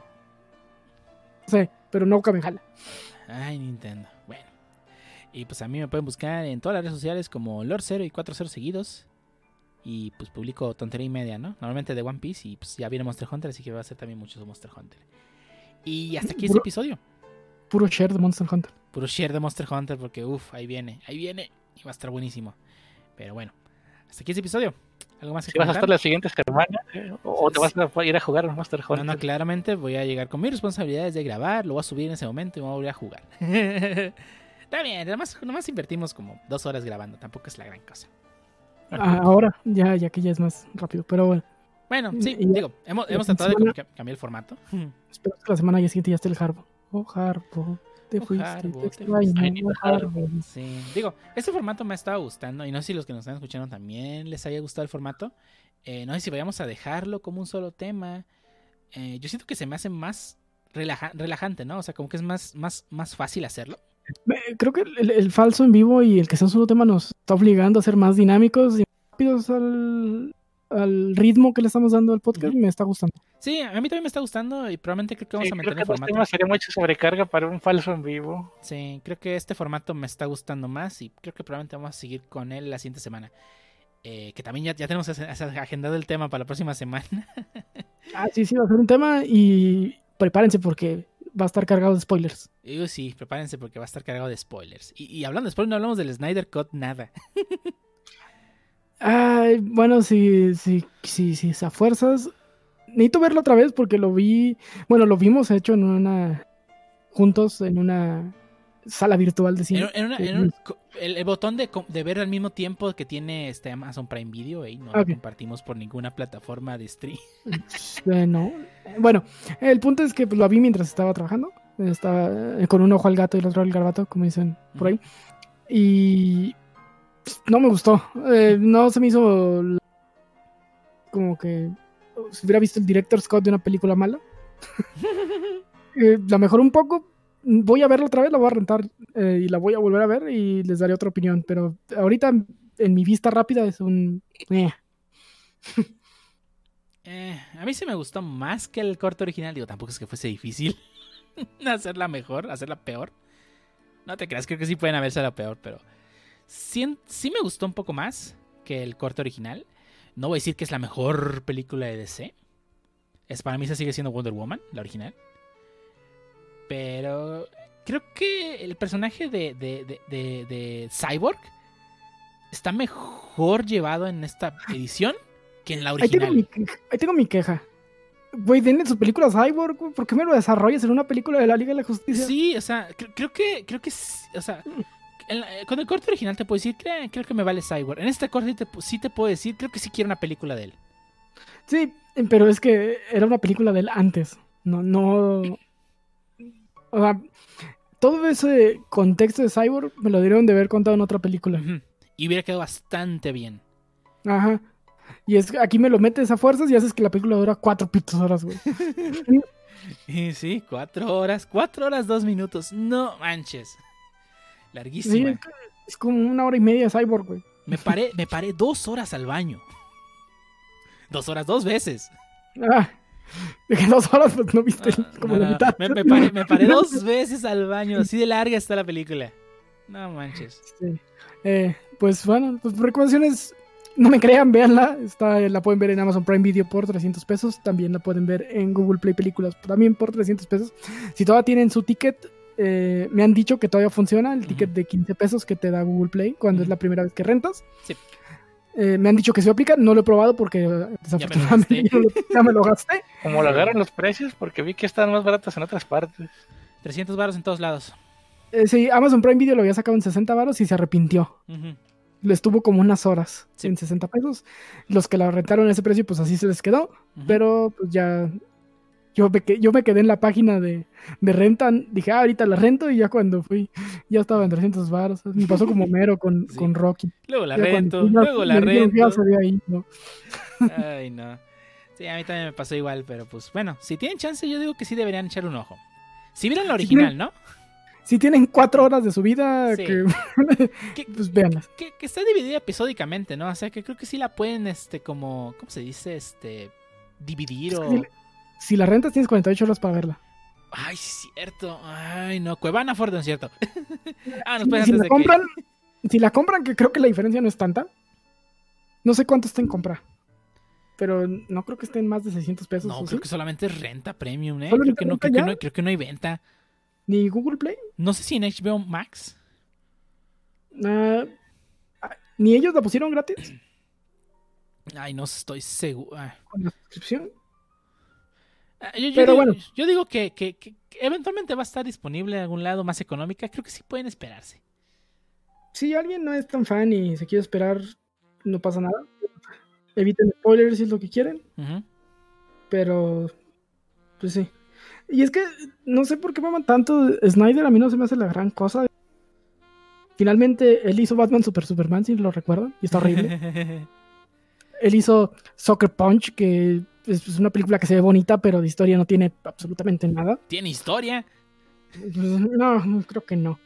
sé, pero nunca me jala. Ay, Nintendo. Bueno. Y pues a mí me pueden buscar en todas las redes sociales como Lord0 y 40 seguidos. Y pues publico tontería y media, ¿no? Normalmente de One Piece y pues ya viene Monster Hunter, así que va a ser también mucho de Monster Hunter. Y hasta aquí este episodio. Puro share de Monster Hunter. Puro share de Monster Hunter porque ahí viene y va a estar buenísimo. Pero bueno, hasta aquí este episodio. ¿Algo más que comentar? ¿Vas a estar la siguiente semana? ¿O te vas a ir a jugar a Monster Hunter? No, claramente voy a llegar con mis responsabilidades de grabar, lo voy a subir en ese momento y me voy a volver a jugar. Está bien, nomás invertimos como 2 horas grabando, tampoco es la gran cosa. Ahora, ya que ya es más rápido, pero bueno. Bueno, sí, hemos tratado de cambiar el formato. Espero que la semana siguiente ya esté el Harbo. Harbo, te fuiste, te extraño, Harbo. Sí, este formato me ha estado gustando y no sé si los que nos están escuchando también les haya gustado el formato. No sé si vayamos a dejarlo como un solo tema. Yo siento que se me hace más relajante, ¿no? O sea, como que es más fácil hacerlo. Creo que el falso en vivo y el que sea un solo tema nos está obligando a ser más dinámicos y rápidos al ritmo que le estamos dando al podcast. Me está gustando. Sí, a mí también me está gustando y probablemente creo que vamos a mantener el formato. Temas sería mucha sobrecarga para un falso en vivo. Sí, creo que este formato me está gustando más y creo que probablemente vamos a seguir con él la siguiente semana. Que también ya tenemos agendado el tema para la próxima semana. Sí, va a ser un tema y prepárense porque va a estar cargado de spoilers. Sí, prepárense porque va a estar cargado de spoilers. Y hablando de spoilers, no hablamos del Snyder Cut, nada. Bueno, si a fuerzas. Necesito verlo otra vez porque lo vimos hecho juntos en una sala virtual de cine. El botón de ver al mismo tiempo que tiene Amazon Prime Video y no lo compartimos por ninguna plataforma de stream. No. Bueno, el punto es que lo vi mientras estaba trabajando. Estaba con un ojo al gato y el otro al garbato, como dicen por ahí. Y no me gustó. No se me hizo como que si hubiera visto el director's cut de una película mala. La mejoró un poco. Voy a verla otra vez, la voy a rentar y la voy a volver a ver y les daré otra opinión. Pero ahorita en mi vista rápida es un... A mí sí me gustó más que el corto original. Tampoco es que fuese difícil hacerla mejor, hacerla peor. No te creas, creo que sí pueden haberse la peor, pero sí me gustó un poco más que el corto original. No voy a decir que es la mejor película de DC. Para mí esa sigue siendo Wonder Woman, la original. Pero creo que el personaje de Cyborg está mejor llevado en esta edición que en la original. Ahí tengo mi queja. Güey, denle su película a Cyborg, güey. ¿Por qué me lo desarrollas en una película de la Liga de la Justicia? Sí, o sea, creo que o sea, con el corte original te puedo decir, creo que me vale Cyborg. En este corte sí te puedo decir, creo que sí quiero una película de él. Sí, pero es que era una película de él antes. No. O sea, todo ese contexto de Cyborg me lo dieron de haber contado en otra película. Uh-huh. Y hubiera quedado bastante bien. Ajá. Y es que aquí me lo metes a fuerzas y haces que la película dura 4 pitos horas, güey. Sí, 4 horas. 4 horas, 2 minutos. No manches. Larguísima. Sí, es como 1 hora y media de Cyborg, güey. Me paré 2 horas al baño. 2 horas 2 veces. Ah, de que 2 horas pues no viste como la mitad. Me paré 2 veces al baño. Así de larga está la película. No manches. Sí. Pues bueno, pues recomendaciones. No me crean, véanla. La pueden ver en Amazon Prime Video por $300. También la pueden ver en Google Play Películas también por $300. Si todavía tienen su ticket, me han dicho que todavía funciona el ticket de $15 que te da Google Play cuando es la primera vez que rentas. Sí. Me han dicho que se aplica, no lo he probado porque desafortunadamente ya me lo gasté. Como lo agarran los precios, porque vi que están más baratas en otras partes. $300 en todos lados. Sí, Amazon Prime Video lo había sacado en $60 y se arrepintió. Le estuvo como unas horas en $60. Los que la rentaron a ese precio, pues así se les quedó. Pero pues ya yo me quedé en la página de renta. Dije, ahorita la rento. Y ya cuando fui, ya estaba en $300. Me pasó como mero con Rocky. Luego la ya rento, luego la rento. Ya se ve ahí, ¿no? Ay, no. Sí, a mí también me pasó igual. Pero pues bueno, si tienen chance, yo digo que sí deberían echar un ojo. Si vieron la original, ¿no? Si tienen 4 horas de su vida, sí. pues véanlas. Que está dividida episódicamente, ¿no? O sea, que creo que sí la pueden, ¿cómo se dice? Dividir o... Si la rentas tienes 48 horas para verla. Ay, sí, cierto. Ay, no, Cuevana Ford, es cierto. Si la compran, que creo que la diferencia no es tanta. No sé cuánto está en compra. Pero no creo que estén más de $600. No, creo que solamente es renta premium, ¿eh? Creo que no hay venta. ¿Ni Google Play? No sé si en HBO Max. ¿Ni ellos la pusieron gratis? Ay, no estoy seguro. ¿Con la suscripción? Yo digo que eventualmente va a estar disponible en algún lado más económica. Creo que sí pueden esperarse. Si alguien no es tan fan y se quiere esperar, no pasa nada. Eviten spoilers si es lo que quieren. Pero, pues sí. Y es que no sé por qué maman tanto Snyder, a mí no se me hace la gran cosa. Finalmente, él hizo Batman Super Superman, si lo recuerdan, y está horrible. Él hizo Sucker Punch, que es una película que se ve bonita, pero de historia no tiene absolutamente nada. ¿Tiene historia? No, creo que no.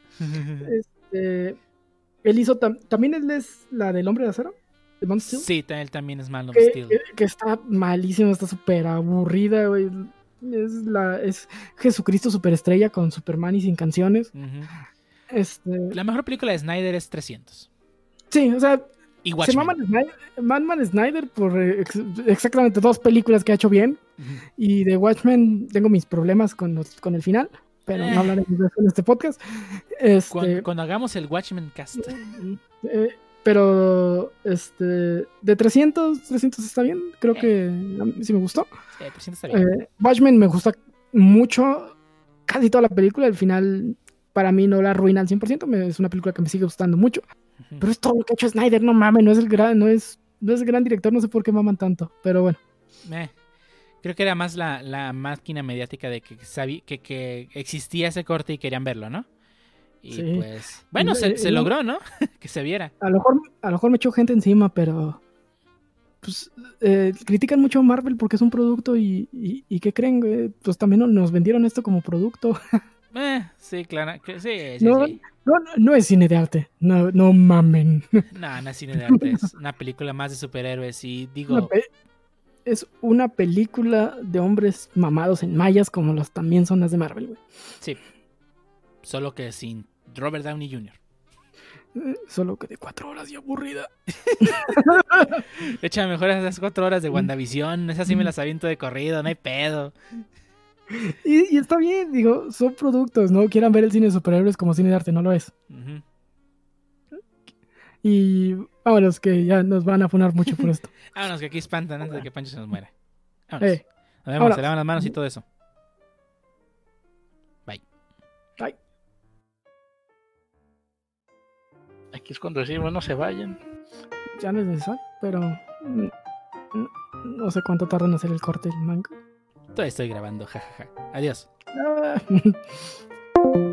Él hizo también él es la del Hombre de Acero, de Man of Steel. Sí, él también es Man of Steel. Que está malísima, está súper aburrida, güey. Es Jesucristo superestrella con Superman y sin canciones. La mejor película de Snyder es 300. Sí, o sea, y Watchmen. Se maman Snyder por exactamente 2 películas que ha hecho bien. Y de Watchmen tengo mis problemas con el final, pero no hablaremos de eso en este podcast. Cuando hagamos el Watchmen cast. Pero de 300 está bien. Creo que sí me gustó. 300 está bien. Watchmen me gusta mucho. Casi toda la película. El final para mí no la arruina al 100%. Es una película que me sigue gustando mucho. Pero es todo lo que ha hecho Snyder. No mames, no es el gran director. No sé por qué maman tanto. Pero bueno. Creo que era más la máquina mediática de que existía ese corte y querían verlo, ¿no? Y sí. Pues, bueno, se logró, ¿no? Que se viera. A lo mejor me echó gente encima, pero pues critican mucho a Marvel porque es un producto y ¿qué creen? Pues también nos vendieron esto como producto. Sí, claro. Sí. No es cine de arte. No mamen. No es cine de arte. Es una película más de superhéroes y digo... Es una película de hombres mamados en mallas como los también son las de Marvel, güey. Sí. Solo que sin Robert Downey Jr. Solo que de 4 horas y aburrida. Échame mejor esas 4 horas de WandaVision. Esas sí me las aviento de corrido, no hay pedo. Y está bien, digo, son productos, ¿no? Quieran ver el cine de superhéroes como cine de arte, no lo es. Ujú. Y vámonos, que ya nos van a funar mucho por esto. Vámonos, que aquí espantan antes de que Pancho se nos muera. Vámonos. Nos vemos, vámonos. se lavan las manos y todo eso. Bye. Bye. Aquí es cuando decimos no se vayan. Ya no es necesario, pero no sé cuánto tarda en hacer el corte del manga. Todavía estoy grabando, jajaja. Adiós. Ah.